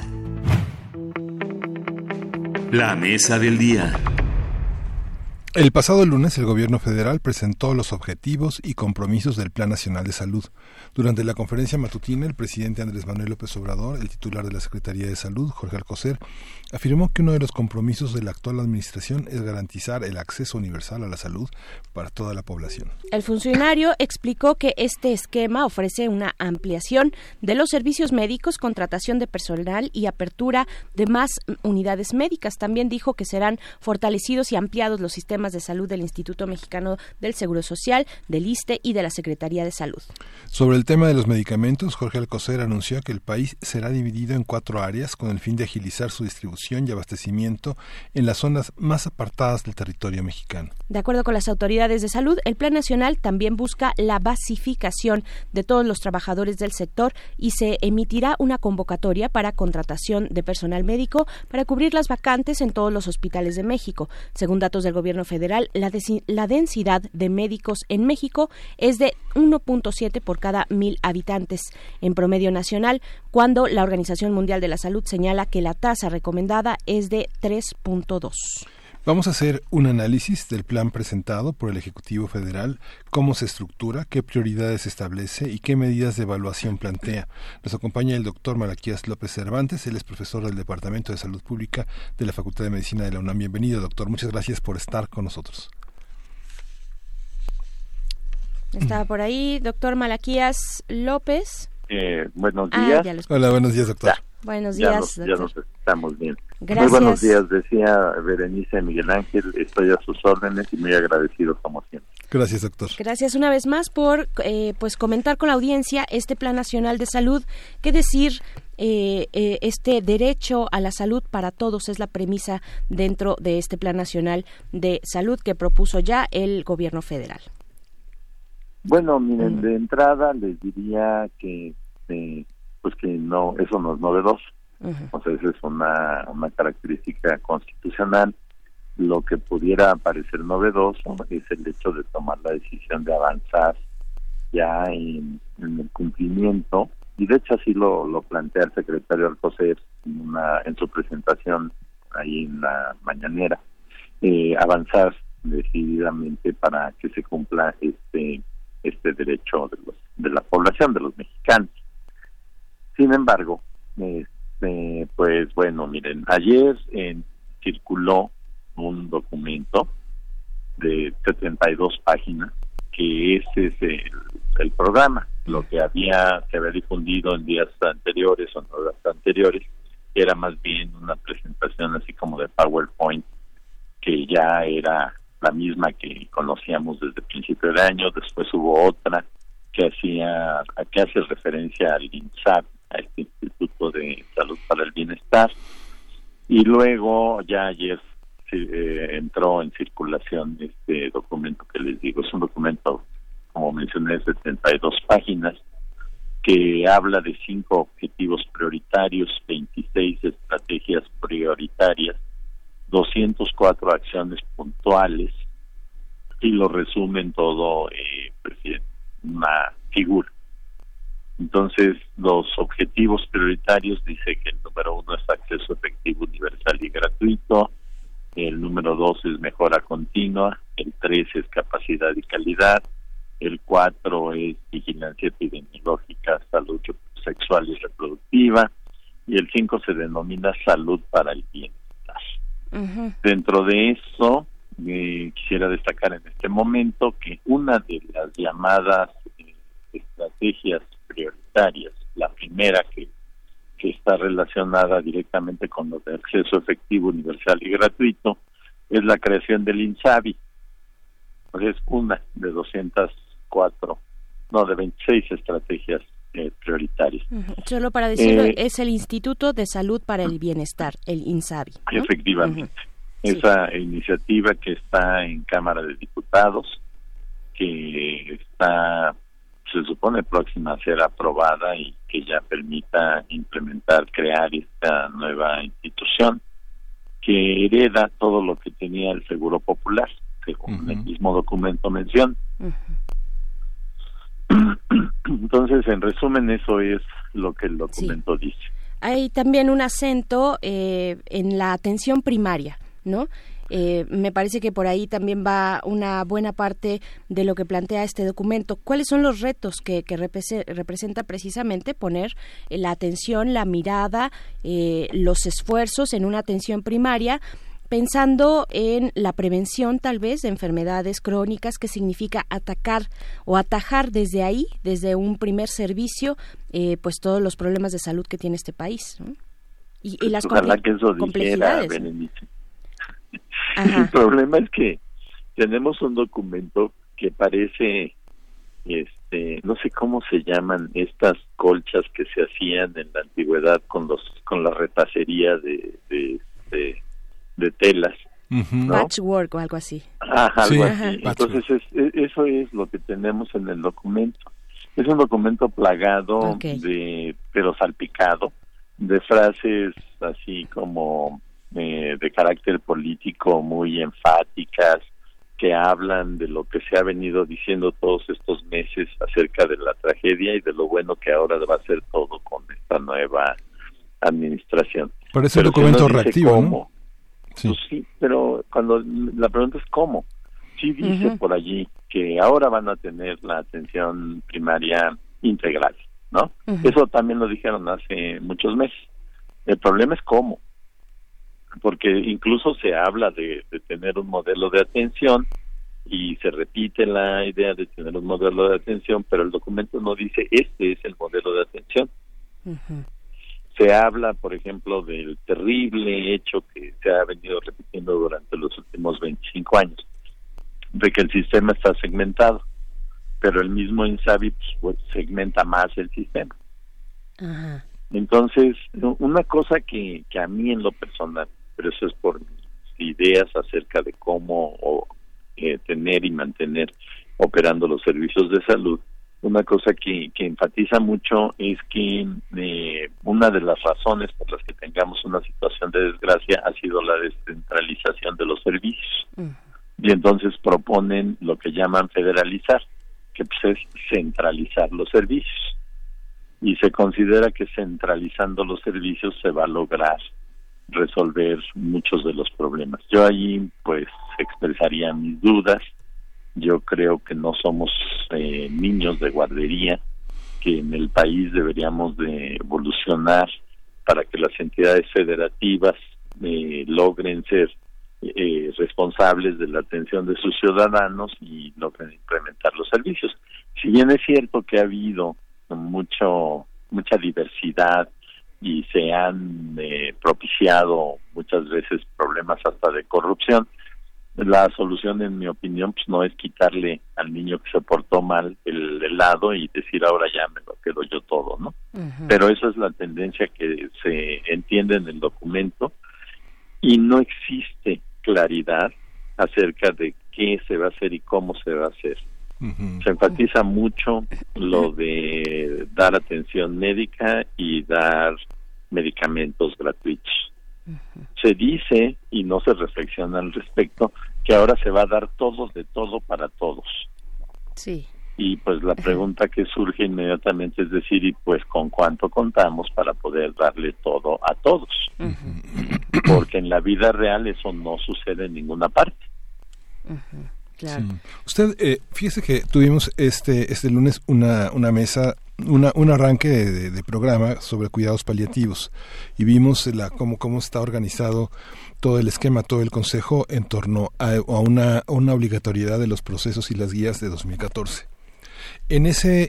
La mesa del día. El pasado lunes el gobierno federal presentó los objetivos y compromisos del Plan Nacional de Salud. Durante la conferencia matutina, el presidente Andrés Manuel López Obrador, el titular de la Secretaría de Salud, Jorge Alcocer, afirmó que uno de los compromisos de la actual administración es garantizar el acceso universal a la salud para toda la población. El funcionario explicó que este esquema ofrece una ampliación de los servicios médicos, contratación de personal y apertura de más unidades médicas. También dijo que serán fortalecidos y ampliados los sistemas de salud del Instituto Mexicano del Seguro Social, del ISSSTE y de la Secretaría de Salud. Sobre el tema de los medicamentos, Jorge Alcocer anunció que el país será dividido en 4 áreas con el fin de agilizar su distribución y abastecimiento en las zonas más apartadas del territorio mexicano. De acuerdo con las autoridades de salud, el Plan Nacional también busca la basificación de todos los trabajadores del sector y se emitirá una convocatoria para contratación de personal médico para cubrir las vacantes en todos los hospitales de México. Según datos del gobierno federal, la densidad de médicos en México es de 1.7 por cada 1,000 habitantes en promedio nacional, cuando la Organización Mundial de la Salud señala que la tasa recomendada es de 3.2. Vamos a hacer un análisis del plan presentado por el Ejecutivo Federal, cómo se estructura, qué prioridades establece y qué medidas de evaluación plantea. Nos acompaña el doctor Malaquías López Cervantes, él es profesor del Departamento de Salud Pública de la Facultad de Medicina de la UNAM. Bienvenido, doctor, muchas gracias por estar con nosotros. Estaba por ahí, doctor Malaquías López. Buenos días. Hola, buenos días, doctor. Buenos días, ya nos estamos bien. Gracias. Muy buenos días, decía Berenice Miguel Ángel, estoy a sus órdenes y muy agradecido como siempre. Gracias, doctor. Gracias una vez más por pues comentar con la audiencia este Plan Nacional de Salud. ¿Qué decir? Este derecho a la salud para todos es la premisa dentro de este Plan Nacional de Salud que propuso ya el gobierno federal. Bueno, miren, de entrada les diría que pues que no, eso no es novedoso. O sea, esa es una característica constitucional. Lo que pudiera parecer novedoso es el hecho de tomar la decisión de avanzar ya en el cumplimiento, y de hecho así lo plantea el secretario Alcocer en su presentación ahí en la mañanera, avanzar decididamente para que se cumpla este derecho de la población, de los mexicanos. Sin embargo, pues bueno, miren, ayer circuló un documento de 72 páginas, que ese es el programa. Lo que se había difundido en días anteriores o en horas anteriores era más bien una presentación así como de PowerPoint, que ya era la misma que conocíamos desde el principio de año. Después hubo otra que hace referencia al INSABI, a este Instituto de Salud para el Bienestar, y luego ya ayer entró en circulación este documento que les digo. Es un documento, como mencioné, de 72 páginas, que habla de 5 objetivos prioritarios, 26 estrategias prioritarias, 204 acciones puntuales, y lo resumen todo en una figura. Entonces, los objetivos prioritarios dice que el número 1 es acceso efectivo, universal y gratuito, el número 2 es mejora continua, el 3 es capacidad y calidad, el 4 es vigilancia epidemiológica, salud sexual y reproductiva, y el 5 se denomina salud para el bienestar. Uh-huh. Dentro de eso, quisiera destacar en este momento que una de las llamadas estrategias prioritarias, la primera que está relacionada directamente con lo de acceso efectivo, universal y gratuito, es la creación del INSABI. Pues es una de 26 estrategias prioritarias. Uh-huh. Solo para decirlo, es el Instituto de Salud para el Bienestar, el INSABI, ¿no? Efectivamente. Uh-huh. Esa iniciativa que está en Cámara de Diputados, que está, se supone, próxima a ser aprobada y que ya permita crear esta nueva institución que hereda todo lo que tenía el Seguro Popular, según uh-huh. el mismo documento menciona. Uh-huh. Entonces, en resumen, eso es lo que el documento dice. Hay también un acento en la atención primaria, ¿no? Me parece que por ahí también va una buena parte de lo que plantea este documento. ¿Cuáles son los retos que representa precisamente poner la atención, la mirada, los esfuerzos en una atención primaria, pensando en la prevención tal vez de enfermedades crónicas, que significa atacar o atajar desde ahí, desde un primer servicio, pues todos los problemas de salud que tiene este país, ¿no? Y las complejidades. El problema es que tenemos un documento que parece, no sé cómo se llaman estas colchas que se hacían en la antigüedad con la retacería de telas, ¿no? Patchwork o algo así. Algo así. Entonces eso es lo que tenemos en el documento. Es un documento plagado pero salpicado de frases así como de carácter político muy enfáticas, que hablan de lo que se ha venido diciendo todos estos meses acerca de la tragedia y de lo bueno que ahora va a ser todo con esta nueva administración. Parece un documento reactivo, cómo, ¿no? Sí. Pues sí, pero cuando la pregunta es cómo. Sí dice uh-huh. por allí que ahora van a tener la atención primaria integral, ¿no? Uh-huh. Eso también lo dijeron hace muchos meses. El problema es cómo. Porque incluso se habla de tener un modelo de atención y se repite la idea de tener un modelo de atención, pero el documento no dice este es el modelo de atención. Uh-huh. Se habla, por ejemplo, del terrible hecho que se ha venido repitiendo durante los últimos 25 años, de que el sistema está segmentado, pero el mismo INSABI pues, segmenta más el sistema. Uh-huh. Entonces, una cosa que a mí en lo personal, pero eso es por mis ideas acerca de cómo tener y mantener operando los servicios de salud, una cosa que enfatiza mucho es que una de las razones por las que tengamos una situación de desgracia ha sido la descentralización de los servicios. Y entonces proponen lo que llaman federalizar, que pues es centralizar los servicios. Y se considera que centralizando los servicios se va a lograr resolver muchos de los problemas. Yo ahí pues expresaría mis dudas. Yo creo que no somos niños de guardería, que en el país deberíamos de evolucionar para que las entidades federativas logren ser responsables de la atención de sus ciudadanos y logren implementar los servicios. Si bien es cierto que ha habido mucha diversidad y se han propiciado muchas veces problemas hasta de corrupción, la solución, en mi opinión, pues no es quitarle al niño que se portó mal el helado y decir ahora ya me lo quedo yo todo, ¿no? Uh-huh. Pero esa es la tendencia que se entiende en el documento y no existe claridad acerca de qué se va a hacer y cómo se va a hacer. Uh-huh. Se enfatiza mucho lo de dar atención médica y dar medicamentos gratuitos. Uh-huh. Se dice, y no se reflexiona al respecto, que ahora se va a dar todo de todo para todos. Sí. Y pues la pregunta que surge inmediatamente es decir, ¿y pues con cuánto contamos para poder darle todo a todos? Uh-huh. Porque en la vida real eso no sucede en ninguna parte. Uh-huh. Claro. Sí. Usted, fíjese que tuvimos este lunes una mesa, un arranque de programa sobre cuidados paliativos y vimos cómo está organizado todo el esquema, todo el consejo en torno a una obligatoriedad de los procesos y las guías de 2014. En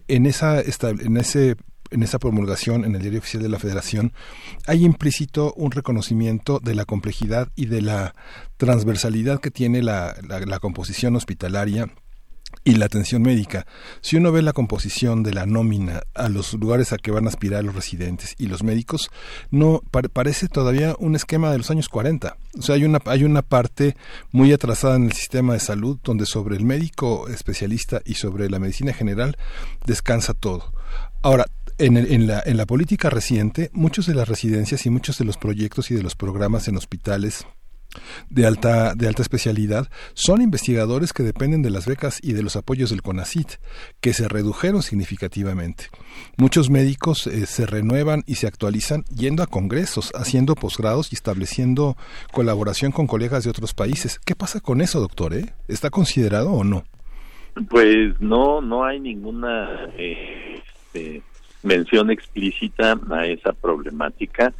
esa promulgación en el Diario Oficial de la Federación hay implícito un reconocimiento de la complejidad y de la transversalidad que tiene la composición hospitalaria y la atención médica. Si uno ve la composición de la nómina a los lugares a que van a aspirar los residentes y los médicos, no parece todavía un esquema de los años 40. O sea, hay una parte muy atrasada en el sistema de salud donde sobre el médico especialista y sobre la medicina general descansa todo. Ahora, en la política reciente, muchas de las residencias y muchos de los proyectos y de los programas en hospitales de alta especialidad son investigadores que dependen de las becas y de los apoyos del CONACYT, que se redujeron significativamente. Muchos médicos se renuevan y se actualizan yendo a congresos, haciendo posgrados y estableciendo colaboración con colegas de otros países. ¿Qué pasa con eso, doctor? ¿Está considerado o no? Pues no hay ninguna mención explícita a esa problemática.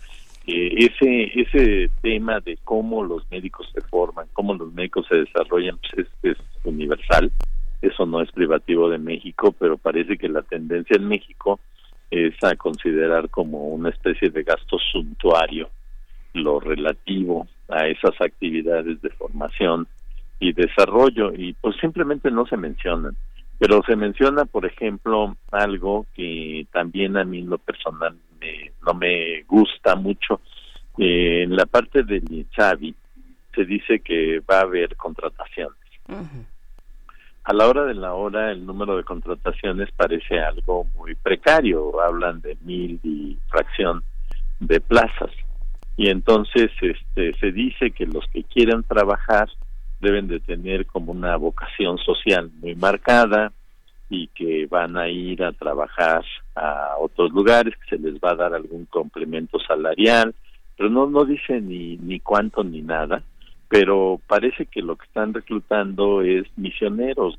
Ese tema de cómo los médicos se forman, cómo los médicos se desarrollan, pues es universal. Eso no es privativo de México, pero parece que la tendencia en México es a considerar como una especie de gasto suntuario lo relativo a esas actividades de formación y desarrollo, y pues simplemente no se mencionan. Pero se menciona, por ejemplo, algo que también a mí en lo personal no me gusta mucho. En la parte del INSABI se dice que va a haber contrataciones. Uh-huh. A la hora de la hora, el número de contrataciones parece algo muy precario. Hablan de 1,000 y fracción de plazas. Y entonces se dice que los que quieran trabajar deben de tener como una vocación social muy marcada y que van a ir a trabajar a otros lugares, que se les va a dar algún complemento salarial, pero no dice ni cuánto ni nada, pero parece que lo que están reclutando es misioneros,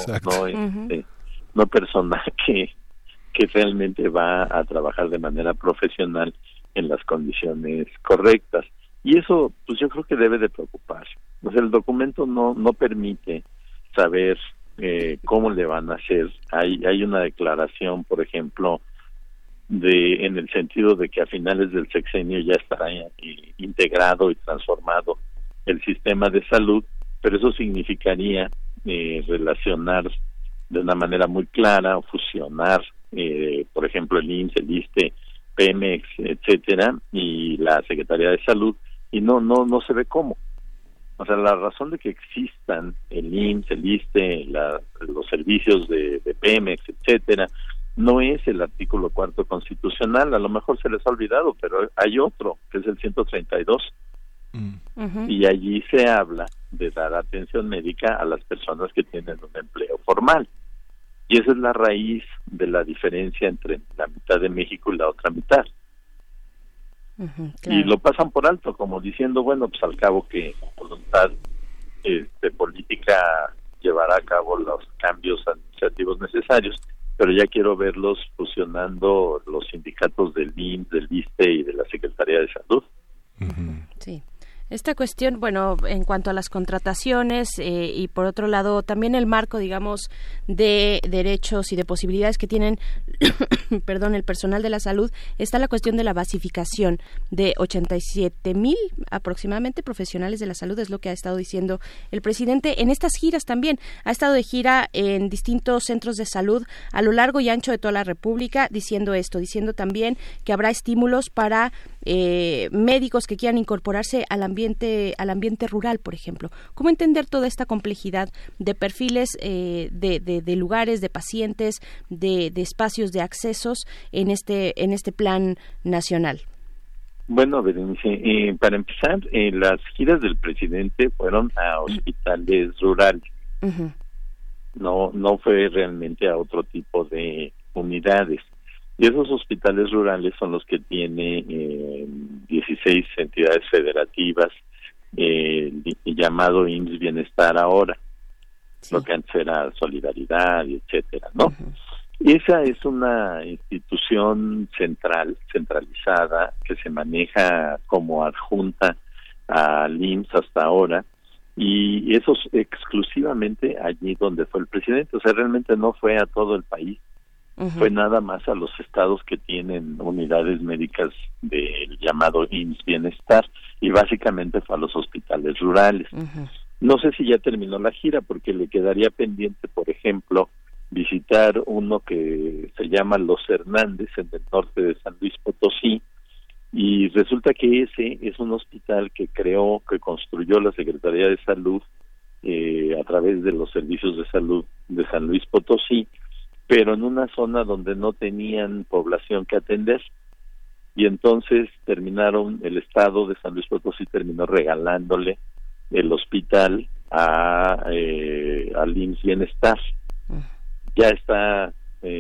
no personal que realmente va a trabajar de manera profesional en las condiciones correctas. Y eso, pues yo creo que debe de preocupar. Pues el documento no permite saber cómo le van a hacer. Hay una declaración, por ejemplo, en el sentido de que a finales del sexenio ya estará integrado y transformado el sistema de salud, pero eso significaría relacionar de una manera muy clara o fusionar, por ejemplo, el IMSS, el ISSSTE, Pemex, etcétera, y la Secretaría de Salud, y no se ve cómo. O sea, la razón de que existan el IMSS, el ISSSTE, los servicios de Pemex, etcétera, no es el artículo 4 constitucional. A lo mejor se les ha olvidado, pero hay otro, que es el 132, uh-huh. Y allí se habla de dar atención médica a las personas que tienen un empleo formal. Y esa es la raíz de la diferencia entre la mitad de México y la otra mitad. Y lo pasan por alto, como diciendo, bueno, pues al cabo que voluntad política llevará a cabo los cambios administrativos necesarios, pero ya quiero verlos fusionando los sindicatos del IMSS, del ISSSTE y de la Secretaría de Salud. Sí. Esta cuestión, bueno, en cuanto a las contrataciones y por otro lado también el marco, digamos, de derechos y de posibilidades que tienen, perdón, el personal de la salud, está la cuestión de la basificación de 87,000 aproximadamente profesionales de la salud, es lo que ha estado diciendo el presidente en estas giras también. Ha estado de gira en distintos centros de salud a lo largo y ancho de toda la República diciendo esto, diciendo también que habrá estímulos para médicos que quieran incorporarse al ambiente rural, por ejemplo. ¿Cómo entender toda esta complejidad de perfiles, de lugares, de pacientes, de espacios, de accesos en este plan nacional? Bueno, Berenice, para empezar, las giras del presidente fueron a hospitales rurales. No fue realmente a otro tipo de unidades. Y esos hospitales rurales son los que tiene 16 entidades federativas, llamado IMSS Bienestar ahora, lo que antes era Solidaridad, etcétera, ¿no? Esa es una institución centralizada, que se maneja como adjunta al IMSS hasta ahora, y eso es exclusivamente allí donde fue el presidente. O sea, realmente no fue a todo el país. Fue nada más a los estados que tienen unidades médicas del llamado IMSS Bienestar, y básicamente fue a los hospitales rurales. No sé si ya terminó la gira, porque le quedaría pendiente, por ejemplo, visitar uno que se llama Los Hernández, en el norte de San Luis Potosí, y resulta que ese es un hospital que construyó la Secretaría de Salud a través de los servicios de salud de San Luis Potosí, pero en una zona donde no tenían población que atender, y entonces el estado de San Luis Potosí terminó regalándole el hospital al IMSS Bienestar. Ya está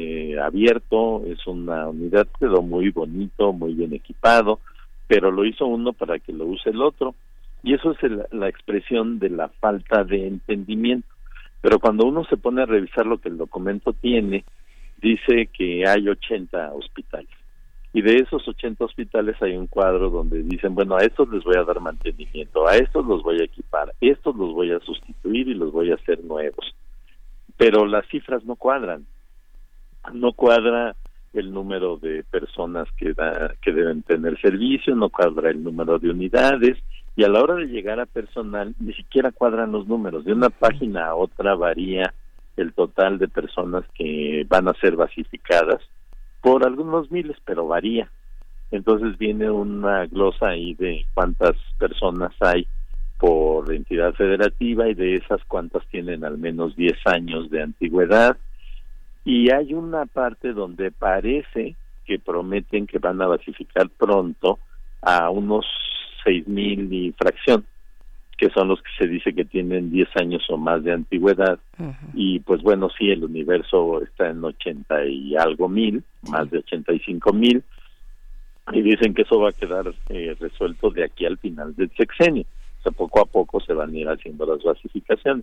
abierto, es una unidad, quedó muy bonito, muy bien equipado, pero lo hizo uno para que lo use el otro, y eso es la expresión de la falta de entendimiento. Pero cuando uno se pone a revisar lo que el documento tiene, dice que hay 80 hospitales. Y de esos 80 hospitales hay un cuadro donde dicen, bueno, a estos les voy a dar mantenimiento, a estos los voy a equipar, estos los voy a sustituir y los voy a hacer nuevos. Pero las cifras no cuadran. No cuadra el número de personas que deben tener servicio, no cuadra el número de unidades, y a la hora de llegar a personal ni siquiera cuadran los números. De una página a otra varía el total de personas que van a ser basificadas por algunos miles, pero varía. Entonces viene una glosa ahí de cuántas personas hay por entidad federativa, y de esas cuántas tienen al menos 10 años de antigüedad, y hay una parte donde parece que prometen que van a basificar pronto a unos 6,000 y fracción, que son los que se dice que tienen 10 años o más de antigüedad. Y pues bueno, sí, el universo está en 80 y algo mil, más de 85,000, y dicen que eso va a quedar resuelto de aquí al final del sexenio. O sea, poco a poco se van a ir haciendo las basificaciones.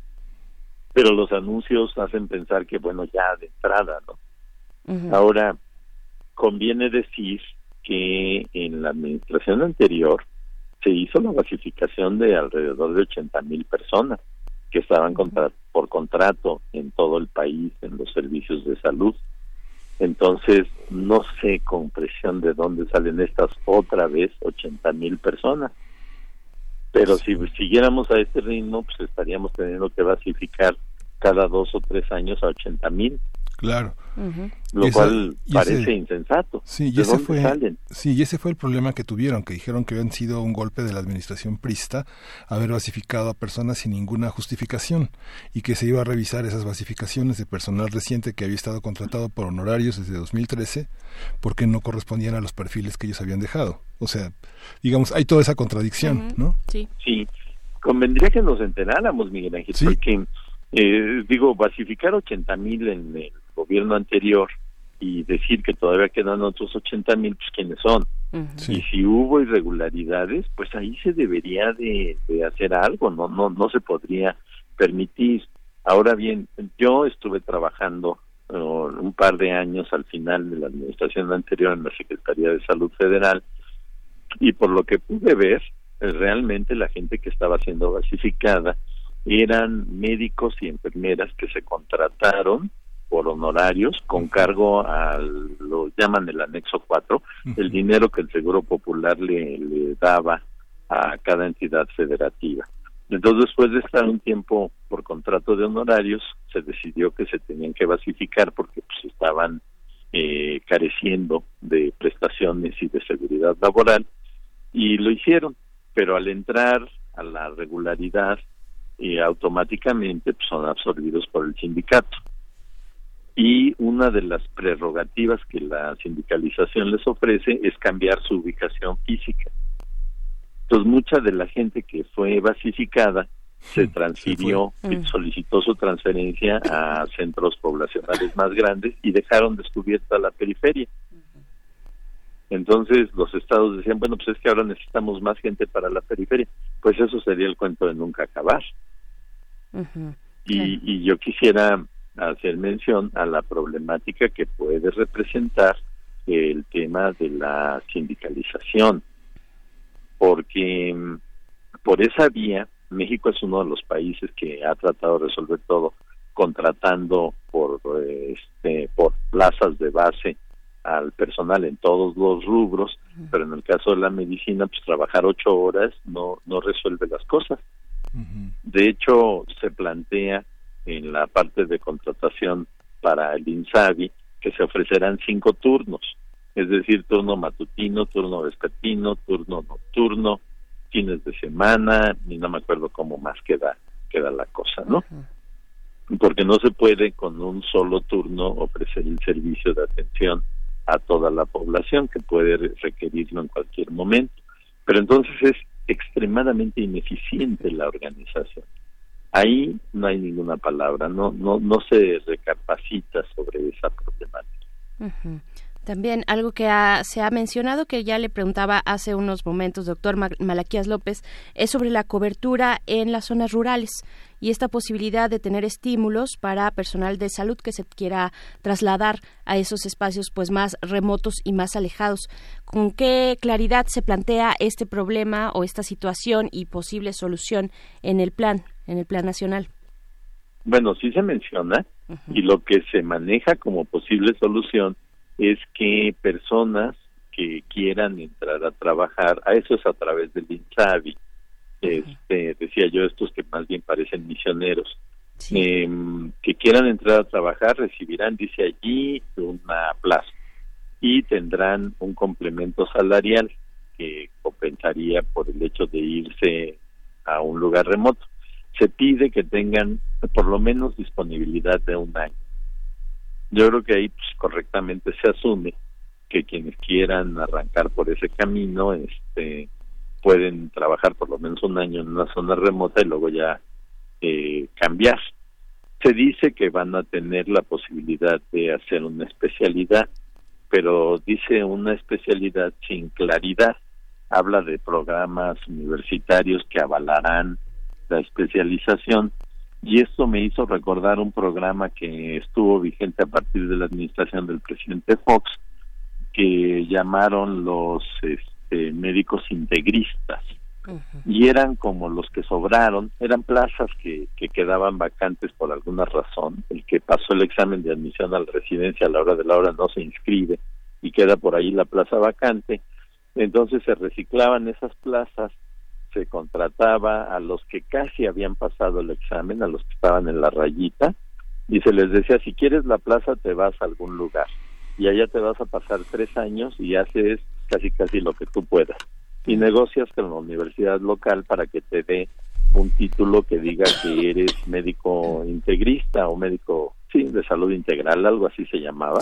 Pero los anuncios hacen pensar que, bueno, ya de entrada, ¿no? Ahora, conviene decir que en la administración anterior se hizo la basificación de alrededor de 80,000 personas que estaban por contrato en todo el país en los servicios de salud. Entonces, no sé con presión de dónde salen estas otra vez 80,000 personas. Pero si siguiéramos a este ritmo, pues estaríamos teniendo que basificar cada 2 o 3 años a 80,000. Claro. Lo cual parece insensato. Sí, y ese fue el problema que tuvieron, que dijeron que habían sido un golpe de la administración priista haber basificado a personas sin ninguna justificación, y que se iba a revisar esas basificaciones de personal reciente que había estado contratado por honorarios desde 2013 porque no correspondían a los perfiles que ellos habían dejado. O sea, digamos, hay toda esa contradicción, ¿no? Sí, convendría que nos enteráramos, Miguel Ángel, porque basificar 80,000 en el gobierno anterior y decir que todavía quedan otros 80,000, pues ¿quiénes son? Sí. Y si hubo irregularidades, pues ahí se debería de hacer algo, no se podría permitir. Ahora bien, yo estuve trabajando un par de años al final de la administración anterior en la Secretaría de Salud Federal, y por lo que pude ver, realmente la gente que estaba siendo basificada eran médicos y enfermeras que se contrataron por honorarios con cargo lo llaman el anexo 4, el dinero que el Seguro Popular le daba a cada entidad federativa. Entonces, después de estar un tiempo por contrato de honorarios, se decidió que se tenían que basificar porque pues estaban careciendo de prestaciones y de seguridad laboral, y lo hicieron, pero al entrar a la regularidad, automáticamente pues, son absorbidos por el sindicato. Y una de las prerrogativas que la sindicalización les ofrece es cambiar su ubicación física. Entonces, mucha de la gente que fue basificada se transfirió, solicitó su transferencia a centros poblacionales más grandes y dejaron descubierta la periferia. Entonces, los estados decían, bueno, pues es que ahora necesitamos más gente para la periferia. Pues eso sería el cuento de nunca acabar. Y yo quisiera hacer mención a la problemática que puede representar el tema de la sindicalización, porque por esa vía México es uno de los países que ha tratado de resolver todo contratando por plazas de base al personal en todos los rubros, pero en el caso de la medicina, pues trabajar 8 horas no resuelve las cosas. De hecho, se plantea en la parte de contratación para el INSABI que se ofrecerán 5 turnos, es decir, turno matutino, turno vespertino, turno nocturno, fines de semana, y no me acuerdo cómo más queda la cosa, ¿no? Porque no se puede con un solo turno ofrecer el servicio de atención a toda la población que puede requerirlo en cualquier momento. Pero entonces es extremadamente ineficiente la organización. Ahí no hay ninguna palabra, no se recapacita sobre esa problemática. También algo que se ha mencionado, que ya le preguntaba hace unos momentos, doctor Malaquías López, es sobre la cobertura en las zonas rurales y esta posibilidad de tener estímulos para personal de salud que se quiera trasladar a esos espacios pues más remotos y más alejados. ¿Con qué claridad se plantea este problema o esta situación y posible solución en el plan nacional? Bueno, sí se menciona, y lo que se maneja como posible solución es que personas que quieran entrar a trabajar, a eso es a través del INSABI, decía yo, estos que más bien parecen misioneros, que quieran entrar a trabajar recibirán, dice allí, una plaza y tendrán un complemento salarial que compensaría por el hecho de irse a un lugar remoto. Se pide que tengan por lo menos disponibilidad de 1 año. Yo creo que ahí pues, correctamente se asume que quienes quieran arrancar por ese camino pueden trabajar por lo menos 1 año en una zona remota y luego ya cambiar. Se dice que van a tener la posibilidad de hacer una especialidad, pero dice una especialidad sin claridad. Habla de programas universitarios que avalarán la especialización, y esto me hizo recordar un programa que estuvo vigente a partir de la administración del presidente Fox, que llamaron los médicos integristas, y eran como los que sobraron, eran plazas que quedaban vacantes por alguna razón. El que pasó el examen de admisión a la residencia a la hora de la hora no se inscribe y queda por ahí la plaza vacante. Entonces se reciclaban esas plazas, se contrataba a los que casi habían pasado el examen, a los que estaban en la rayita, y se les decía, si quieres la plaza te vas a algún lugar y allá te vas a pasar 3 años y haces casi lo que tú puedas y negocias con la universidad local para que te dé un título que diga que eres médico integrista o médico de salud integral, algo así se llamaba.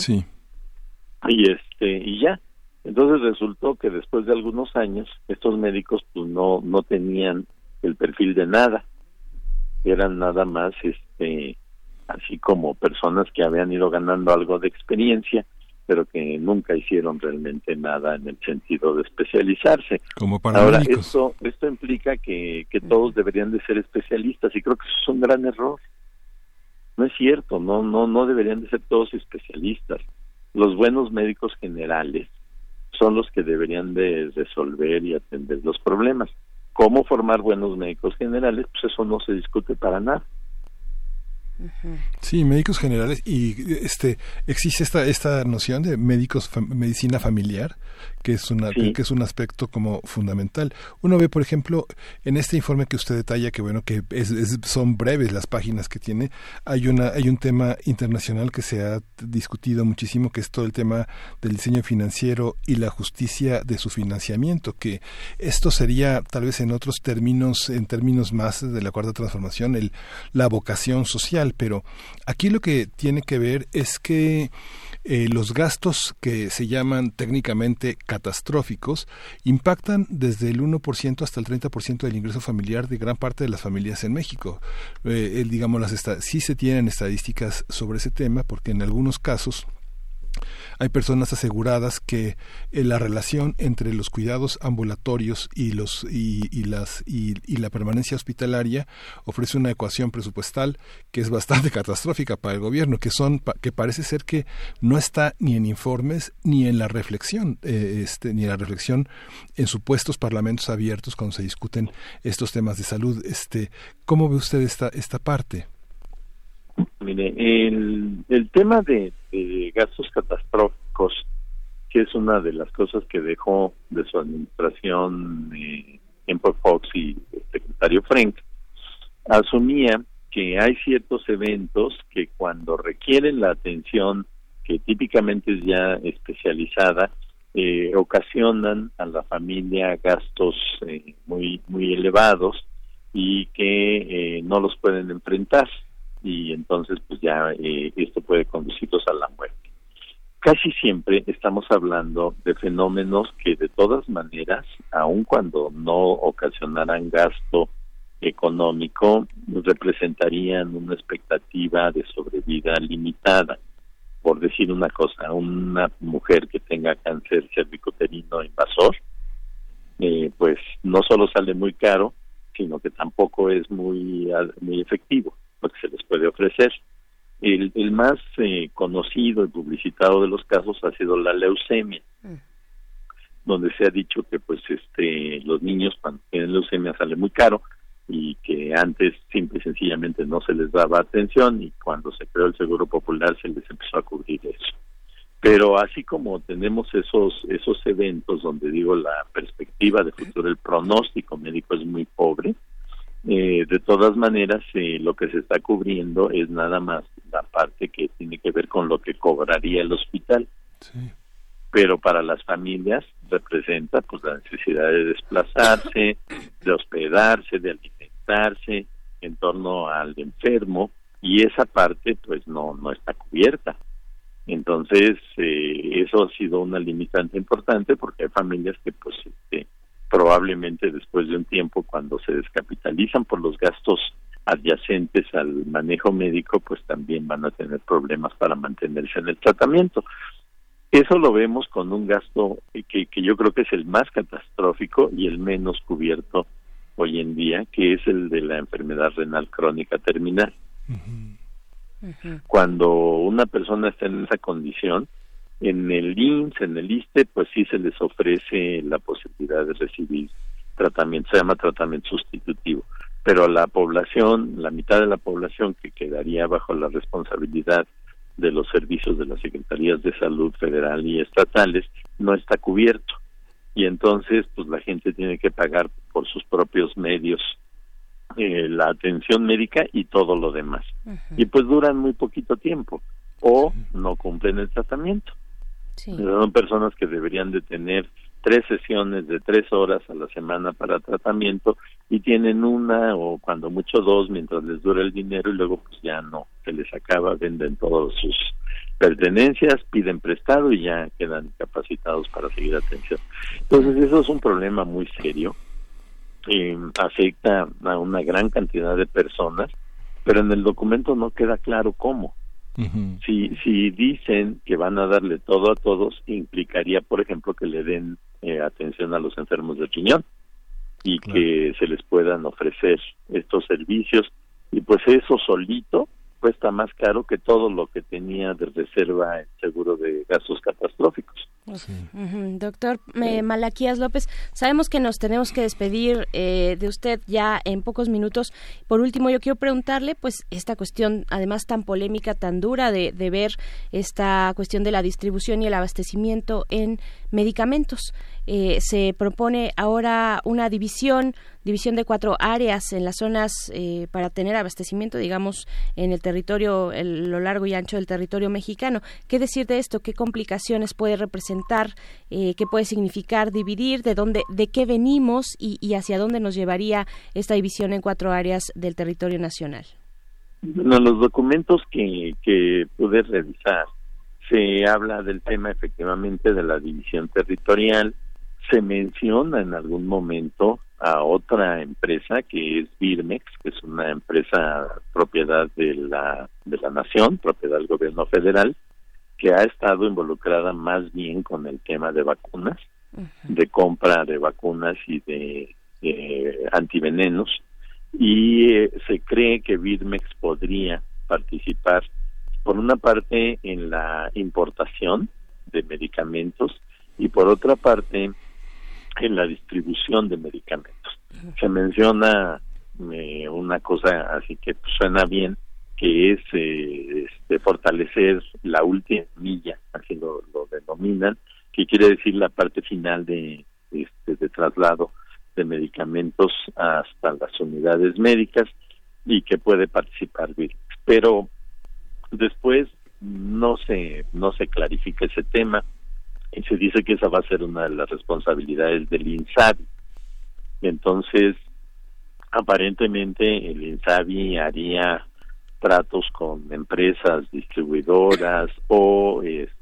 Y ya. Entonces resultó que después de algunos años estos médicos pues no tenían el perfil de nada, eran nada más así como personas que habían ido ganando algo de experiencia pero que nunca hicieron realmente nada en el sentido de especializarse. Como paramédicos. Ahora, esto implica que todos deberían de ser especialistas, y creo que eso es un gran error. No es cierto, no deberían de ser todos especialistas. Los buenos médicos generales son los que deberían de resolver y atender los problemas. ¿Cómo formar buenos médicos generales? Pues eso no se discute para nada. Sí, médicos generales, y existe esta noción de medicina familiar, que es que es un aspecto como fundamental. Uno ve, por ejemplo, en este informe que usted detalla, que bueno, que son breves las páginas que tiene, hay un tema internacional que se ha discutido muchísimo, que es todo el tema del diseño financiero y la justicia de su financiamiento, que esto sería tal vez en términos más de la cuarta transformación, la vocación social. Pero aquí lo que tiene que ver es que los gastos que se llaman técnicamente catastróficos impactan desde el 1% hasta el 30% del ingreso familiar de gran parte de las familias en México. Sí se tienen estadísticas sobre ese tema, porque en algunos casos hay personas aseguradas que la relación entre los cuidados ambulatorios y la permanencia hospitalaria ofrece una ecuación presupuestal que es bastante catastrófica para el gobierno, que parece ser que no está ni en informes ni en la reflexión, ni en la reflexión en supuestos parlamentos abiertos cuando se discuten estos temas de salud. ¿Cómo ve usted esta parte? Mire, el tema de gastos catastróficos, que es una de las cosas que dejó de su administración Kemper Fox y el secretario Frank, asumía que hay ciertos eventos que cuando requieren la atención, que típicamente es ya especializada, ocasionan a la familia gastos muy elevados y que no los pueden enfrentar. Y entonces pues ya esto puede conducirlos a la muerte. Casi siempre estamos hablando de fenómenos que de todas maneras, aun cuando no ocasionaran gasto económico, representarían una expectativa de sobrevida limitada. Por decir una cosa, una mujer que tenga cáncer cervicuterino invasor, pues no solo sale muy caro, sino que tampoco es muy efectivo lo que se les puede ofrecer. El más conocido y publicitado de los casos ha sido la leucemia, donde se ha dicho que pues los niños cuando tienen leucemia sale muy caro y que antes simple y sencillamente no se les daba atención, y cuando se creó el Seguro Popular se les empezó a cubrir eso. Pero así como tenemos esos eventos donde digo la perspectiva de futuro, el pronóstico médico es muy pobre, de todas maneras lo que se está cubriendo es nada más la parte que tiene que ver con lo que cobraría el hospital. Sí. Pero para las familias representa pues la necesidad de desplazarse, de hospedarse, de alimentarse en torno al enfermo, y esa parte pues no está cubierta. Entonces eso ha sido una limitante importante, porque hay familias que pues probablemente después de un tiempo, cuando se descapitalizan por los gastos adyacentes al manejo médico, pues también van a tener problemas para mantenerse en el tratamiento. Eso lo vemos con un gasto que yo creo que es el más catastrófico y el menos cubierto hoy en día, que es el de la enfermedad renal crónica terminal. Cuando una persona está en esa condición, en el IMSS, en el ISSSTE, pues sí se les ofrece la posibilidad de recibir tratamiento, se llama tratamiento sustitutivo, pero la población, la mitad de la población que quedaría bajo la responsabilidad de los servicios de las Secretarías de Salud federal y estatales, no está cubierto, y entonces pues la gente tiene que pagar por sus propios medios la atención médica y todo lo demás, y pues duran muy poquito tiempo o no cumplen el tratamiento. Son personas que deberían de tener 3 sesiones de 3 horas a la semana para tratamiento, y tienen una o cuando mucho 2 mientras les dura el dinero, y luego pues ya no, se les acaba, venden todas sus pertenencias, piden prestado y ya quedan incapacitados para seguir atención. Entonces eso es un problema muy serio, afecta a una gran cantidad de personas, pero en el documento no queda claro cómo. Uh-huh. Si dicen que van a darle todo a todos, implicaría, por ejemplo, que le den atención a los enfermos de riñón y que se les puedan ofrecer estos servicios, y pues eso solito cuesta más caro que todo lo que tenía de reserva el seguro de gastos catastróficos. Sí. Uh-huh. Doctor Malaquías López, sabemos que nos tenemos que despedir de usted ya en pocos minutos. Por último, yo quiero preguntarle, pues, esta cuestión, además tan polémica, tan dura de ver esta cuestión de la distribución y el abastecimiento en medicamentos. Se propone ahora una división de 4 áreas en las zonas para tener abastecimiento, digamos, en el territorio, lo largo y ancho del territorio mexicano. ¿Qué decir de esto? ¿Qué complicaciones puede representar? ¿Qué puede significar dividir? ¿De qué venimos y hacia dónde nos llevaría esta división en 4 áreas del territorio nacional? Bueno, los documentos que pude revisar, se habla del tema efectivamente de la división territorial. Se menciona en algún momento a otra empresa que es Birmex, que es una empresa propiedad de la nación, propiedad del gobierno federal, que ha estado involucrada más bien con el tema de vacunas, de compra de vacunas y de antivenenos, y se cree que Birmex podría participar por una parte en la importación de medicamentos y por otra parte en la distribución de medicamentos. Se menciona una cosa así que suena bien, que es fortalecer la última milla, así lo denominan, que quiere decir la parte final de traslado de medicamentos hasta las unidades médicas, y que puede participar Birmex. Pero después no se clarifica ese tema, y se dice que esa va a ser una de las responsabilidades del INSABI. Entonces, aparentemente el INSABI haría tratos con empresas distribuidoras o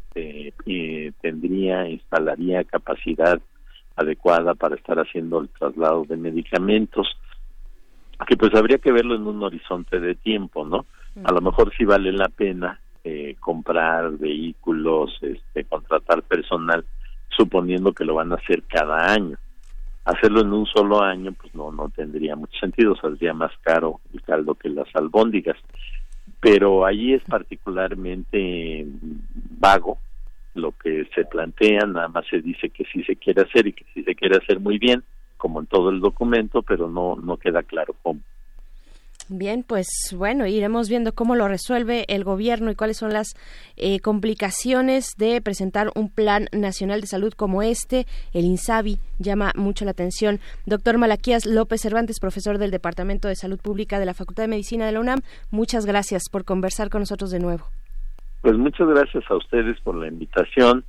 instalaría capacidad adecuada para estar haciendo el traslado de medicamentos, que pues habría que verlo en un horizonte de tiempo, ¿no? A lo mejor sí vale la pena comprar vehículos, contratar personal, suponiendo que lo van a hacer cada año. Hacerlo en un solo año, pues no tendría mucho sentido, saldría más caro el caldo que las albóndigas. Pero ahí es particularmente vago lo que se plantea, nada más se dice que sí se quiere hacer y que sí se quiere hacer muy bien, como en todo el documento, pero no queda claro cómo. Bien, pues bueno, iremos viendo cómo lo resuelve el gobierno y cuáles son las complicaciones de presentar un plan nacional de salud como este. El INSABI llama mucho la atención. Doctor Malaquías López Cervantes, profesor del Departamento de Salud Pública de la Facultad de Medicina de la UNAM, muchas gracias por conversar con nosotros de nuevo. Pues muchas gracias a ustedes por la invitación.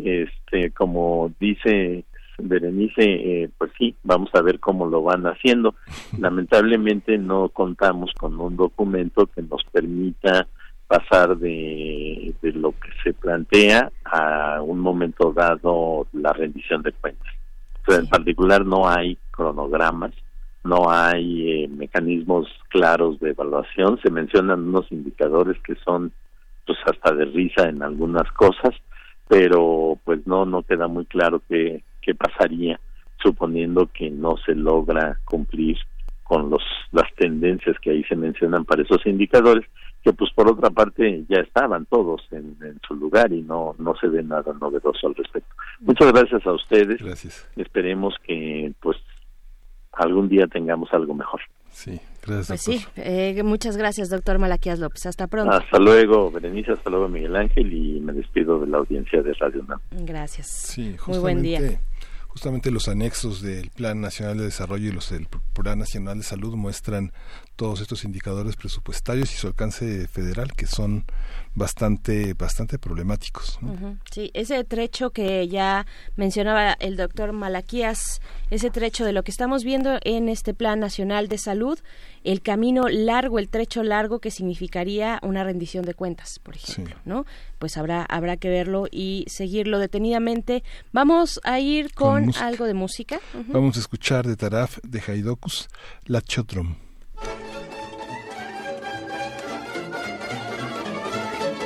Como dice Berenice, pues sí, vamos a ver cómo lo van haciendo. Lamentablemente no contamos con un documento que nos permita pasar de lo que se plantea a un momento dado la rendición de cuentas. Entonces, en particular no hay cronogramas, no hay mecanismos claros de evaluación. Se mencionan unos indicadores que son pues hasta de risa en algunas cosas, pero pues no queda muy claro qué pasaría suponiendo que no se logra cumplir con las tendencias que ahí se mencionan para esos indicadores, que pues por otra parte ya estaban todos en su lugar y no se ve nada novedoso al respecto. Muchas gracias a ustedes. Gracias. Esperemos que pues algún día tengamos algo mejor. Sí, gracias. Pues sí, muchas gracias, doctor Malaquías López. Hasta pronto. Hasta luego, Berenice, hasta luego, Miguel Ángel, y me despido de la audiencia de Radio UNAM. Gracias. Sí, muy buen día. Justamente los anexos del Plan Nacional de Desarrollo y los del Plan Nacional de Salud muestran todos estos indicadores presupuestarios y su alcance federal, que son bastante problemáticos, ¿no? Uh-huh. Sí, ese trecho que ya mencionaba el doctor Malaquías, ese trecho de lo que estamos viendo en este Plan Nacional de Salud, el camino largo, el trecho largo que significaría una rendición de cuentas, por ejemplo, sí, ¿no? Pues habrá que verlo y seguirlo detenidamente. Vamos a ir con algo de música. Uh-huh. Vamos a escuchar de Taraf, de Jaidokus, La Chodrom.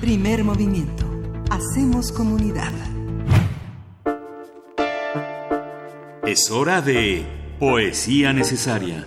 Primer movimiento. Hacemos comunidad. Es hora de Poesía Necesaria.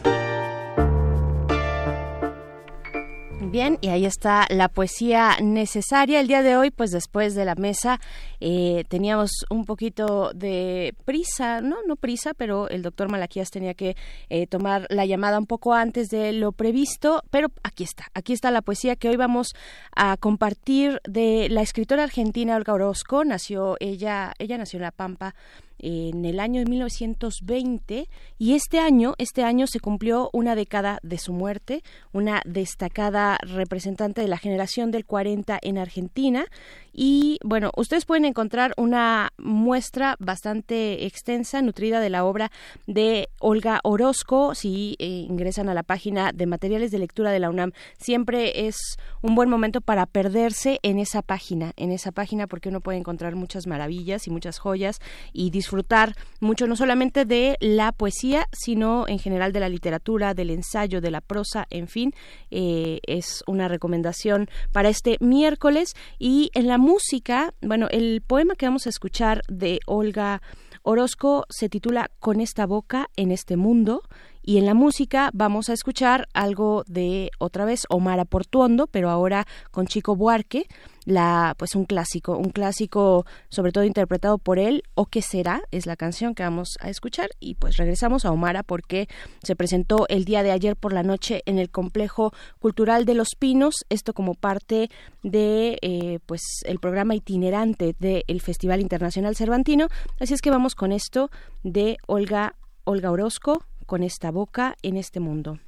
Bien, y ahí está la poesía necesaria. El día de hoy, pues después de la mesa, teníamos un poquito de prisa, no prisa, pero el doctor Malaquías tenía que tomar la llamada un poco antes de lo previsto, pero aquí está la poesía que hoy vamos a compartir de la escritora argentina Olga Orozco. Ella nació en La Pampa en el año de 1920 y este año se cumplió una década de su muerte, una destacada representante de la generación del 40 en Argentina. Y bueno, ustedes pueden encontrar una muestra bastante extensa, nutrida de la obra de Olga Orozco si ingresan a la página de materiales de lectura de la UNAM. Siempre es un buen momento para perderse en esa página porque uno puede encontrar muchas maravillas y muchas joyas y disfrutar mucho, no solamente de la poesía, sino en general de la literatura, del ensayo, de la prosa, en fin. Es una recomendación para este miércoles. Y en la música, bueno, el poema que vamos a escuchar de Olga Orozco se titula Con esta boca en este mundo. Y en la música vamos a escuchar algo de, otra vez, Omar Portuondo, pero ahora con Chico Buarque, un clásico sobre todo interpretado por él. O qué será es la canción que vamos a escuchar. Y pues regresamos a Omar porque se presentó el día de ayer por la noche en el Complejo Cultural de Los Pinos, esto como parte de el programa itinerante del Festival Internacional Cervantino. Así es que vamos con esto de Olga Orozco. Con esta boca en este mundo.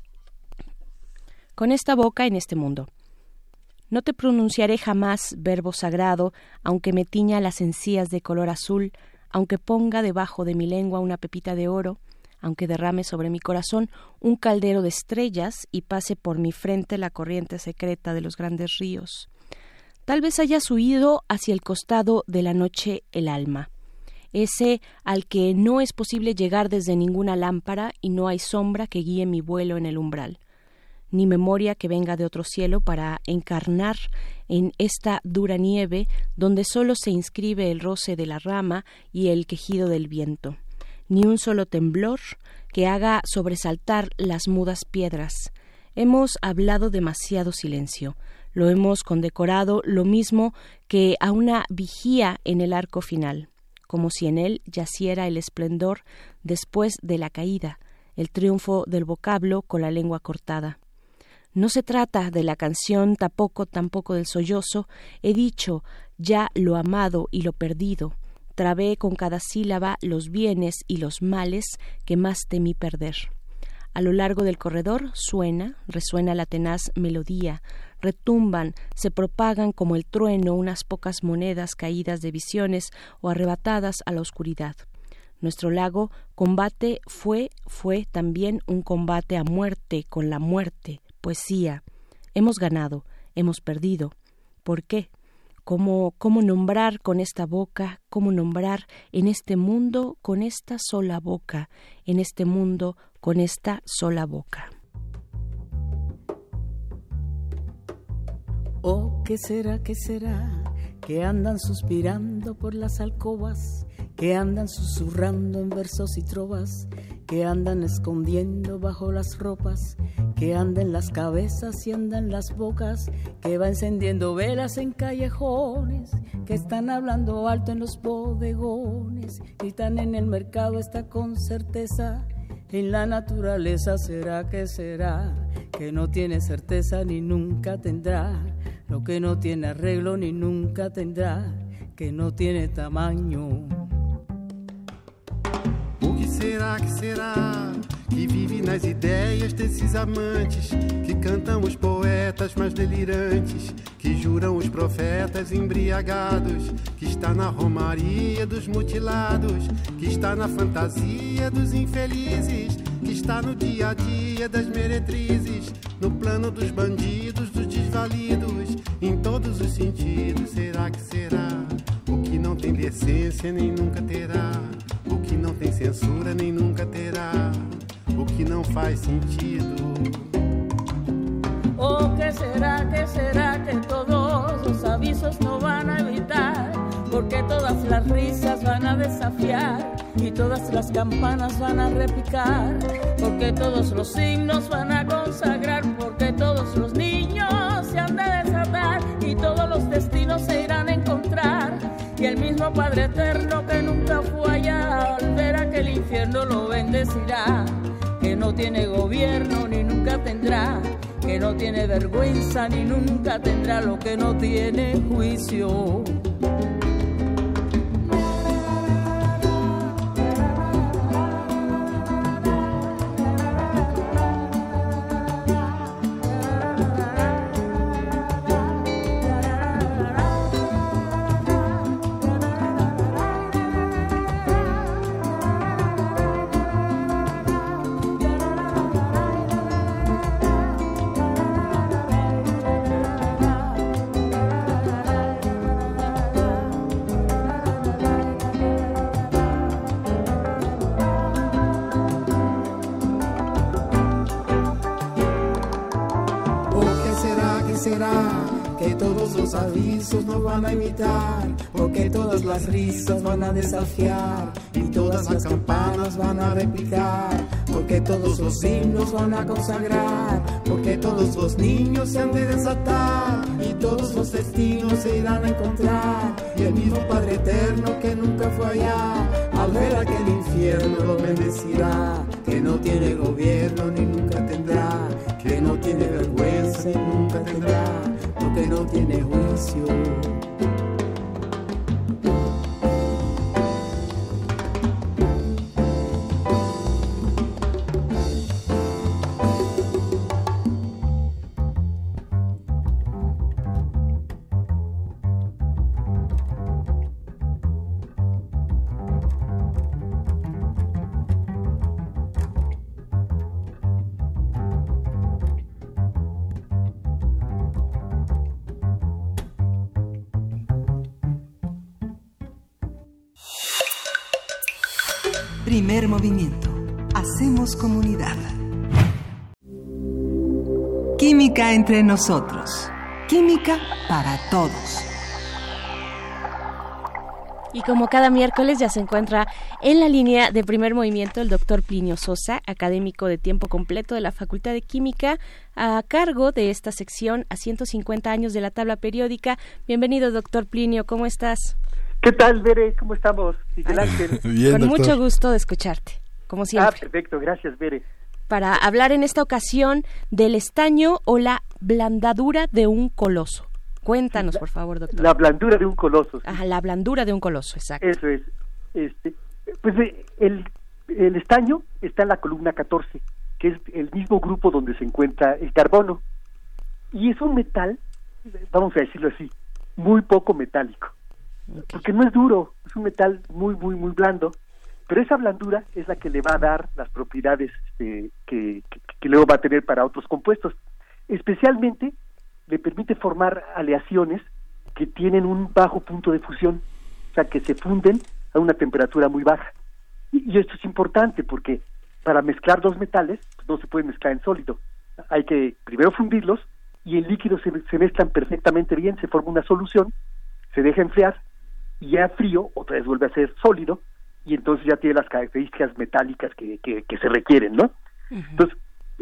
Con esta boca en este mundo. No te pronunciaré jamás verbo sagrado, aunque me tiña las encías de color azul, aunque ponga debajo de mi lengua una pepita de oro, aunque derrame sobre mi corazón un caldero de estrellas y pase por mi frente la corriente secreta de los grandes ríos. Tal vez hayas huido hacia el costado de la noche el alma, ese al que no es posible llegar desde ninguna lámpara y no hay sombra que guíe mi vuelo en el umbral, ni memoria que venga de otro cielo para encarnar en esta dura nieve donde solo se inscribe el roce de la rama y el quejido del viento, ni un solo temblor que haga sobresaltar las mudas piedras. Hemos hablado demasiado silencio, lo hemos condecorado lo mismo que a una vigía en el arco final, como si en él yaciera el esplendor después de la caída, el triunfo del vocablo con la lengua cortada. No se trata de la canción, tampoco del sollozo. He dicho ya lo amado y lo perdido. Trabé con cada sílaba los bienes y los males que más temí perder. A lo largo del corredor resuena la tenaz melodía, retumban, se propagan como el trueno unas pocas monedas caídas de visiones o arrebatadas a la oscuridad. Nuestro largo combate fue también un combate a muerte con la muerte, poesía. Hemos ganado, hemos perdido. ¿Por qué? ¿Cómo nombrar con esta boca? ¿Cómo nombrar en este mundo con esta sola boca? En este mundo con esta sola boca. Oh, ¿qué será, que andan suspirando por las alcobas, que andan susurrando en versos y trovas, que andan escondiendo bajo las ropas, que andan las cabezas y andan las bocas, que va encendiendo velas en callejones, que están hablando alto en los bodegones, gritan en el mercado, está con certeza. En la naturaleza será, que no tiene certeza ni nunca tendrá, lo que no tiene arreglo ni nunca tendrá, que no tiene tamaño. O que será, que vive nas ideias desses amantes, que cantam os poetas mais delirantes, que juram os profetas embriagados, que está na romaria dos mutilados, que está na fantasia dos infelizes, que está no dia a dia das meretrizes, no plano dos bandidos, dos desvalidos, em todos os sentidos. Será que será? O que não tem decência nem nunca terá, o que não tem censura nem nunca terá, o que não faz sentido. Oh, ¿qué será que todos los avisos no van a evitar, porque todas las risas van a desafiar y todas las campanas van a repicar, porque todos los himnos van a consagrar, porque todos los niños se han de desatar y todos los destinos se irán a encontrar. Y el mismo Padre Eterno que nunca fue allá, al ver aquel infierno lo bendecirá, que no tiene gobierno ni nunca tendrá, que no tiene vergüenza ni nunca tendrá, lo que no tiene juicio. Que todos los avisos nos van a imitar, porque todas las risas van a desafiar y todas las campanas van a repicar, porque todos los himnos van a consagrar, porque todos los niños se han de desatar y todos los destinos se irán a encontrar. Y el mismo Padre Eterno que nunca fue allá, al ver aquel infierno lo bendecirá, que no tiene gobierno ni nunca tendrá, que no tiene vergüenza y nunca tendrá, porque no tiene juicio. Primer movimiento. Hacemos comunidad. Química entre nosotros. Química para todos. Y como cada miércoles ya se encuentra en la línea de Primer Movimiento el doctor Plinio Sosa, académico de tiempo completo de la Facultad de Química, a cargo de esta sección a 150 años de la tabla periódica. Bienvenido, doctor Plinio, ¿cómo estás? ¿Qué tal, Bere? ¿Cómo estamos? Miguel Ángel. Bien, con mucho gusto de escucharte, como siempre. Perfecto, gracias, Bere. Para hablar en esta ocasión del estaño o la blandadura de un coloso. Cuéntanos, por favor, doctor. La blandura de un coloso. Sí. Ajá, la blandura de un coloso, exacto. Eso es. Pues el estaño está en la columna 14, que es el mismo grupo donde se encuentra el carbono. Y es un metal, vamos a decirlo así, muy poco metálico. Okay. Porque no es duro, es un metal muy, muy, muy blando. Pero esa blandura es la que le va a dar las propiedades que luego va a tener para otros compuestos. Especialmente le permite formar aleaciones que tienen un bajo punto de fusión, o sea, que se funden a una temperatura muy baja. Y esto es importante porque para mezclar dos metales pues no se puede mezclar en sólido. Hay que primero fundirlos y en líquido se mezclan perfectamente bien, se forma una solución, se deja enfriar y ya frío otra vez vuelve a ser sólido y entonces ya tiene las características metálicas que se requieren, ¿no? Uh-huh. Entonces,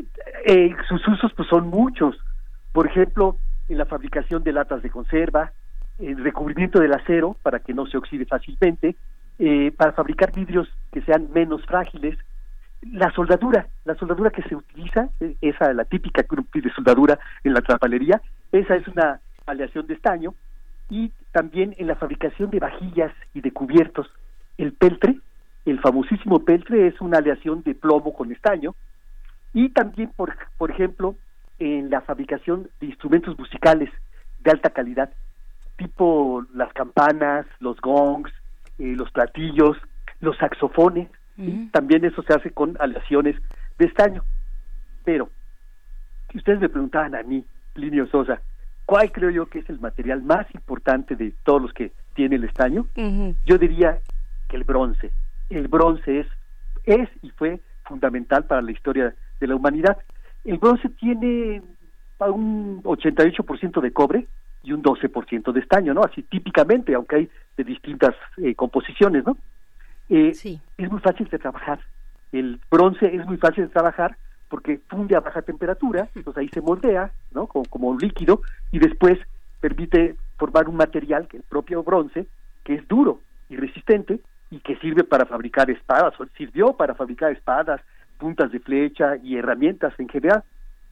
sus usos pues son muchos. Por ejemplo, en la fabricación de latas de conserva, el recubrimiento del acero para que no se oxide fácilmente, para fabricar vidrios que sean menos frágiles, la soldadura que se utiliza, esa la típica que uno pide soldadura en la trapalería, esa es una aleación de estaño, y también en la fabricación de vajillas y de cubiertos, el peltre, el famosísimo peltre es una aleación de plomo con estaño, y también, por ejemplo, en la fabricación de instrumentos musicales de alta calidad, tipo las campanas, los gongs, los platillos, los saxofones, ¿sí? También eso se hace con aleaciones de estaño. Pero, si ustedes me preguntaban a mí, Plinio Sosa, ¿cuál creo yo que es el material más importante de todos los que tiene el estaño? Uh-huh. Yo diría que el bronce. El bronce es y fue fundamental para la historia de la humanidad. El bronce tiene un 88% de cobre, y un 12% de estaño, ¿no? Así típicamente, aunque hay de distintas composiciones, ¿no? Sí. Es muy fácil de trabajar. El bronce es muy fácil de trabajar porque funde a baja temperatura, entonces ahí se moldea, ¿no? Como un líquido, y después permite formar un material, que el propio bronce, que es duro y resistente, y que sirve para fabricar espadas, o sirvió para fabricar espadas, puntas de flecha y herramientas en general.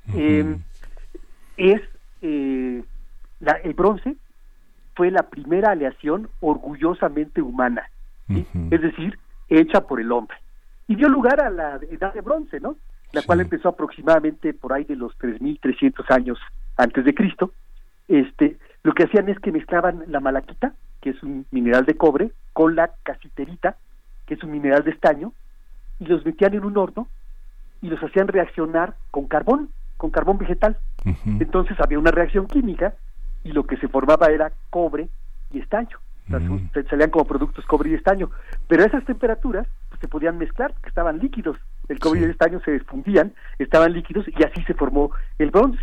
El bronce fue la primera aleación orgullosamente humana, ¿sí? Es decir, hecha por el hombre. Y dio lugar a la edad de bronce, ¿no? La cual empezó aproximadamente por ahí de los 3.300 años antes de Cristo. Lo que hacían es que mezclaban la malaquita, que es un mineral de cobre, con la casiterita, que es un mineral de estaño, y los metían en un horno y los hacían reaccionar con carbón vegetal. Entonces había una reacción química y lo que se formaba era cobre y estaño. O sea, salían como productos cobre y estaño, pero a esas temperaturas pues, se podían mezclar porque estaban líquidos. El cobre y el estaño se fundían, estaban líquidos, y así se formó el bronce.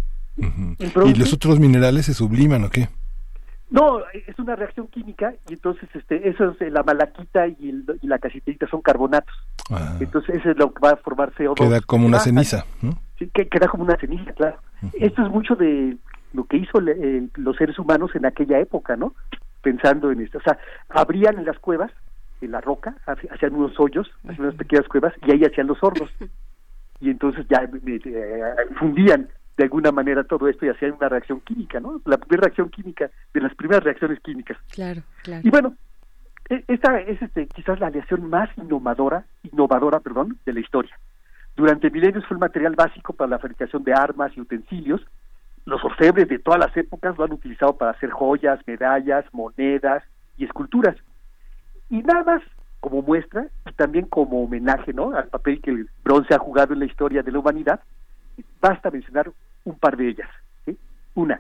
¿Y los otros minerales se subliman o qué? No, es una reacción química, y entonces eso es la malaquita y la casiterita son carbonatos. Entonces eso es lo que va a formar CO2. Queda como una ceniza, ¿no? Sí, queda como una ceniza, claro. Esto es mucho de lo que hizo los seres humanos en aquella época, ¿no? Pensando en esto. O sea, abrían en las cuevas, en la roca, hacían unos hoyos, hacían unas pequeñas cuevas, y ahí hacían los hornos. Y entonces ya fundían de alguna manera todo esto y hacían una reacción química, ¿no? La primera reacción química, de las primeras reacciones químicas. Claro. Y bueno, esta es quizás la aleación más innovadora, de la historia. Durante milenios fue el material básico para la fabricación de armas y utensilios. Los orfebres de todas las épocas lo han utilizado para hacer joyas, medallas, monedas y esculturas. Y nada más como muestra y también como homenaje, ¿no?, al papel que el bronce ha jugado en la historia de la humanidad, basta mencionar un par de ellas, ¿sí? Una,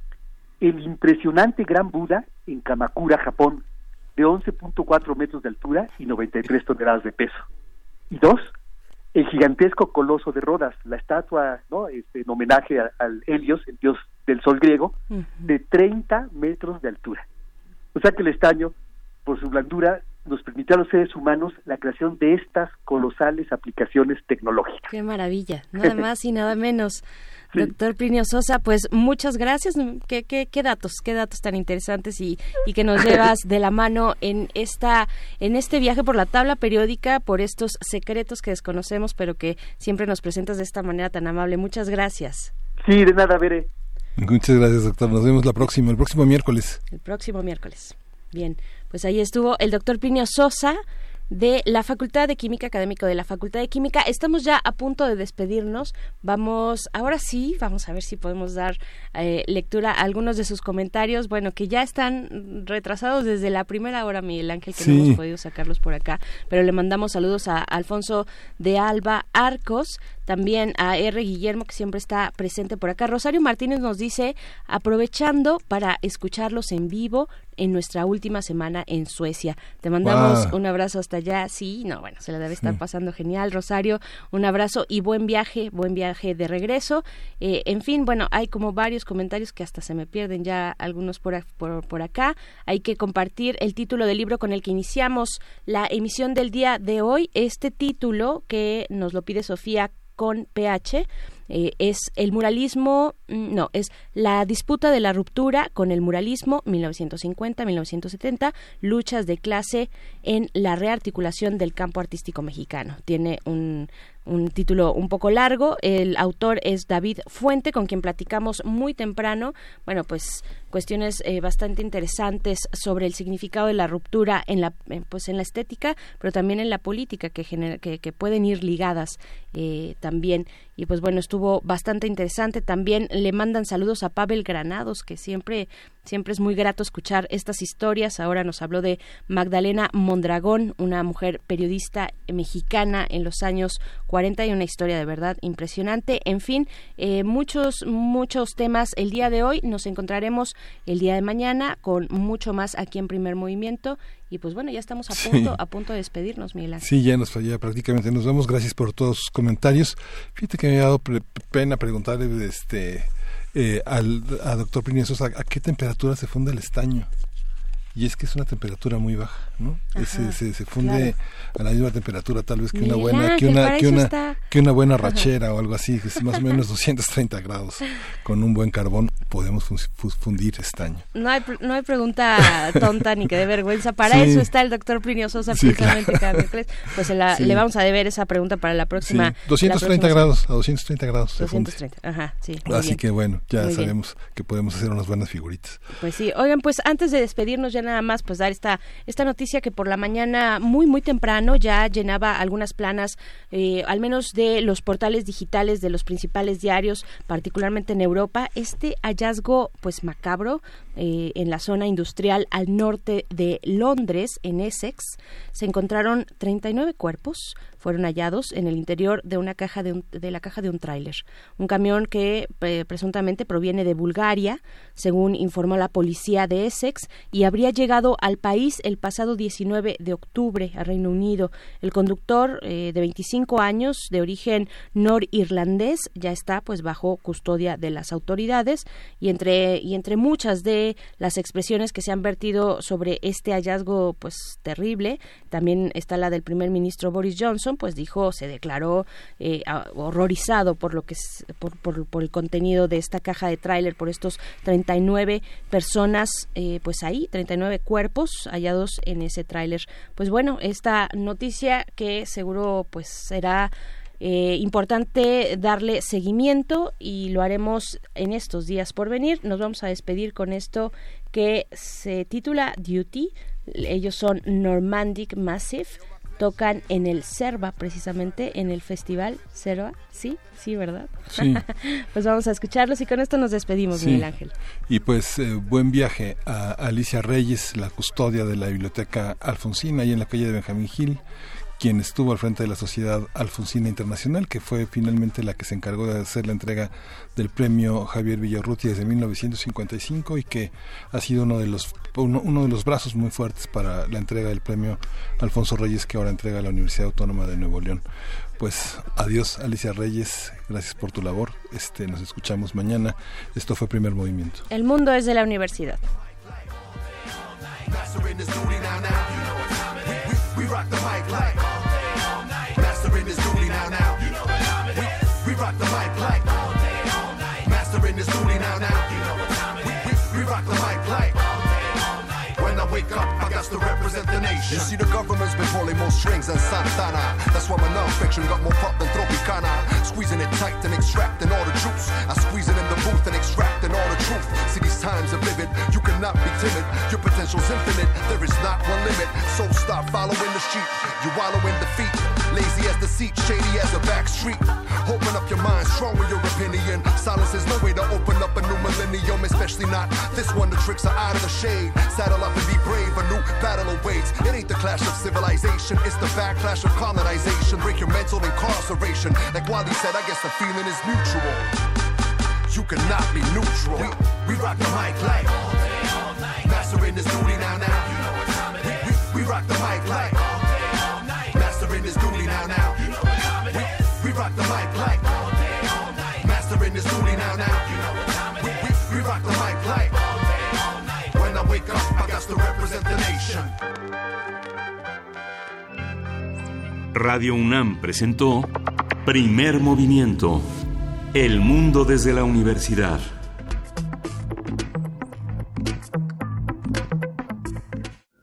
el impresionante Gran Buda en Kamakura, Japón, de 11.4 metros de altura y 93 toneladas de peso. Y dos, el gigantesco coloso de Rodas, la estatua, ¿no?, en homenaje al Helios, el dios del sol griego, de 30 metros de altura. O sea que el estaño, por su blandura, nos permitió a los seres humanos la creación de estas colosales aplicaciones tecnológicas. ¡Qué maravilla! Nada más y nada menos. Sí. Doctor Plinio Sosa, pues muchas gracias. ¿Qué datos tan interesantes y que nos llevas de la mano en este viaje por la tabla periódica, por estos secretos que desconocemos, pero que siempre nos presentas de esta manera tan amable. Muchas gracias. Sí, de nada, Bere. Muchas gracias, doctor. Nos vemos el próximo miércoles. El próximo miércoles. Bien, pues ahí estuvo el doctor Plinio Sosa de la Facultad de Química, académico de la Facultad de Química. Estamos ya a punto de despedirnos. Ahora sí, vamos a ver si podemos dar lectura a algunos de sus comentarios, bueno, que ya están retrasados desde la primera hora, Miguel Ángel, que no hemos podido sacarlos por acá, pero le mandamos saludos a Alfonso de Alba Arcos, también a R. Guillermo, que siempre está presente por acá. Rosario Martínez nos dice, aprovechando para escucharlos en vivo en nuestra última semana en Suecia. Te mandamos un abrazo hasta allá. Sí, no, bueno, se la debe estar pasando genial, Rosario. Un abrazo y buen viaje de regreso. En fin, bueno, hay como varios comentarios que hasta se me pierden ya algunos por acá. Hay que compartir el título del libro con el que iniciamos la emisión del día de hoy. Este título que nos lo pide Sofía con PH, es el muralismo, es la disputa de la ruptura con el muralismo 1950-1970, luchas de clase en la rearticulación del campo artístico mexicano. Tiene un título un poco largo. El autor es David Fuente, con quien platicamos muy temprano. Bueno, pues cuestiones bastante interesantes sobre el significado de la ruptura en la estética, pero también en la política, que pueden ir ligadas también. Y pues bueno, estuvo bastante interesante. También le mandan saludos a Pavel Granados, que siempre es muy grato escuchar estas historias. Ahora nos habló de Magdalena Mondragón, una mujer periodista mexicana en los años 40, y una historia de verdad impresionante. En fin, muchos temas el día de hoy. Nos encontraremos el día de mañana con mucho más aquí en Primer Movimiento. Y pues bueno, ya estamos a punto de despedirnos, Miguel Ángel. Sí, ya prácticamente nos vemos. Gracias por todos sus comentarios. Fíjate que me ha dado pena preguntarle a doctor Plinio Sosa, ¿a qué temperatura se funde el estaño? Y es que es una temperatura muy baja, ¿no? Se funde a la misma temperatura tal vez que una buena rachera o algo así, que es más o menos 230 grados. Con un buen carbón podemos fundir estaño. No hay pregunta tonta ni que dé vergüenza. Para eso está el doctor Plinio Sosa, precisamente cada miércoles. Pues le vamos a deber esa pregunta para la próxima. 230 grados, a 230 grados. 230, sí. Así que bueno, ya sabemos que podemos hacer unas buenas figuritas. Pues sí, oigan, pues antes de despedirnos ya nada más pues dar esta noticia que por la mañana muy temprano ya llenaba algunas planas, al menos de los portales digitales de los principales diarios, particularmente en Europa, este hallazgo pues macabro en la zona industrial al norte de Londres, en Essex. Se encontraron 39 cuerpos, fueron hallados en el interior de una caja de la caja de un tráiler. Un camión que presuntamente proviene de Bulgaria, según informó la policía de Essex, y habría llegado al país el pasado 19 de octubre, a Reino Unido. El conductor de 25 años, de origen norirlandés, ya está pues bajo custodia de las autoridades, y entre muchas de las expresiones que se han vertido sobre este hallazgo pues terrible, también está la del primer ministro Boris Johnson, pues se declaró horrorizado por lo que por el contenido de esta caja de tráiler, por estos 39 personas, pues ahí 39 cuerpos hallados en ese tráiler. Pues bueno, esta noticia que seguro pues será importante darle seguimiento, y lo haremos en estos días por venir. Nos vamos a despedir con esto que se titula Duty. Ellos son Normandic Massive, tocan en el Serva, precisamente en el festival Serva. Sí, ¿verdad? Sí. Pues vamos a escucharlos y con esto nos despedimos, Miguel Ángel. Y pues buen viaje a Alicia Reyes, la custodia de la Biblioteca Alfonsina, ahí en la calle de Benjamín Gil, quien estuvo al frente de la Sociedad Alfonsina Internacional, que fue finalmente la que se encargó de hacer la entrega del premio Javier Villarruti desde 1955, y que ha sido uno de los brazos muy fuertes para la entrega del premio Alfonso Reyes, que ahora entrega la Universidad Autónoma de Nuevo León. Pues adiós, Alicia Reyes, gracias por tu labor. Nos escuchamos mañana. Esto fue Primer Movimiento. El mundo es de la universidad. We rock the mic like all day, all night. Mastering his duty now. You know what time it is. We rock the mic like all day, all night. Mastering his duty now. You know what time it is. We rock the mic like all day, all night. When I wake up, I got to represent the nation. You see, the government's been pulling more strings than Santana. That's why my non-fiction got more pop than Tropicana. Squeezing it tight and extracting all the juice. I squeeze it in the booth and extracting all the truth. See, these times are vivid. You cannot be timid. Your potential's infinite. There is not one limit. So stop following the sheep. You wallow in defeat. Lazy as the seat, shady as a back street. Open up your mind, strong with your opinion. Silence is no way to open up a new millennium, especially not this one. The tricks are out of the shade. Saddle up and be brave. A new battle awaits. It ain't the clash of civilization. It's the backlash of colonization. Break your mental incarceration. Like Wally said, I guess the feeling is mutual. You cannot be neutral. We rock the mic like all day, all night. Mastering this duty now. You know what time it is. We rock the mic like all day, all night. Mastering this duty now. You know what time it is. We rock the mic like all day, all night. Mastering this duty now. You know what time it is. We rock the mic like all day, all night. When I wake up, I got to represent the nation. Radio UNAM presentó Primer Movimiento. El mundo desde la universidad.